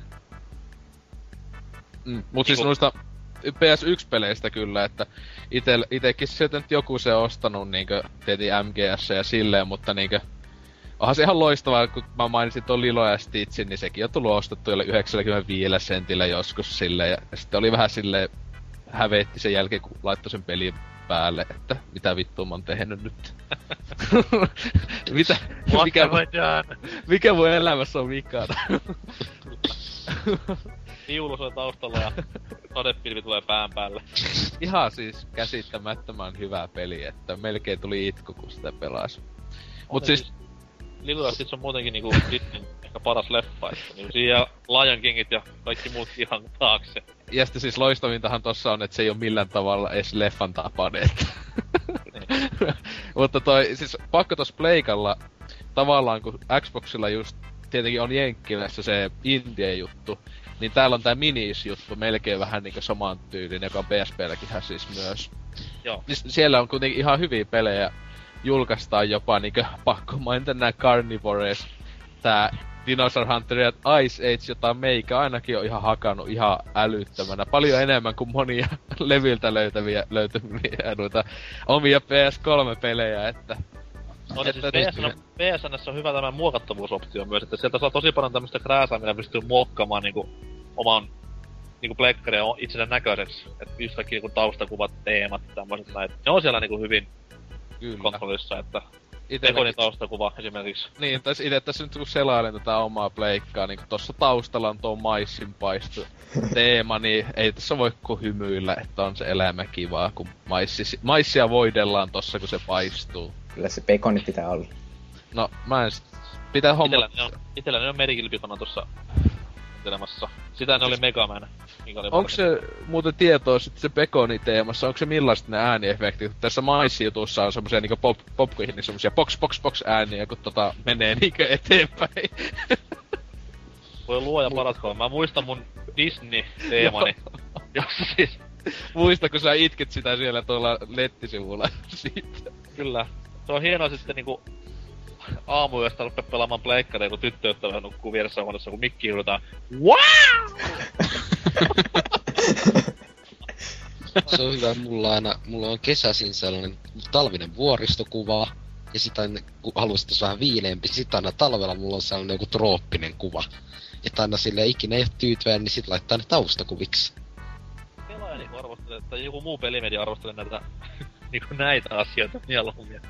Mut siis noista PS1-peleistä kyllä, että itekin sieltä nyt joku se ostanut niinkö tietenkin MGS ja silleen, mutta niinkö onhan se ihan loistavaa, kun mä mainitsin tuon Lilo ja Stitchin, niin sekin on tullut ostettu jolle 95 sentillä joskus silleen, ja sitten oli vähän silleen hävetti sen jälkeen, kun laittoi sen pelin päälle, että mitä vittua mä oon tehnyt nyt. Mikä mun elämässä on vikana? Viulu soi taustalla ja sadepilvi tulee pään päälle. Ihan siis käsittämättömän hyvä peli, että melkein tuli itku, kun sitä pelasi. Mut siis Lilo ja Stitch on muutenkin niinku Disneyn ehkä paras leffa, että niinku siinä Lion Kingit ja kaikki muut ihan taakse. Ja sitten siis loistavintahan tossa on, että se ei oo millään tavalla edes leffan tapainen, että mutta siis pakko tossa Pleikalla, tavallaan kun Xboxilla just tietenkin on Jenkkilässä se indie-juttu, niin täällä on tää Minis-juttu melkein vähän niinku saman tyylin, joka on PSP:lläkinhän siis myös. Joo. Niin siellä on kuitenkin ihan hyviä pelejä, julkaistaan jopa niinku pakko mainita nää Carnivores, tää Dinosaur Hunter ja Ice Age, jota meikä ainakin on ihan hakannut ihan älyttömänä. Paljon enemmän kuin monia levyltä löytyviä noita omia PS3-pelejä, että No niin siis PSN:ssä on hyvä tämä muokattavuusoptio myös, että sieltä saa tosi paljon tämmöstä krääsää, millä pystyy muokkaamaan niinku oman niinku pleikkaria itsensä näköiseksi. Et just kaikki niinku taustakuvat, teemat, tämmöset näin. Ne on siellä niinku hyvin kyllä. kontrollissa, että Itelläkin Tekonin taustakuva esimerkiksi. Niin, tai ite tässä nyt kun selailen tätä omaa pleikkaa, niin kun tossa taustalla on tuo maissinpaisto teema, niin ei tässä voi kuin hymyillä, että on se elämä kivaa, kun maissia voidellaan tossa, kun se paistuu. Kyllä se pekoni pitää olla. No, mä en pitää Itelläni on merikilpikona tossa kuuntelemassa. Sitä ne oli Megaman. Onko se muuten tietoa sitten se Pekoni-teemassa, onko se millaiset ne ääniefektit? Tässä maissijutussa on semmosia niinku popkuihin, niin semmosia box ääniä, kun menee niinkö eteenpäin. Voi luoja paratkoon. Mä muistan mun Disney-teemani. Jossa siis. Muista, kun sä itket sitä siellä tuolla nettisivulla siitä. Kyllä. Se on hienoa sitten niinku aamuyöstä rupea pelaamaan pleikkaria, kun tyttöystävä nukkuu vieressä huoneessa, kun mikki huudetaan WOW! Se on hyvä, mulla on kesäisin sellainen talvinen vuoristokuva, ja sit aina, kun haluaisit vähän viileempi, sit aina talvella mulla on sellainen joku trooppinen kuva. Että aina silleen ikinä ei oo tyytyväinen, niin sit laittaa ne taustakuviksi. Pelaaja niinku arvostelee, että joku muu pelimedia arvostelee näitä niinku näitä asioita mieluummin.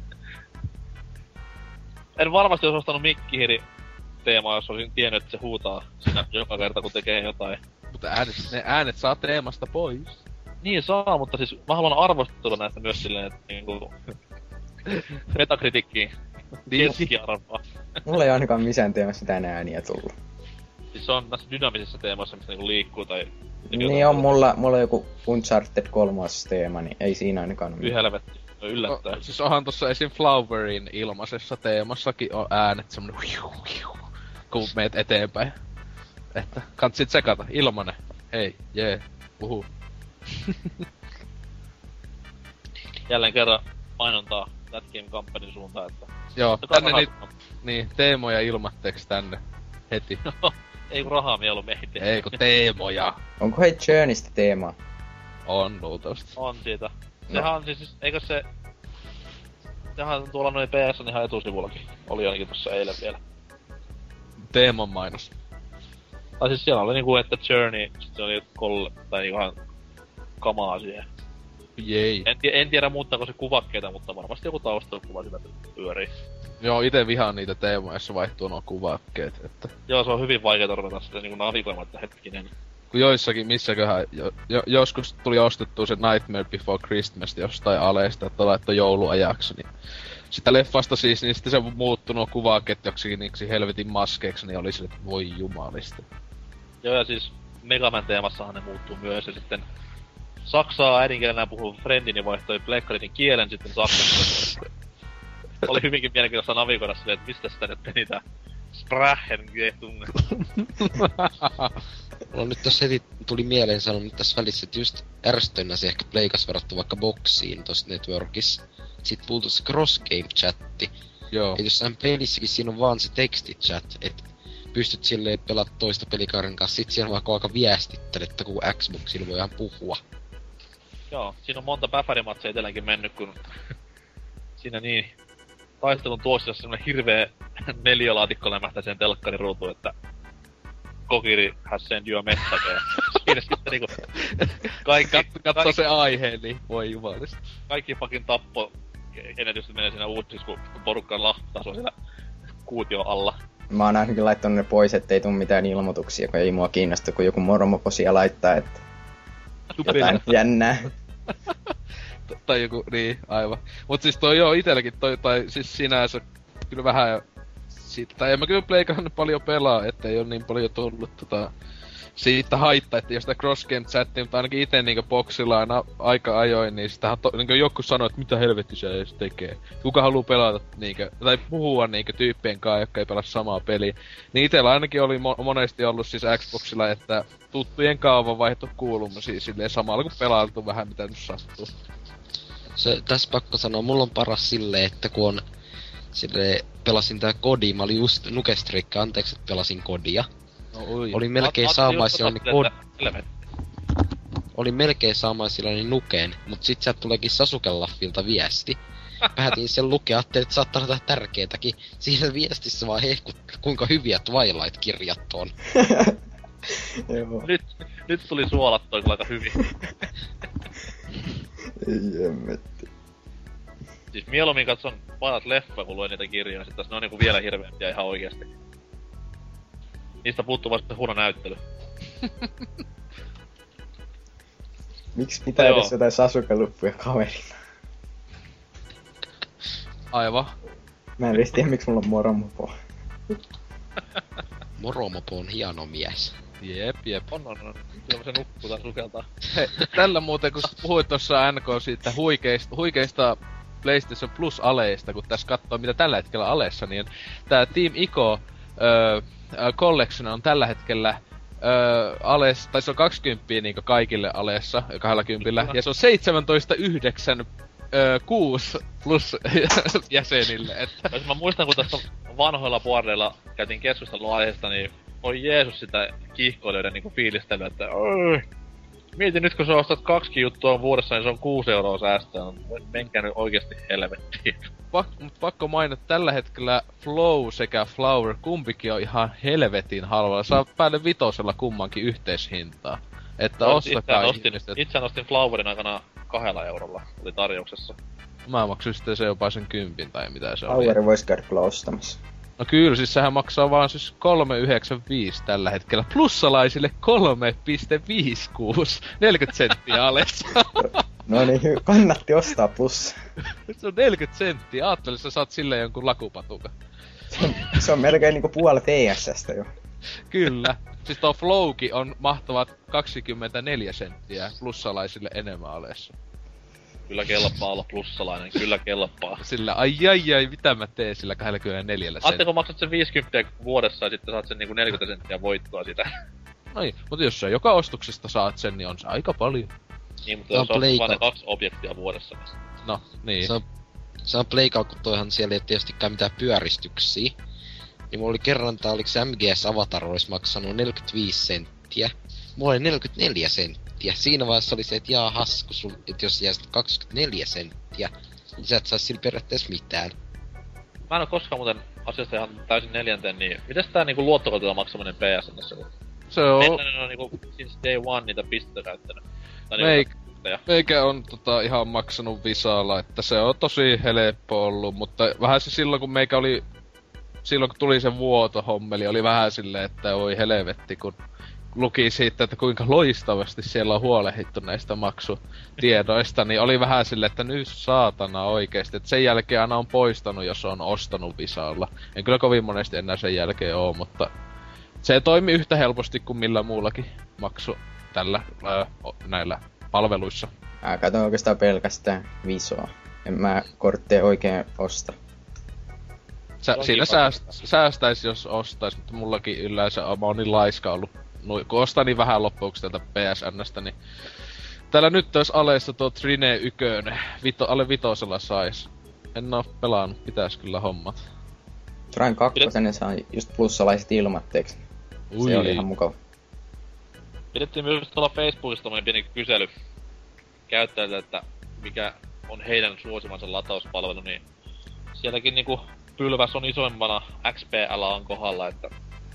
En varmasti olisi ostanut Mikkihiri-teemaa, jos olisin tiennyt, että se huutaa siinä joka kerta, kun tekee jotain. Mutta ne äänet saa teemasta pois. Niin saa, mutta siis mä haluan arvostella näistä myös silleen, että niinku Metacritickiin keskiarvoa. Mulla ei ainakaan missään teemassa mitään ääniä tullut. Siis se on näissä dynaamisissa teemoissa, missä niinku liikkuu tai... Niin on, mulla on joku Uncharted 3. teema, niin ei siinä ainakaan ole. Helvetti, no yllättää. No, siis onhan tossa esim. Flowerin ilmaisessa teemassakin on äänet semmonen kun meet eteenpäin. Että kantsit sekata, ilmanen. Hei, jee, puhu. Jälleen kerran mainontaa That Game Companyn suuntaan, että... Joo, Ottakaa tänne rahaa. niin, teemoja ilmatteeksi tänne. Heti. Ei kun rahaa mieluummin ei tee. Ei kun teemoja. Onko hei Journeystä teemaa? On luultavasti. On siitä. Sehän on siis, eikö se... Sehän on tuolla noin PS on ihan etusivullakin. Oli ainakin tossa eilen vielä. Teeman mainos. Tai siis siellä oli niinku, että Journey, sitten oli tai niinku ihan kamaa siihen. Jei. En tiedä muuttaako se kuvakkeita, mutta varmasti joku taustakuva sillä pyörii. Joo, ite vihaan niitä teemoja, joissa vaihtuu nuo kuvakkeet, että... Joo, se on hyvin vaikeeta ruveta sitä niinku navigoimaan, että hetkinen. Kun joissakin, missäköhän, joskus tuli ostettua se Nightmare Before Christmas jostain aleista, että laittoi jouluajaksi, niin... Sitä leffasta siis, niin sitten se muuttui nuo kuvakkeet joksikin niiksi helvetin maskeiksi, niin oli sille, että voi jumalista. Joo, ja siis Megaman teemassahan ne muuttuu myös, ja sitten saksaa äidinkielenä puhuu friendini vaihtoi Blackrinin kielen sitten saksaksi. Oli hyvinkin mielenkiintoista navigoida silleen, että mistä sitä nyt niitä Sprachengetung. Mulla nyt tässä heti tuli mieleen sanonut tässä välissä, että just ärsyttävinä se ehkä pleikas verrattu vaikka boksiin tossa networkissa. Sit puhuttu se cross-game-chatti. Joo. Et jossain pelissäkin siinä on vaan se teksti-chat, et pystyt silleen pelata toista pelikaaren kanssa, sit siellä vaikka aika viestittelette, kun Xboxilla voi ihan puhua. Joo, siinä on monta päfärimatseja itselläkin mennyt, kun siinä niin taistelun tuossa semmonen hirvee neliölaatikko lämähtää sen telkkarin ruutuun, että Kokiri has sent you a message. Ja siinä sitten niinku Katso se aihe, niin voi jumalista. kaikki fucking tappo ennätykset menee siinä uutisissa, kun porukka lahtaa sua siellä kuutio alla. Mä oon ainakin laittanut ne pois, ettei tuu mitään ilmoituksia, kun ei mua kiinnosta, kun joku moromoposia laittaa, että jotain jännää. Tai joku, niin, aivan. Mut siis toi joo itelläkin tai siis sinänsä kyllä vähän siitä, tai en mä kyllä Pleikannut paljon pelaa, ettei oo niin paljon tullut siitä haittaa, että jos sitä cross-game chattia, mutta ainakin ite niinku boksilla aina aika ajoin, niin sitähän niinku joku sanoo, että mitä helvetti se edes tekee. Kuka haluu pelata niinku, tai puhua niinku tyyppien kanssa, jotka ei pelaa samaa peliä. Niin itellä ainakin oli monesti ollut siis Xboxilla, että tuttujen kaavan vaihto kuulumisia silleen samalla kun pelailtu vähän mitä nyt sattuu. Se tässä pakko sanoa, mulla on paras silleen, että kun on silleen, pelasin tää Kodi, mä olin just Nukestrikka, anteeksi, että pelasin Kodia. No, oi. Oli melkein saamaisillani Nukeen, mut sit sieltä tuleekin Sasuke-laffilta viesti. Päätin sen lukea, ajattelin, että saattaa olla tärkeetäkin. Siinä viestissä vaan hehkut, kuinka hyviä Twilight-kirjat on. Joo. Nyt tuli suolattua kyllä aika hyvin. Ei jemmetti. Siis mieluummin katson vanhat leffoja, kun luen niitä kirjoja, sit taas ne on niinku vielä hirveämpiä ihan oikeesti. Niistä puuttuu vasta huono näyttely. Miksi pitää Joo. edes jotain Sasuke-luppuja kaverina? Aivan. Mä en edes tiedä, miksi mulla on moromopo. Moromopo on hieno mies. Jep. On. Kyllä se nukkuu tää sukeltaa. Hei, tällä muuten, kun puhuit tossa NK siitä huikeista PlayStation Plus-aleista, kun tässä katsoo mitä tällä hetkellä alessa, niin tää Team Ico Collection on tällä hetkellä ales, tai se on 20 niinku kaikille alessa, 20, ja se on 17,9 6 plus jäsenille, että... Jos mä muistan, kun tässä vanhoilla boardeilla käytiin keskustelua aiheesta, niin oi Jeesus sitä kiihkoilijoiden niinku fiilistelyä, että mieti nyt kun sä ostat 2 juttua vuodessa, niin se on 6 € säästöä. Menkää nyt oikeesti helvettiin. Mut pakko mainita, tällä hetkellä Flow sekä Flower kumpikin on ihan helvetin halvalla. Saa päälle 5 kummankin yhteishintaa. Että ostakaa ihmiset. Itse ostin Flowerin aikana 2 €, oli tarjouksessa. Mä maksin sitten se jopa sen 10 tai mitä se oli. Poweri vois käydä kyllä ostamassa. No kyllä, siis sehän maksaa vaan siis 3,95 tällä hetkellä. Plussalaisille 3,56. 40 senttiä alessa. No niin, kannatti ostaa plus. Se on 40 senttiä. Aattelin, sä saat silleen jonkun lakupatukan. Se on melkein niinku puolet ESS:stä jo. Kyllä. Siis tuo Flowki on mahtavat 24 senttiä plussalaisille enemmän alessa. Kyllä kelpaa olla plussalainen, kyllä kelpaa. Sillä ai, mitä mä teen sillä 24 senttiä. Ajattelin, maksat sen 50 vuodessa ja sitten saat sen niinku 40 senttiä voittoa sitä. Ai, mutta jos sä joka ostuksesta saat sen, niin on se aika paljon. Niin, mutta jos on vain ne 2 objektia vuodessa. No, niin. Se on Se on Pleikalla, kun toihan siellä ei tietystikään mitään pyöristyksiä. Niin mulla oli kerran, oliko se MGS Avatar olisi maksanut 45 senttiä. Mulla oli 44 senttiä. Siinä vaiheessa oli se, että jaahas, että jos jää 24 senttiä, niin sä et sais sillä periaatteessa mitään. Mä en oo koskaan muuten asiasta ihan täysin neljänteen, niin mites tää niinku luottokortilla maksaminen PSN:ssä? Se on... Meillä on niinku since day one niitä pisteitä käyttänyt. Meikä on ihan maksanut Visalla, että se on tosi helppo ollut, mutta vähän se silloin kun tuli se vuotohommeli, oli vähän silleen, että oi helvetti, kun luki siitä, että kuinka loistavasti siellä on huolehdittu näistä maksutiedoista, niin oli vähän silleen, että nyt saatana oikeesti, että sen jälkeen aina on poistanut, jos on ostanut Visalla. En kyllä kovin monesti enää sen jälkeen oo, mutta se toimi yhtä helposti kuin millä muullakin maksu tällä näillä palveluissa. Mä katson oikeastaan pelkästään Visoa. En mä kortteja oikein osta. Siinä säästäis jos ostais, mutta mullakin yleensä on niin laiska ollut. Kun ostan niin vähän loppuksi tältä PSN:stä, niin... Täällä nyt ois aleissa tuo Trine 1, alle vitosella sais. En oo pelannut, pitäis kyllä hommat. Trine 2 ne saa just plussalaiset ilmatteeksi. Se oli ihan mukava. Pidettiin myös tuolla Facebookissa tommonen pieni kysely käyttäjiltä, että mikä on heidän suosimansa latauspalvelu, niin sielläkin niinku pylväs on isoimmana XPLA on kohdalla, että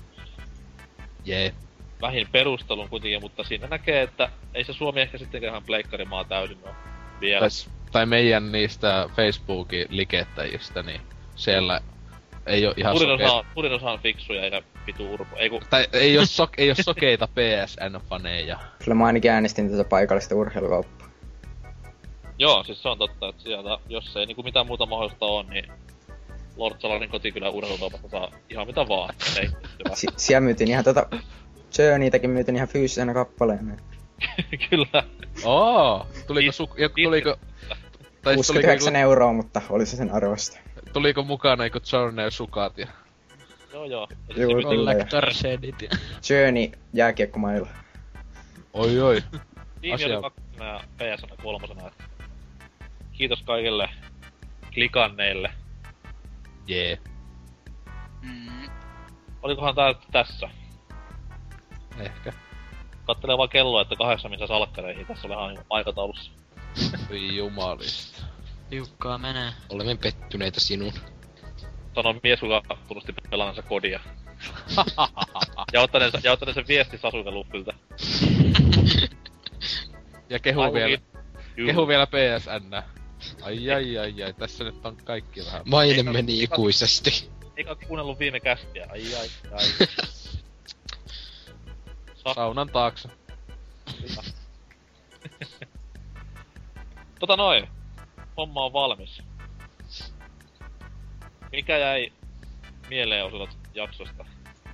vähin perustelun kuitenkin, mutta siinä näkee, että ei se Suomi ehkä sittenkään ihan pleikkarimaa täysin oo vielä. Tai meidän niistä Facebookin likettäjistä, niin siellä ei oo ihan suurin osa on fiksuja eikä vitu urpo. Tai ei oo sokeita PSN-faneja. Kyllä mä ainakin äänestin tätä paikallista urheilukauppaa. Joo, siis se on totta, että sieltä, jos ei niinku mitään muuta mahdollista on, niin Lord Salarin kotikylän urheilukaupasta saa ihan mitä vaan. Siellä myytiin ihan Journeytäkin myytiin ihan fyysisenä kappaleena. Kyllä. Tuliko 69 euroa, mutta oli se sen arvosta. Tuliko mukana eiku Journey sukat ja... Joo. Collector's Edit. Journey jääkiekkomailla. Oi. Tiimi oli 2 ja PSN 3. Kiitos kaikille klikanneille. Jee. Olikohan tää tässä? Ehkä. Kattelee vaan kelloa, että 8 missä salkkareihin. Tässä oli ihan aikataulussa. Voi jumalista. Tiukkaa menee. Olemme pettyneitä sinuun. Sano mies, kuka tunnusti pelannansa kodia. ja ottaneensa viesti Sasuke Luffilta. Ja kehu vielä PSN. Ai, tässä nyt on kaikki vähän. Maine meni ikuisesti. Eikä kuunnellut viime kästiä, ai. Saunan taakse. Homma on valmis. Mikä jäi mieleen osuvat jaksosta?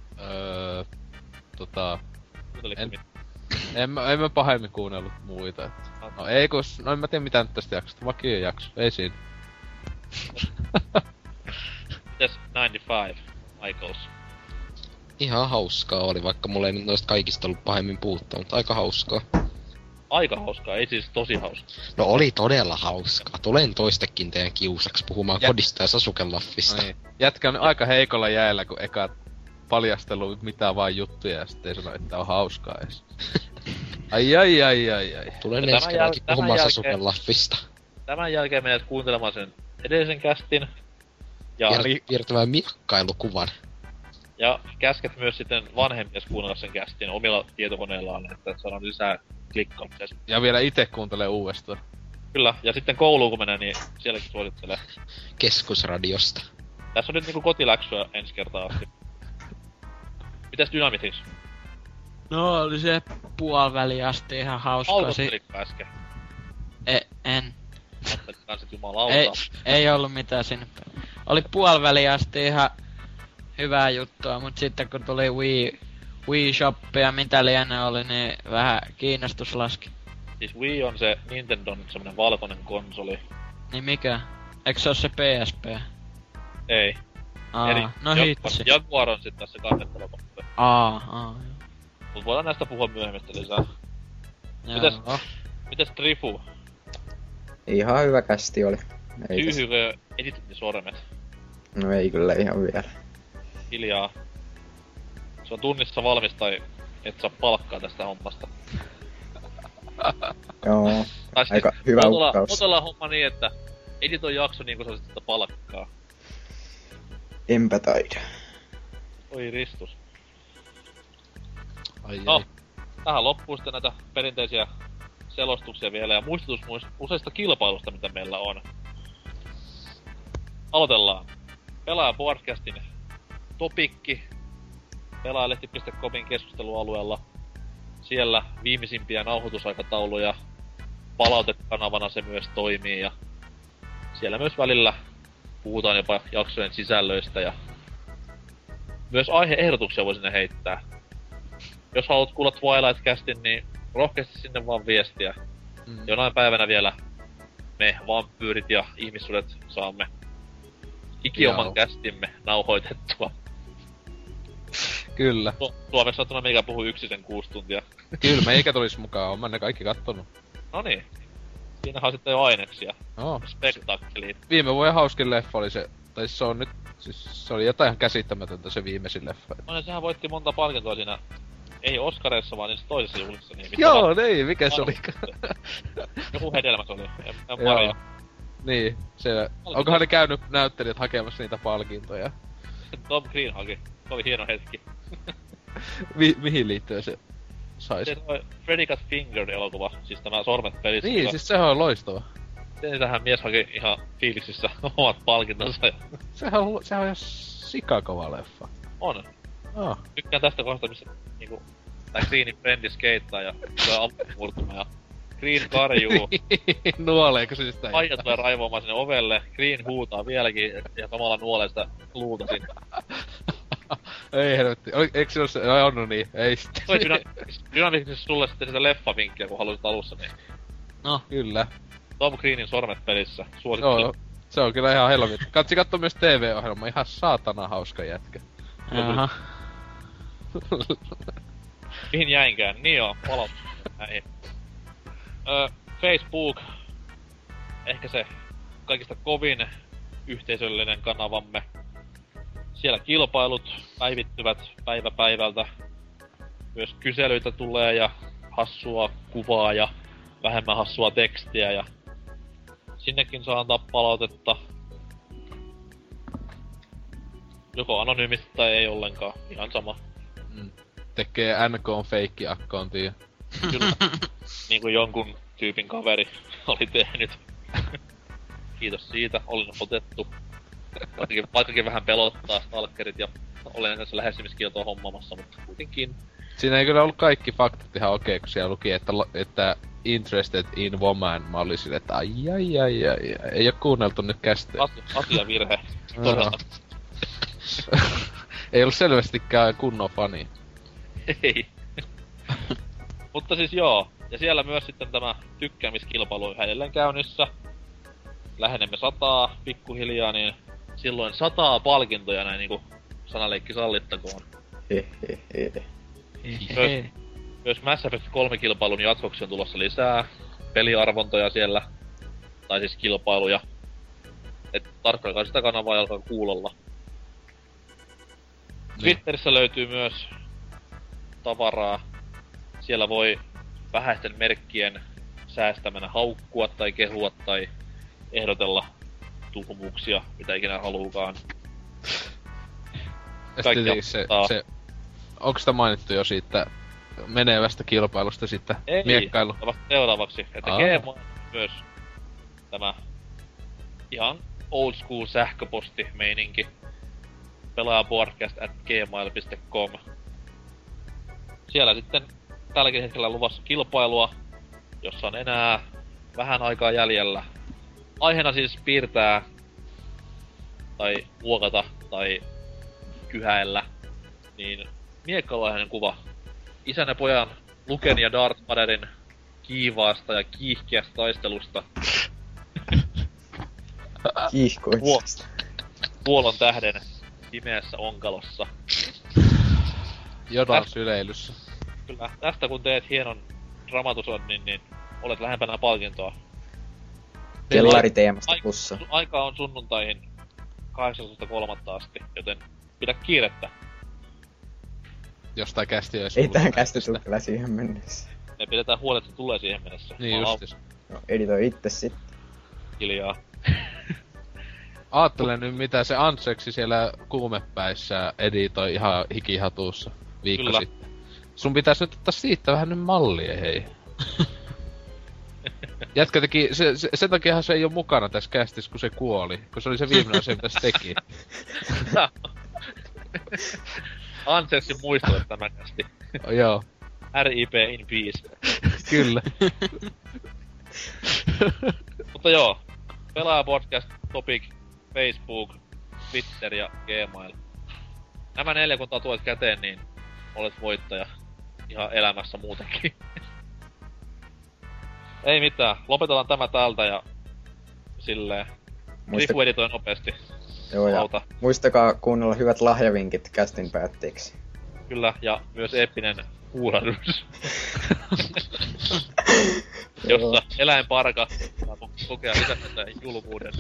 En mä pahemmin kuunnellut muita. Että. No en mä tiedä mitään tästä jaksosta, vakio jakso, ei siinä. Mites 95, Michaels? Ihan hauskaa oli, vaikka mulla ei nyt noista kaikista ollut pahemmin puuttua, mutta aika hauskaa. Aika hauskaa, ei siis tosi hauskaa. No oli todella hauskaa. Tulen toistekin teidän kiusaksi puhumaan kodista ja Sasuke-laffista. Niin. Jätkä on aika heikolla jäällä, kun eka paljastelu mitään vaan juttuja ja sitten ei sano, että on hauskaa edes. Ai. Tulen ensi kerrankin puhumaan Sasuke-laffista. Tämän jälkeen menet kuuntelemaan sen edellisen kästin. Ja piirtämään mikkailukuvan. Ja käsket myös sitten vanhempia kuunnella sen kästin omilla tietokoneillaan, että saadaan lisää klikkauksia. Ja vielä ite kuuntelee uudestaan. Kyllä, ja sitten kouluun kun menee, niin sielläkin suosittelee. Keskusradiosta. Tässä on nyt niinku kotiläksyä ensi kertaa asti. Mitäs Dynamitix? No oli se puoliväli asti ihan hauska. Autottelikko äsken? En. Ajattelit kans, et jumalauta. Ei ollut mitään sinne. Oli puoliväli asti ihan hyvää juttua, mut sitten kun tuli Wii Shop ja mitä lienee oli, niin vähän kiinnostus laski. Siis Wii on se Nintendon semmonen valkoinen konsoli. Niin mikä? Eikö se oo se PSP? Ei. No hitsi. Jaguar on sit tässä kannettava. Mut voidaan näistä puhua myöhemmin lisää. Mites Trifu? Ihan hyvä kästi oli. Syyhyykö editointisormet? No ei kyllä ihan vielä. Hiljaa. Se on tunnissa valmis tai et saa palkkaa tästä hommasta. Joo, Tai siis aika hyvä uhkaus. Otellaan homma niin, että editoi jakso niin kuin sä sitä palkkaa. Enpä taida. Oi ristus. Ai No, tähän loppuu sitten näitä perinteisiä selostuksia vielä ja muistutus useista kilpailusta, mitä meillä on. Aloitellaan. Pelaaja-podcastin topikki pelaajalehti.comin keskustelualueella. Siellä viimeisimpiä nauhoitusaikatauluja. Palautekanavana se myös toimii ja siellä myös välillä puhutaan jopa jaksojen sisällöistä ja myös aihe-ehdotuksia voi sinne heittää. Jos haluat kuulla Twilight-castin, niin rohkeasti sinne vaan viestiä. Jonain päivänä vielä me vampyyrit ja ihmissuudet saamme ikioman kästimme nauhoitettua. Kyllä. Suomeksi sattuna meikä puhuu 6 tuntia. Kyllä, meikä tulis mukaan, oon mä ne kaikki kattonut. Noniin. Siinähän on sitten jo aineksia. Oh. Spektakkeliin. Viime vuoden hauskin leffa oli se, tai se on nyt, siis se oli jotain ihan käsittämätöntä se viimeisin leffa. No niin, sehän voitti monta palkintoa siinä, ei Oscareissa vaan niissä toisessa juhlissa. Niin Joo, niin, mikä se oli? Joku hedelmä se oli, en Joo. Niin, se, onkohan ne käynyt näyttelijät hakemassa niitä palkintoja? Tom Green haki, se oli hieno hetki. Mihin liittyen se sais? Se toi Freddy Got Fingered elokuva, siis tämä Sormet pelissä. Niin, siis sehän on loistava. Tähän mies haki ihan fiiliksissä omat palkintonsa. Sehän on ihan sikakova leffa. On. Oh. Tykkään tästä kohdasta, missä niinku tää Greenin frendi skeittaa ja tulee ampumurtuma ja Green karjuu. Nuoleeko se sitä? Aija tulee raivoamaan sinne ovelle, Green huutaa vieläkin ja samalla nuolee sitä luuta sinne. Ei helvetti. Eikö se ole se? No niin, ei sitten. Toi dynamiiksessa sulle sitten sitä leffavinkkiä, kun halusit alussa, niin No, kyllä. Tom Greenin Sormet pelissä. Suosittelen. Joo, se on kyllä ihan helvetti. Katsi katso myös TV-ohjelma, ihan saatana hauska jätkä. Jaha. Mihin jäinkään? Niin joo, palaut näihin. Facebook. Ehkä se kaikista kovin yhteisöllinen kanavamme. Siellä kilpailut päivittyvät päivä päivältä. Myös kyselyitä tulee ja hassua kuvaa ja vähemmän hassua tekstiä ja sinnekin saa antaa palautetta. Joko anonyymisti tai ei ollenkaan, ihan sama. Tekee NK:n feikki-accountia. Kyllä, niinku jonkun tyypin kaveri oli tehnyt. Kiitos siitä, olin otettu. Vaikkakin vähän pelottaa stalkerit ja olen tässä lähestymiskieltoa hommamassa, mutta kuitenkin. Siinä ei kyllä ollut kaikki faktat ihan okei, kun siellä luki, että interested in woman. Mä olin sille, että ai. Ei oo kuunneltu nyt käsittää. Asiavirhe. Ei ollut selvästikään kunnon fani. Ei. Mutta siis joo. Ja siellä myös sitten tämä tykkäämiskilpailu on edelleen käynnissä. Lähenemme 100 pikkuhiljaa, niin silloin 100 palkintoja näin niinku sanaleikki sallittakoon. Myös Mass Effect 3-kilpailun jatkoksi on tulossa lisää peliarvontoja siellä. Tai siis kilpailuja. Et tarkkaikaa sitä kanavaa ja alkaa kuulolla. Twitterissä löytyy myös tavaraa. Siellä voi vähäisten merkkien säästämänä haukkua tai kehua tai ehdotella tuhmuuksia, mitä ikinä haluukaan. Se onko sitä mainittu jo siitä menevästä kilpailusta sitten miekkailu? Ei, vasta seuraavaksi. Että Gmail myös tämä ihan old school sähköpostimeininki. Pelaajapodcast@gmail.com. Siellä sitten tälläkin hetkellä luvassa kilpailua, jossa on enää vähän aikaa jäljellä. Aiheena siis piirtää tai muokata tai kyhäillä, niin miekkailuaiheinen kuva isän ja pojan Luken ja Darth Vaderin kiivaasta ja kiihkeästä taistelusta. Kiihkoisesta. Puolon tähden pimeässä onkalossa. Jodan syleilyssä. Kyllä, tästä kun teet hienon dramatusoinnin, niin olet lähempänä palkintoa. Kellariteemasta plussa. Aika on sunnuntaihin 18.3. asti, joten pidä kiirettä. Jostain kästi Ei tähän kästi tuu kyllä siihen mennessä. Me pidetään huolet, että se tulee siihen mennessä. Niin justis. No, editoi itse sit. Hiljaa. Aattelen nyt mitä se Antseksi siellä kuumepäissä editoi ihan hikihatuussa viikko Kyllä. sitten. Sun pitäis nyt ottaa siitä vähän nyt mallia, hei. Jätkä teki, sen takiahan se ei oo mukana tässä kästissä, kun se kuoli. Kun se oli se viimeinen asia, mitä se teki. Ansersin muistolle tämä kästi. Joo, RIP in peace. kyllä. Mutta joo, Pelaaja-podcast, Topic, Facebook, Twitter ja Gmail. Nämä 4 kun tatuoit käteen, niin olet voittaja. Ihan elämässä muutenkin. Ei mitään, lopetetaan tämä täältä ja silleen. Rifu editoi nopeasti. Joo, ja Auta. muistakaa kuunnella hyvät lahjavinkit kästin päätteeksi. Kyllä, ja myös eeppinen huurahdus. Jossa eläinparka saa kokea lisätä julmuuden.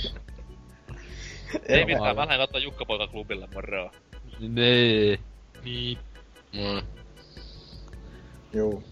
Ei mitään, mä lähden katsoa Jukka-poika-klubille, moro. Nee. Niin. Joo.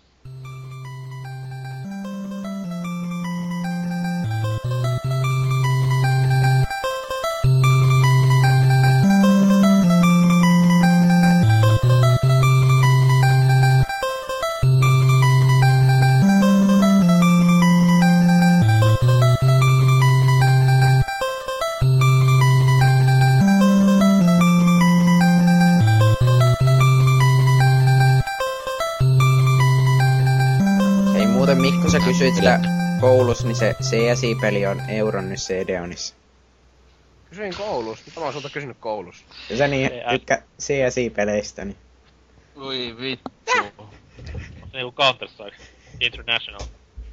Mikko, sä kysyit sitä koulussa, niin se CSI-peli on Euronissa ja Edeonissa. Kysyin koulussa, mitä mä oon sulta kysynyt koulussa? Ja sä niin tykkä CSI-peleistä, niin... Voi vittu. Se niinku Counter-Strike International.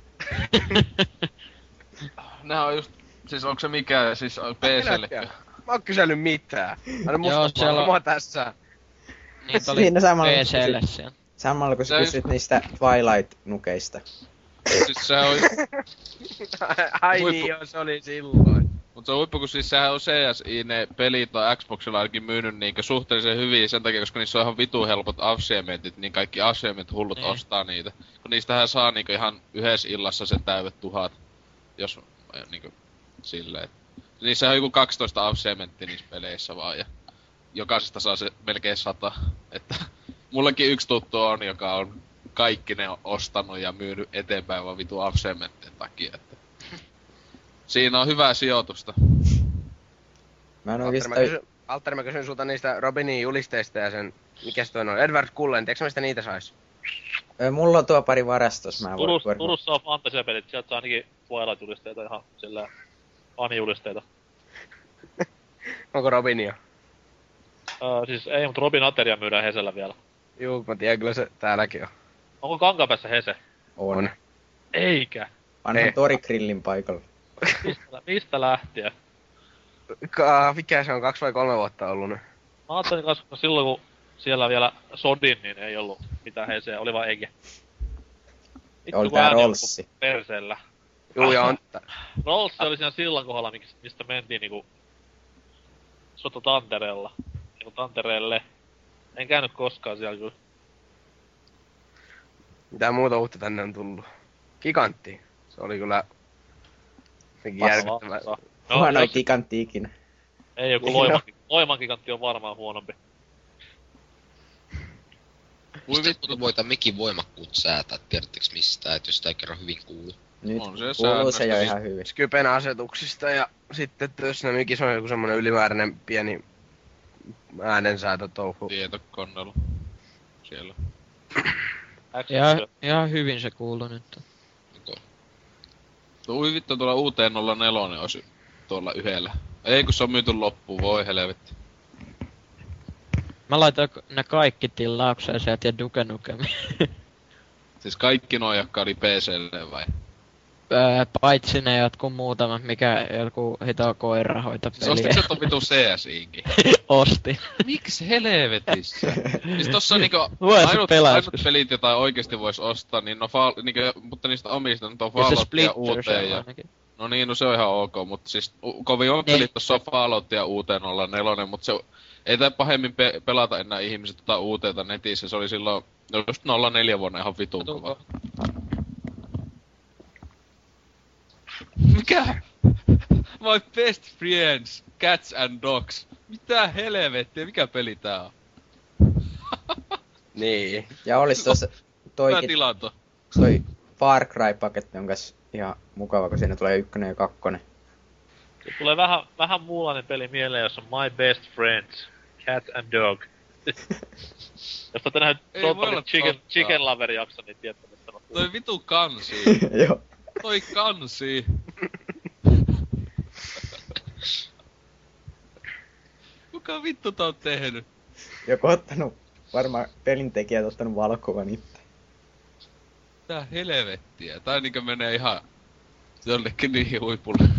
Nää on just... Siis onko se mikä? Siis PC:lle? Mä oon kysellyt mitään. Aina Joo, musta siellä on- mua tässä. Niitä oli Siinä samalla, PC:lle siellä. Samalla kun sä Se kysyt niistä Twilight-nukeista. Siis se on... Ai Huippu. niin joo, se oli silloin. Mut se on huippu, kun siis sehän on CSI, ne pelit on Xboxilla ainakin myynyt niinkö suhteellisen hyvin sen takia, koska niissä on ihan vitu helpot achievementit, niin kaikki achievement hullut Niin. ostaa niitä. Kun niistähän saa niinkö ihan yhdessä illassa sen täydet 1000, jos niinkö silleen. Niissä on joku 12 achievementtia niissä peleissä vaan ja jokaisesta saa se melkein 100, että mullekin yksi tuttu on, joka on kaikki ne ostanut ja myynyt eteenpäin vaan vitu achievementtien takia, että siinä on hyvää sijoitusta. Mä en Altteri, oikeastaan... Altteri, mä kysyn sulta niistä Robinin julisteista ja sen... Mikäs toi on? Edward Cullen, tiedätkö mistä niitä sais? Mulla on tuo pari varastos, mä voin... Turussa on fantasiapelit, sieltä saa ainakin Twilight-julisteita ihan sillä fani-julisteita. Onko Robinia? Siis ei, mutta Robin Ateria myydään Hesellä vielä. Juu, mä tiedän, kyllä se täälläkin on. Onko Kankaanpäässä Hese? On. Eikä. Vanhan Torigrillin paikalla. Mistä lähtien? Mikä se on, 2 vai 3 vuotta ollut nyt? Mä ajattelin kanssa, että silloin kun siellä vielä sodin, niin ei ollut mitään Heseä, oli vaan Ege. Oli tää Rolssi. Perseellä. Juu, ja on... Rolssi oli siinä sillan kohdalla, mistä mentiin niinku Soto-Tantereella. Niinku Tantereelle. En käynyt koskaan siellä kyllä. Mitä muuta uutta tänne on tullut? Gigantti. Se oli kyllä... Jotenkin Paska. järkyttävä. Kuhan jos- noi gigantti ikinä. Ei joku Loiman gigantti on varmaan huonompi. Mistä ei voita mikin voimakkuut säätää, tiedättekö mistä, että jos sitä ei kerran hyvin kuulu. Nyt On se kuuluu se jo säännöstä. ihan hyvin. Skypen asetuksista ja sitten, että jos ne mikissä on joku semmonen ylimääräinen pieni äänensäätö touhu. Tietokoneella. Siellä. Ihan hyvin se kuuluu nyt. Ui vittu, tuolla UT04 olisi tuolla yhdellä. Ei kun se on myyty loppuun, voi helvetti. Mä laitoin ne kaikki tilaukseen sieltä ja Duke Nukemiin. Siis kaikki noi, jotka oli PC:lle vai? Paitsi ne jotkut muutamat, mikä joku hito koira hoita Siis peliä. ostitko sä ton vitu CSI:nkin? Osti. Miksi helvetissä? Siis tossa on niinku Voi se pelaa ainut joskus. pelit, jota oikeesti vois ostaa, niin no mutta niistä omista nyt on Ja se Fallout ja Splinter UT Cell ja... ainakin. No niin, no se on ihan ok, mutta siis kovimmat pelit tossa on Fallout ja UT04, mutta se ei tää pahemmin pelata enää ihmiset UT:ta netissä, se oli silloin, just 04 vuonna ihan vitun kova. Mikä? My best friends, cats and dogs. Mitä helvettiä, mikä peli tää on? Niin. Ja olis tossa toikin, tilanto. toi Far Cry-paketti on kas ihan mukava, kun siinä tulee 1 ja 2. Tulee vähän muunlainen peli mieleen, jossa on My Best Friends, Cat and Dog. Jos olette nähnyt Totally Chicken Lover-jakson, niin tiedätte, mistä on. Toi vitu kansi. Joo. Toi kansi. Kuka vittu tää on tehnyt? Joku ottanut, varmaan pelintekijät ottanut valokuvan itse. Tää helvettiä. Tää niinkö menee ihan jollekin niihin huipulle.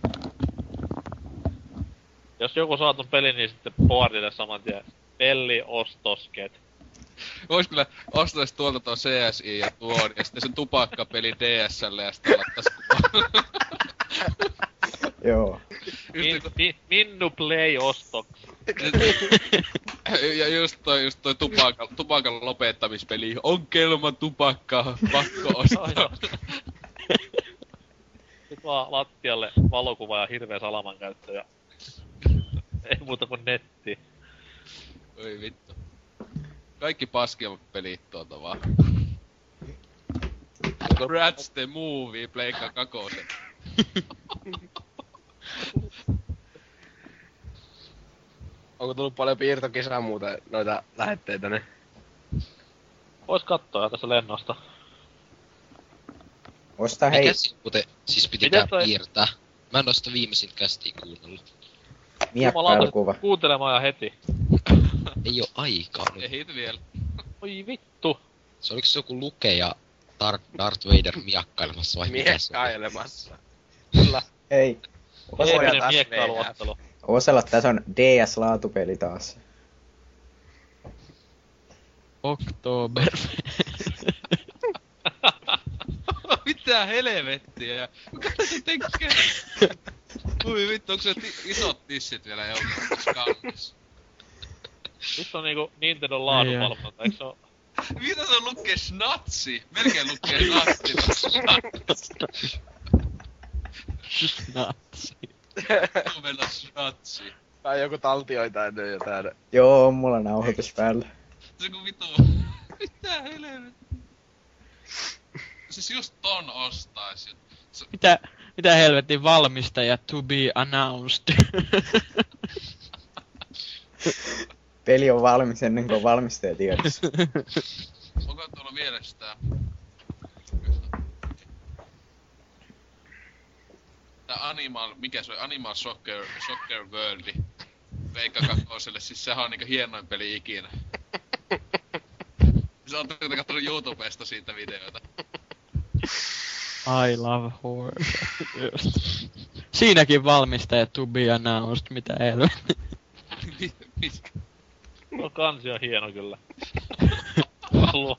Jos joku saa ton pelin, niin sitten boardille saman tien. Pelli ostosket. Vois kyllä ostais tuolta tuon CSI ja tuon, ja sitten sen tupakkapeli DS:lle ja sitten lattais kuvaan. Joo. Minnu Play ostoks. Ja just toi tupakan lopettamispeli. Onkelman tupakkaa, pakko ostaa. Nyt vaan lattialle valokuva ja hirveä salamankäyttö ja... Ei muuta kuin netti. Oi vittu. Kaikki paskimmat pelit tuolta vaan. Rats the Movie, Pleikka 2. Onko tullut paljon piirtokisää muuten noita lähetteitä ne? Vois katsoa tässä lennosta. Osta hei. Mikä siinä muuten siis pitää piirtää? Mä en oo sitä viimeisin kästiin kuunnellut. Miekkailukuva. Kuuntelemaan ja heti. Ei oo aikaa nyt. Ei vielä. Oi vittu. Se oliks joku Luke ja Darth Vader miakkailemassa vai mikä se oli? Miekkailemassa. Kyllä. Hei. Eeppinen miekkailuottelu. Osella tässä on DS-laatupeli taas. Oktober. Mitä helvettiä? Kuka se tekee? Ui vittu, onko se isot tissit vielä joukossa kannessa? Nyt on niinku Nintendo laadunvalvonta, eiks se Mitä se lukee snatsi? Melkein lukee snatsi. Snatsi. Mennä snatsi. Tai joku taltioita ennen jo täällä. Joo, on mulla nauhoitus päällä. Se kun vitu... Mitä helvettiä? Siis just ton ostais. Mitä helvetin valmistaja to be announced? Peli on valmis ennen kuin valmistaja tiedossa. Onko tuolla vielä sitä... Tää mikä se on? Animal Soccer Worldi. Veikka 2, siis sehän on niinku hienoin peli ikinä. Sä oot kattonut YouTubesta siitä videoita. I love horse. Just. Siinäkin valmistaja to be announced, mitä helvetti. Mitkä? No kansi on hieno kyllä. Mä luen.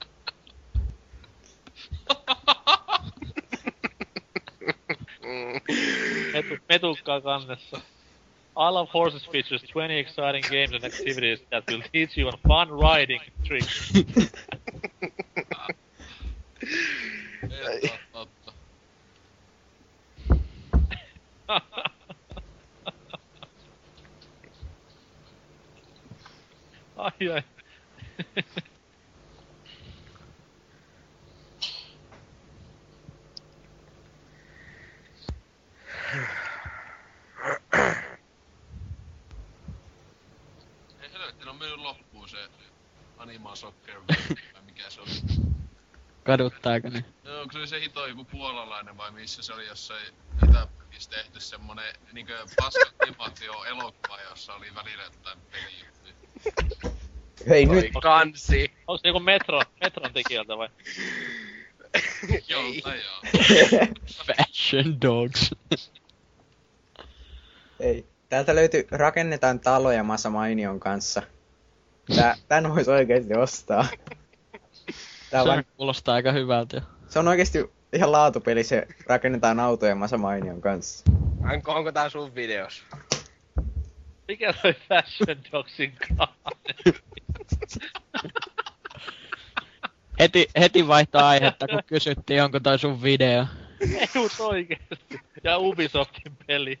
Metukkaa kannessa. I Love Horses features 20 exciting games and activities that will teach you on fun riding tricks. Totta. Ai. Ei helvetti, on mennyt loppuun se Animal Soccer World, vai mikä se oli? Kaduttaako ne? No, onko se hito joku puolalainen vai missä se oli jossain Itäpakissa tehty semmonen niinkö paska animaatio-elokuva, jossa oli välillä jotain pelijuttuja. Hei nyt! Kansi! Onks se joku Metron tekijältä vai? Jolta joo. Fashion dogs. Hei. Täältä löytyy Rakennetaan taloja Masa Mainion kanssa. Tän vois oikeesti ostaa. Se kuulostaa aika hyvältä jo. Se on oikeesti ihan laatupeli, se rakennetaan autoja Masa Mainion kanssa. Onko tää sun videos? Mikä toi Fashion Dogsin Heti vaihto aihetta, kun kysyttiin, onko toi sun video. Ei mut oikeesti. Ja Ubisoftin peli.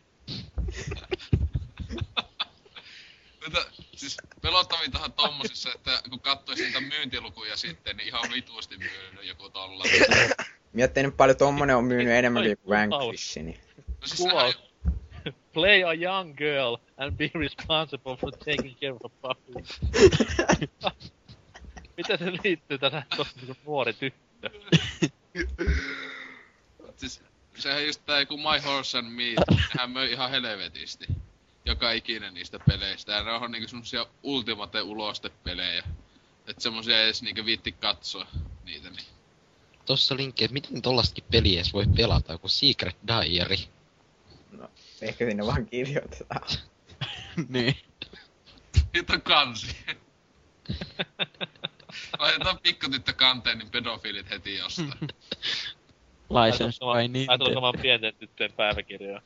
Mutta siis pelottavintahan tommosissa, että kun katsois niitä myyntilukuja sitten, niin ihan vituusti myynyt joku tolla. Miettii nyt paljon tommonen on myynyt enemmänkin kuin Vanquish, niin. No siis Kuvaus. Play a young girl and be responsible for taking care of a puppy. Mitä se liittyy tässä tossa niinku nuori tyttö? siis sehän just tää joku My Horse and Me, nehän möi ihan helvetisti. Joka ikinen niistä peleistä. Ja ne on niinku semmosia ultimate ulostepelejä. Et semmosia edes niinku viitti katsoa niitä niin. Tossa linkki, että miten tollastakin peliä edes voi pelata, joku Secret Diary. No, ehkä sinne vaan kirjoitetaan. Niin. Nyt on kansi. Laitetaan pikkutyttö kanteen, niin pedofiilit heti jostain. License by Ai Nintendo. tulla saman pienten tyttöjen päiväkirjoja.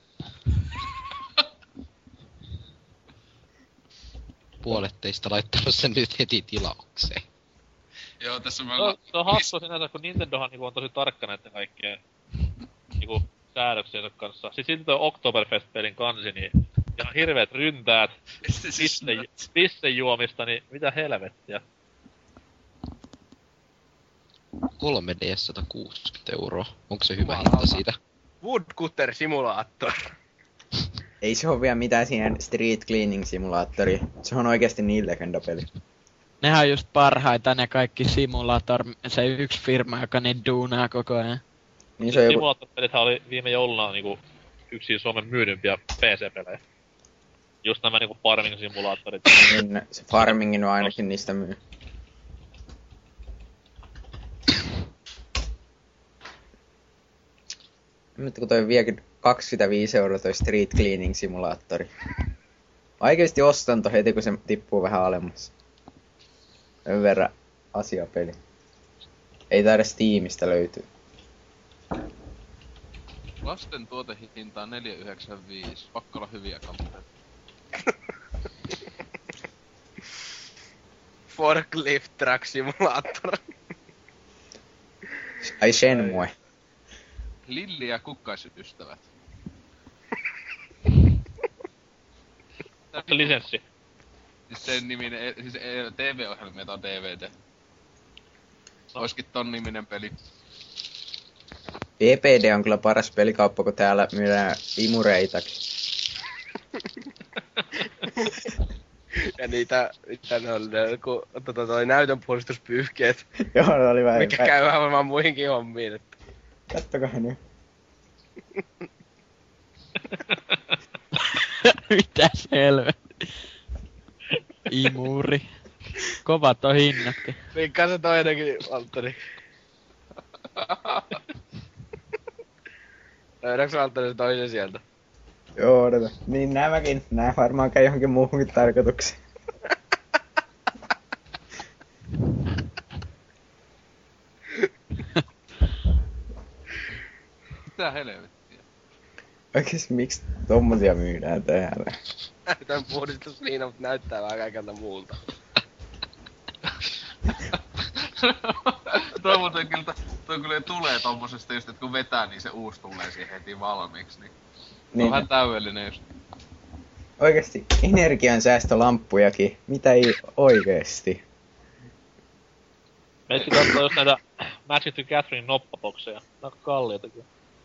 Puolet teistä laittanut sen nyt heti tilaukseen. Joo, tässä me Se on hassua sinänsä, kun Nintendohan niinku on tosi tarkka näitten kaikkien niinku säädöksiensä kanssa. Siis sitten toi Oktoberfest-pelin kansi, niin ihan hirveet ryntäät, pissejuomista, niin mitä helvettiä. 3D 160 €. Onko se hyvä hinta siitä? Woodcutter Simulator. Ei se oo vielä mitään siinä Street Cleaning Simulatori. Se on oikeesti niin legendapeli. Nehän on just parhaita ne kaikki simulator, se yksi firma, joka niitä duunaa koko ajan. Niin se on joku... Simulaattoripelithän oli viime jouluna niinku yksi Suomen myydympiä PC-pelejä. Just nämä niinku farming-simulaattorit. Niin, se Farmingin on ainakin niistä myy. Nyt kun toi viekin 25 € toi Street Cleaning Simulaattori. Oikeesti ostan toi heti kun se tippuu vähän alemmas. Sen verran asiapeli. Ei taida Steamista löytyy. Lasten tuotehinta on 4,95. Pakko olla hyviä kamppeja. Forklift Truck Simulator. Ai Shenmue. Lilli ja kukkaisystävät. Lisenssi. Siis sen niminen, TV-ohjelmia tai DVD. Oiskin ton niminen peli. PPD on kyllä paras pelikauppa, kun täällä myydään imureitakin. Ja niitä ne on ne, kun toi näytönpuolustuspyyhkeet. Joo, ne oli vähän... Mikä käy vähän varmaan muihinkin hommiin, että... Kattokaa nyt. Mitäs helvetti. Imuri. Kovat on hinnatkin. Mikä se toinenkin, Valtteri? Löydäks Valtteri se toisen sieltä? Joo, odota. Niin nämäkin. Nää varmaan käy johonkin muuhunkin tarkoitukseen. Mitä helvettiä? Oikeesti miksi tommosia myydään täällä? Näytön puhdistus niin, mutta näyttää vähän kaikelta muulta. Toi muuten kyllä, toi kyllä tulee tommosesta just, että kun vetää, niin se uusi tulee siihen heti valmiiksi, niin... Se on vähän täydellinen just. Oikeesti energiansäästölamppujakin. Mitä ei oikeesti? Meitä katsoo just näitä Magic the Gathering noppabokseja. Nää on kalliita kyllä.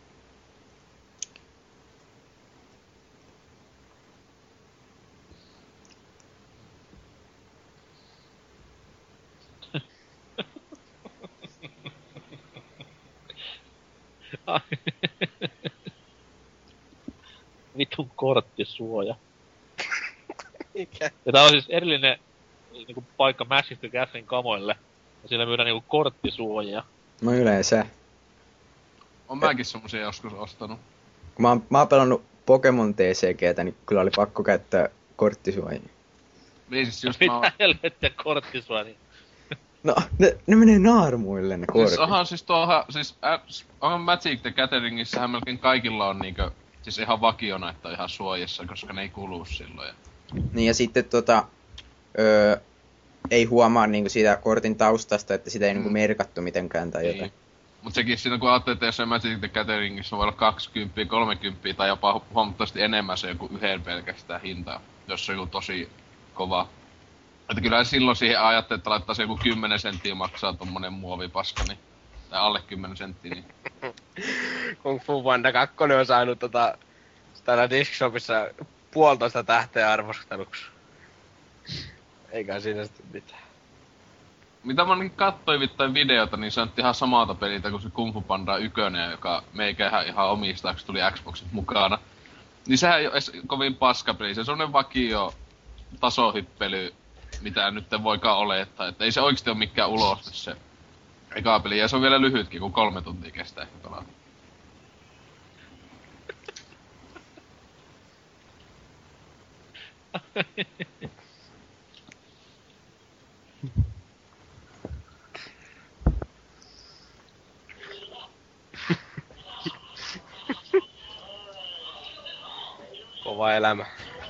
Vitun korttisuoja. Mikä? Ja tää on siis erillinen niinku paikka Magic the Gathering kamoille. Ja siellä myydään niinku korttisuojia. No yleensä. On mäkin semmosia joskus ostanut. Kun mä oon pelannut Pokemon TCGtä, niin kyllä oli pakko käyttää korttisuojia. Niin siis just mä oon... Mitä helvettiä korttisuoja, niin... No, ne menee naarmuille ne korkit. Onhan Magic the Gatheringissähän melkein kaikilla on niinkö, siis ihan vakiona, että on ihan suojassa, koska ne ei kulu silloin. Niin ja sitten ei huomaa niinku siitä kortin taustasta, että sitä ei niinku merkattu mitenkään tai jotain. Mut sekin siinä kun ajattelee, että jos se Magic the Gatheringissä voi olla 20, 30 tai jopa huomattavasti enemmän se joku yhden pelkästään hinta, jos se on joku tosi kova. Että kyllä silloin siihen ajattelee, että laittaa se joku 10 senttiä maksaa tommonen muovipaska, niin, tai alle 10 senttiä, niin... Kung Fu Panda 2 on saanut täällä Diskshopissa 1,5 tähteä arvosteluksi. Eikä siinä sitten mitään. Mitä mä ainakin katsoin vittain videota, niin se on ihan samalta peliltä kuin se Kung Fu Panda 1, joka meikä ihan omistaaksi tuli Xboxit mukana. Niin sehän ei oo edes kovin paskapeli, se on semmonen vakio tasohyppely, mitä nyt voikaan olettaa, että ei se oikeesti oo mikään uloste se eka peli, ja se on vielä lyhytkin, kun 3 tuntia kestää ehkä pelata. Kova elämä.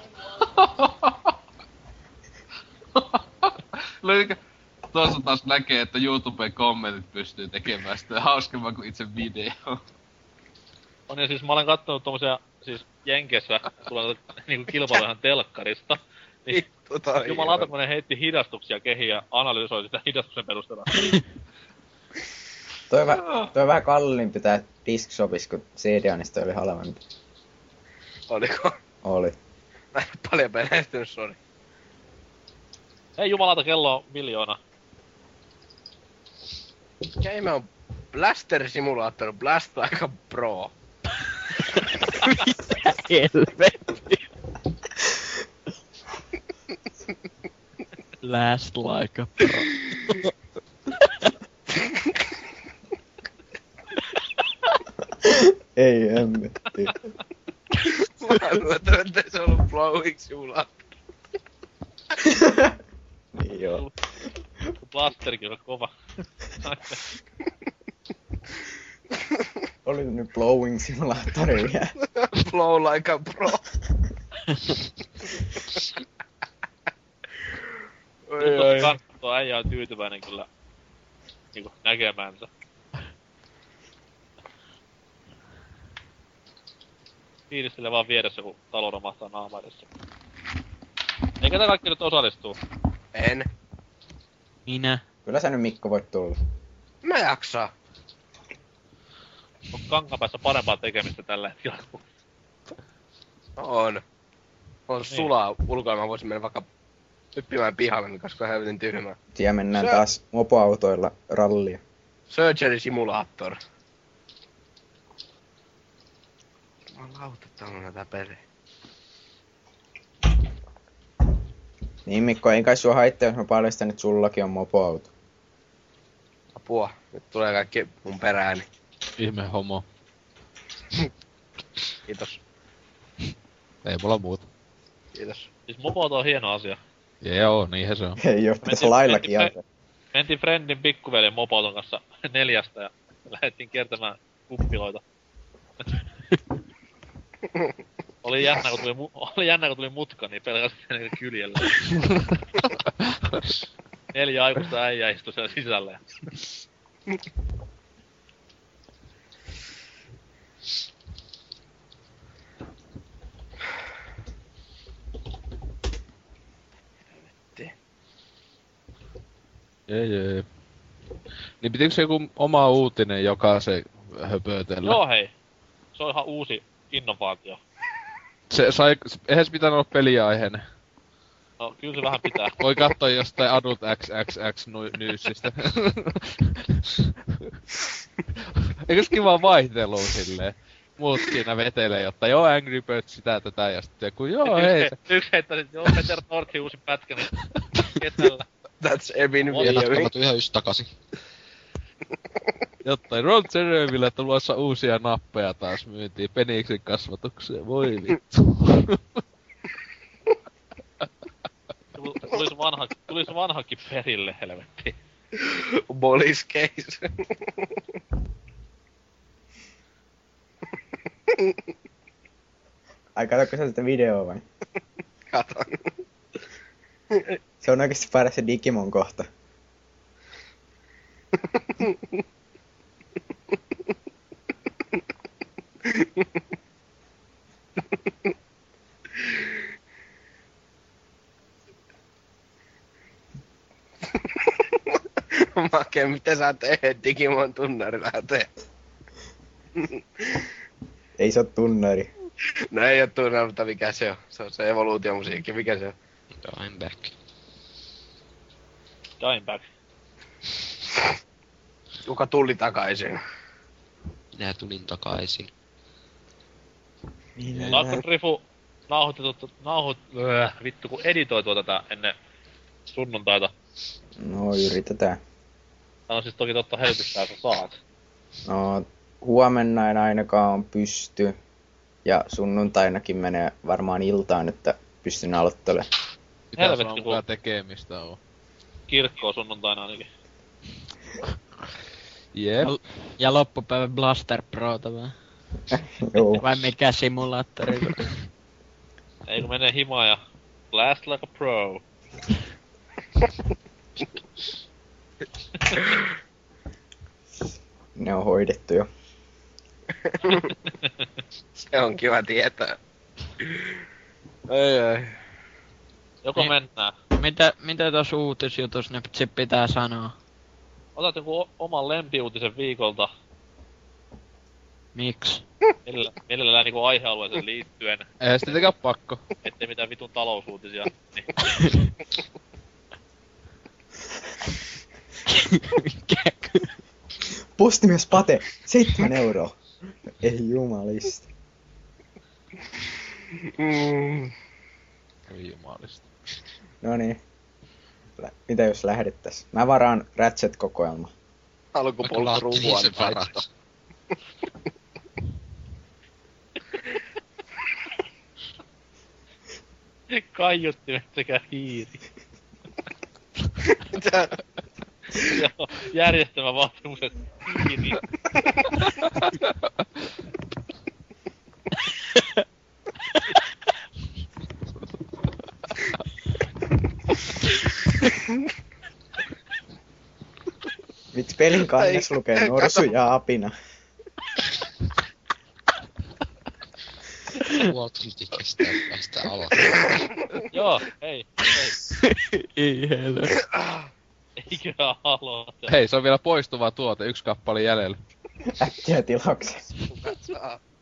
Tuossa taas näkee, että YouTuben kommentit pystyy tekemään sitä hauskemman kuin itse video. On ja siis mä olen kattonut tommosia, siis Jenkeissä tulee niinku kilpailuhan telkkarista. Niin jumalauta, kun ne heitti hidastuksia kehiin ja analysoi sitä hidastuksen perusteella. Toi on vähän kalliimpi tää Diskshopis, kun CD-aineisto oli halvempi. Oliko? Oli. Mä en paljon pelästynyt, sori. Ei jumalauta, kello on 1 miljoona. Game on Blaster Simulator Blast Like a Pro. Mitä helvettiä? Blast Like a Pro. Ei hemmetti. Mä luulen, että se on ollut Blowing Simulator. Niin joo. Blasterikin on kova. Oli nyt Blowing Simulatori vielä. Blow Like a Pro. Oi. Tuo äijä on tyytyväinen kyllä niinku näkemänsä. Fiilistelee vaan vieressä, kun talo romahtaa naama edessä. Eikä tää kaikki nyt osallistuu? En. Minä. Kyllä sä nyt Mikko voit tulla. Mä jaksaa. On Kankaanpäässä parempaa tekemistä tällä hetkellä. On sulaa ulkoa, mä voisin mennä vaikka hyppimään pihalle, koska on helvetin tyhmää. Siellä mennään taas mopoautoilla rallia. Surgery Simulator. Jumalauta, tämmönen tää peli. Niin Mikko, ei kai sua haittaa, jos mä paljastan, että sullakin on mopoauto. Apua, nyt tulee kaikki mun perääni. Ihme homo. Kiitos. Ei mulla muuta. Kiitos. Siis mopot on hieno asia. Joo, niinhän se on. Ei oo, pitäis laillakin jalta. Mentiin Friendin pikkuveljen mopoton kanssa 4 ja lähdettiin kiertämään kuppiloita. Oli jännä, kun tuli mutka, niin pelkästään niitä kyljellä. 4 aikuista äijää istui siellä sisällä. Jee. Niin pitikö se joku oma uutinen jokaisen höpötellä? Joo hei. Se on ihan uusi innovaatio. Eihän se pitänyt olla peliaiheinen. No, kyllä se vähän pitää. Voi katsoa jostain Adult XXX nyysistä. Eikös kiva vaihtelu silleen? Muut siinä vetelee, jotta joo Angry Birds sitä tätä ja sitten kun joo hei. Yksi heittää sit, joo Peter Northin uusi pätkä, niin kesällä. That's Evin Ja video. jatkavat yhä takaisin. Jotain Ron Jeremille tulossa uusia nappeja taas myyntiin peniksen kasvatukseen, voi vittu. Tulis vanhakin perille, helvettiin. Bolis case. Ai katsotko sä sitä videoa vai? Katon. Se on oikeesti paras se Digimon kohta. Make, mitä sä teet Digimon tunnari lähtee? Ei se oo tunnari. No ei oo tunnari, mutta mikä se on? Se on se evoluutiomusiikki, mikä se on? I'm back. Dying back. Kuka tuli takaisin? Minä tulin takaisin. Saatko Rifu vittu kun editoi tätä ennen sunnuntaita? No yritetään. Tää on siis toki totta helpistää, että saat. No huomenna en ainakaan on pysty. Ja sunnuntainakin menee varmaan iltaan, että pystyn aloittelemaan. Mitä Helvetti, sulla kun- mukaan tekemistä on? Kirkkoon sunnuntaina ainakin. Jep. Ja loppupäivän Blaster Prota vai? Joo. Vai mikä simulaattori? Ei kun menee himaan ja blast like a pro. Ne on hoidettu jo. Se on kiva tietää. Ei. Joko Niin. mennään. Mitä tossa uutisjutus nyt sit pitää sanoa? Otat joku oman lempiuutisen viikolta. Miks? Mielellään niinku aihealueeseen liittyen. Eihän sitä tekee pakko. Ettei mitään vitun talousuutisia. Niin. Postimies Pate, 7 euroa. Ei jumalista. Oi jumalista. Noniin. Mitä jos lähdettäis? Mä varaan Ratchet-kokoelma. Alkupolku ruuan sen varat. Kaiuttimet sekä hiiri. Mitä? Joo, järjestelmävaatimukset hiiri. Vitsi pelin kannessa lukee Ei, norsu kato. ja apina. Puoli tuntia kestää päästä alas. Joo, hei. Ei helvetti. Eikö aloita? Hei, se on vielä poistuva tuote, 1 kappale jäljellä. Äkkiä tilaukseen. Kuka saa?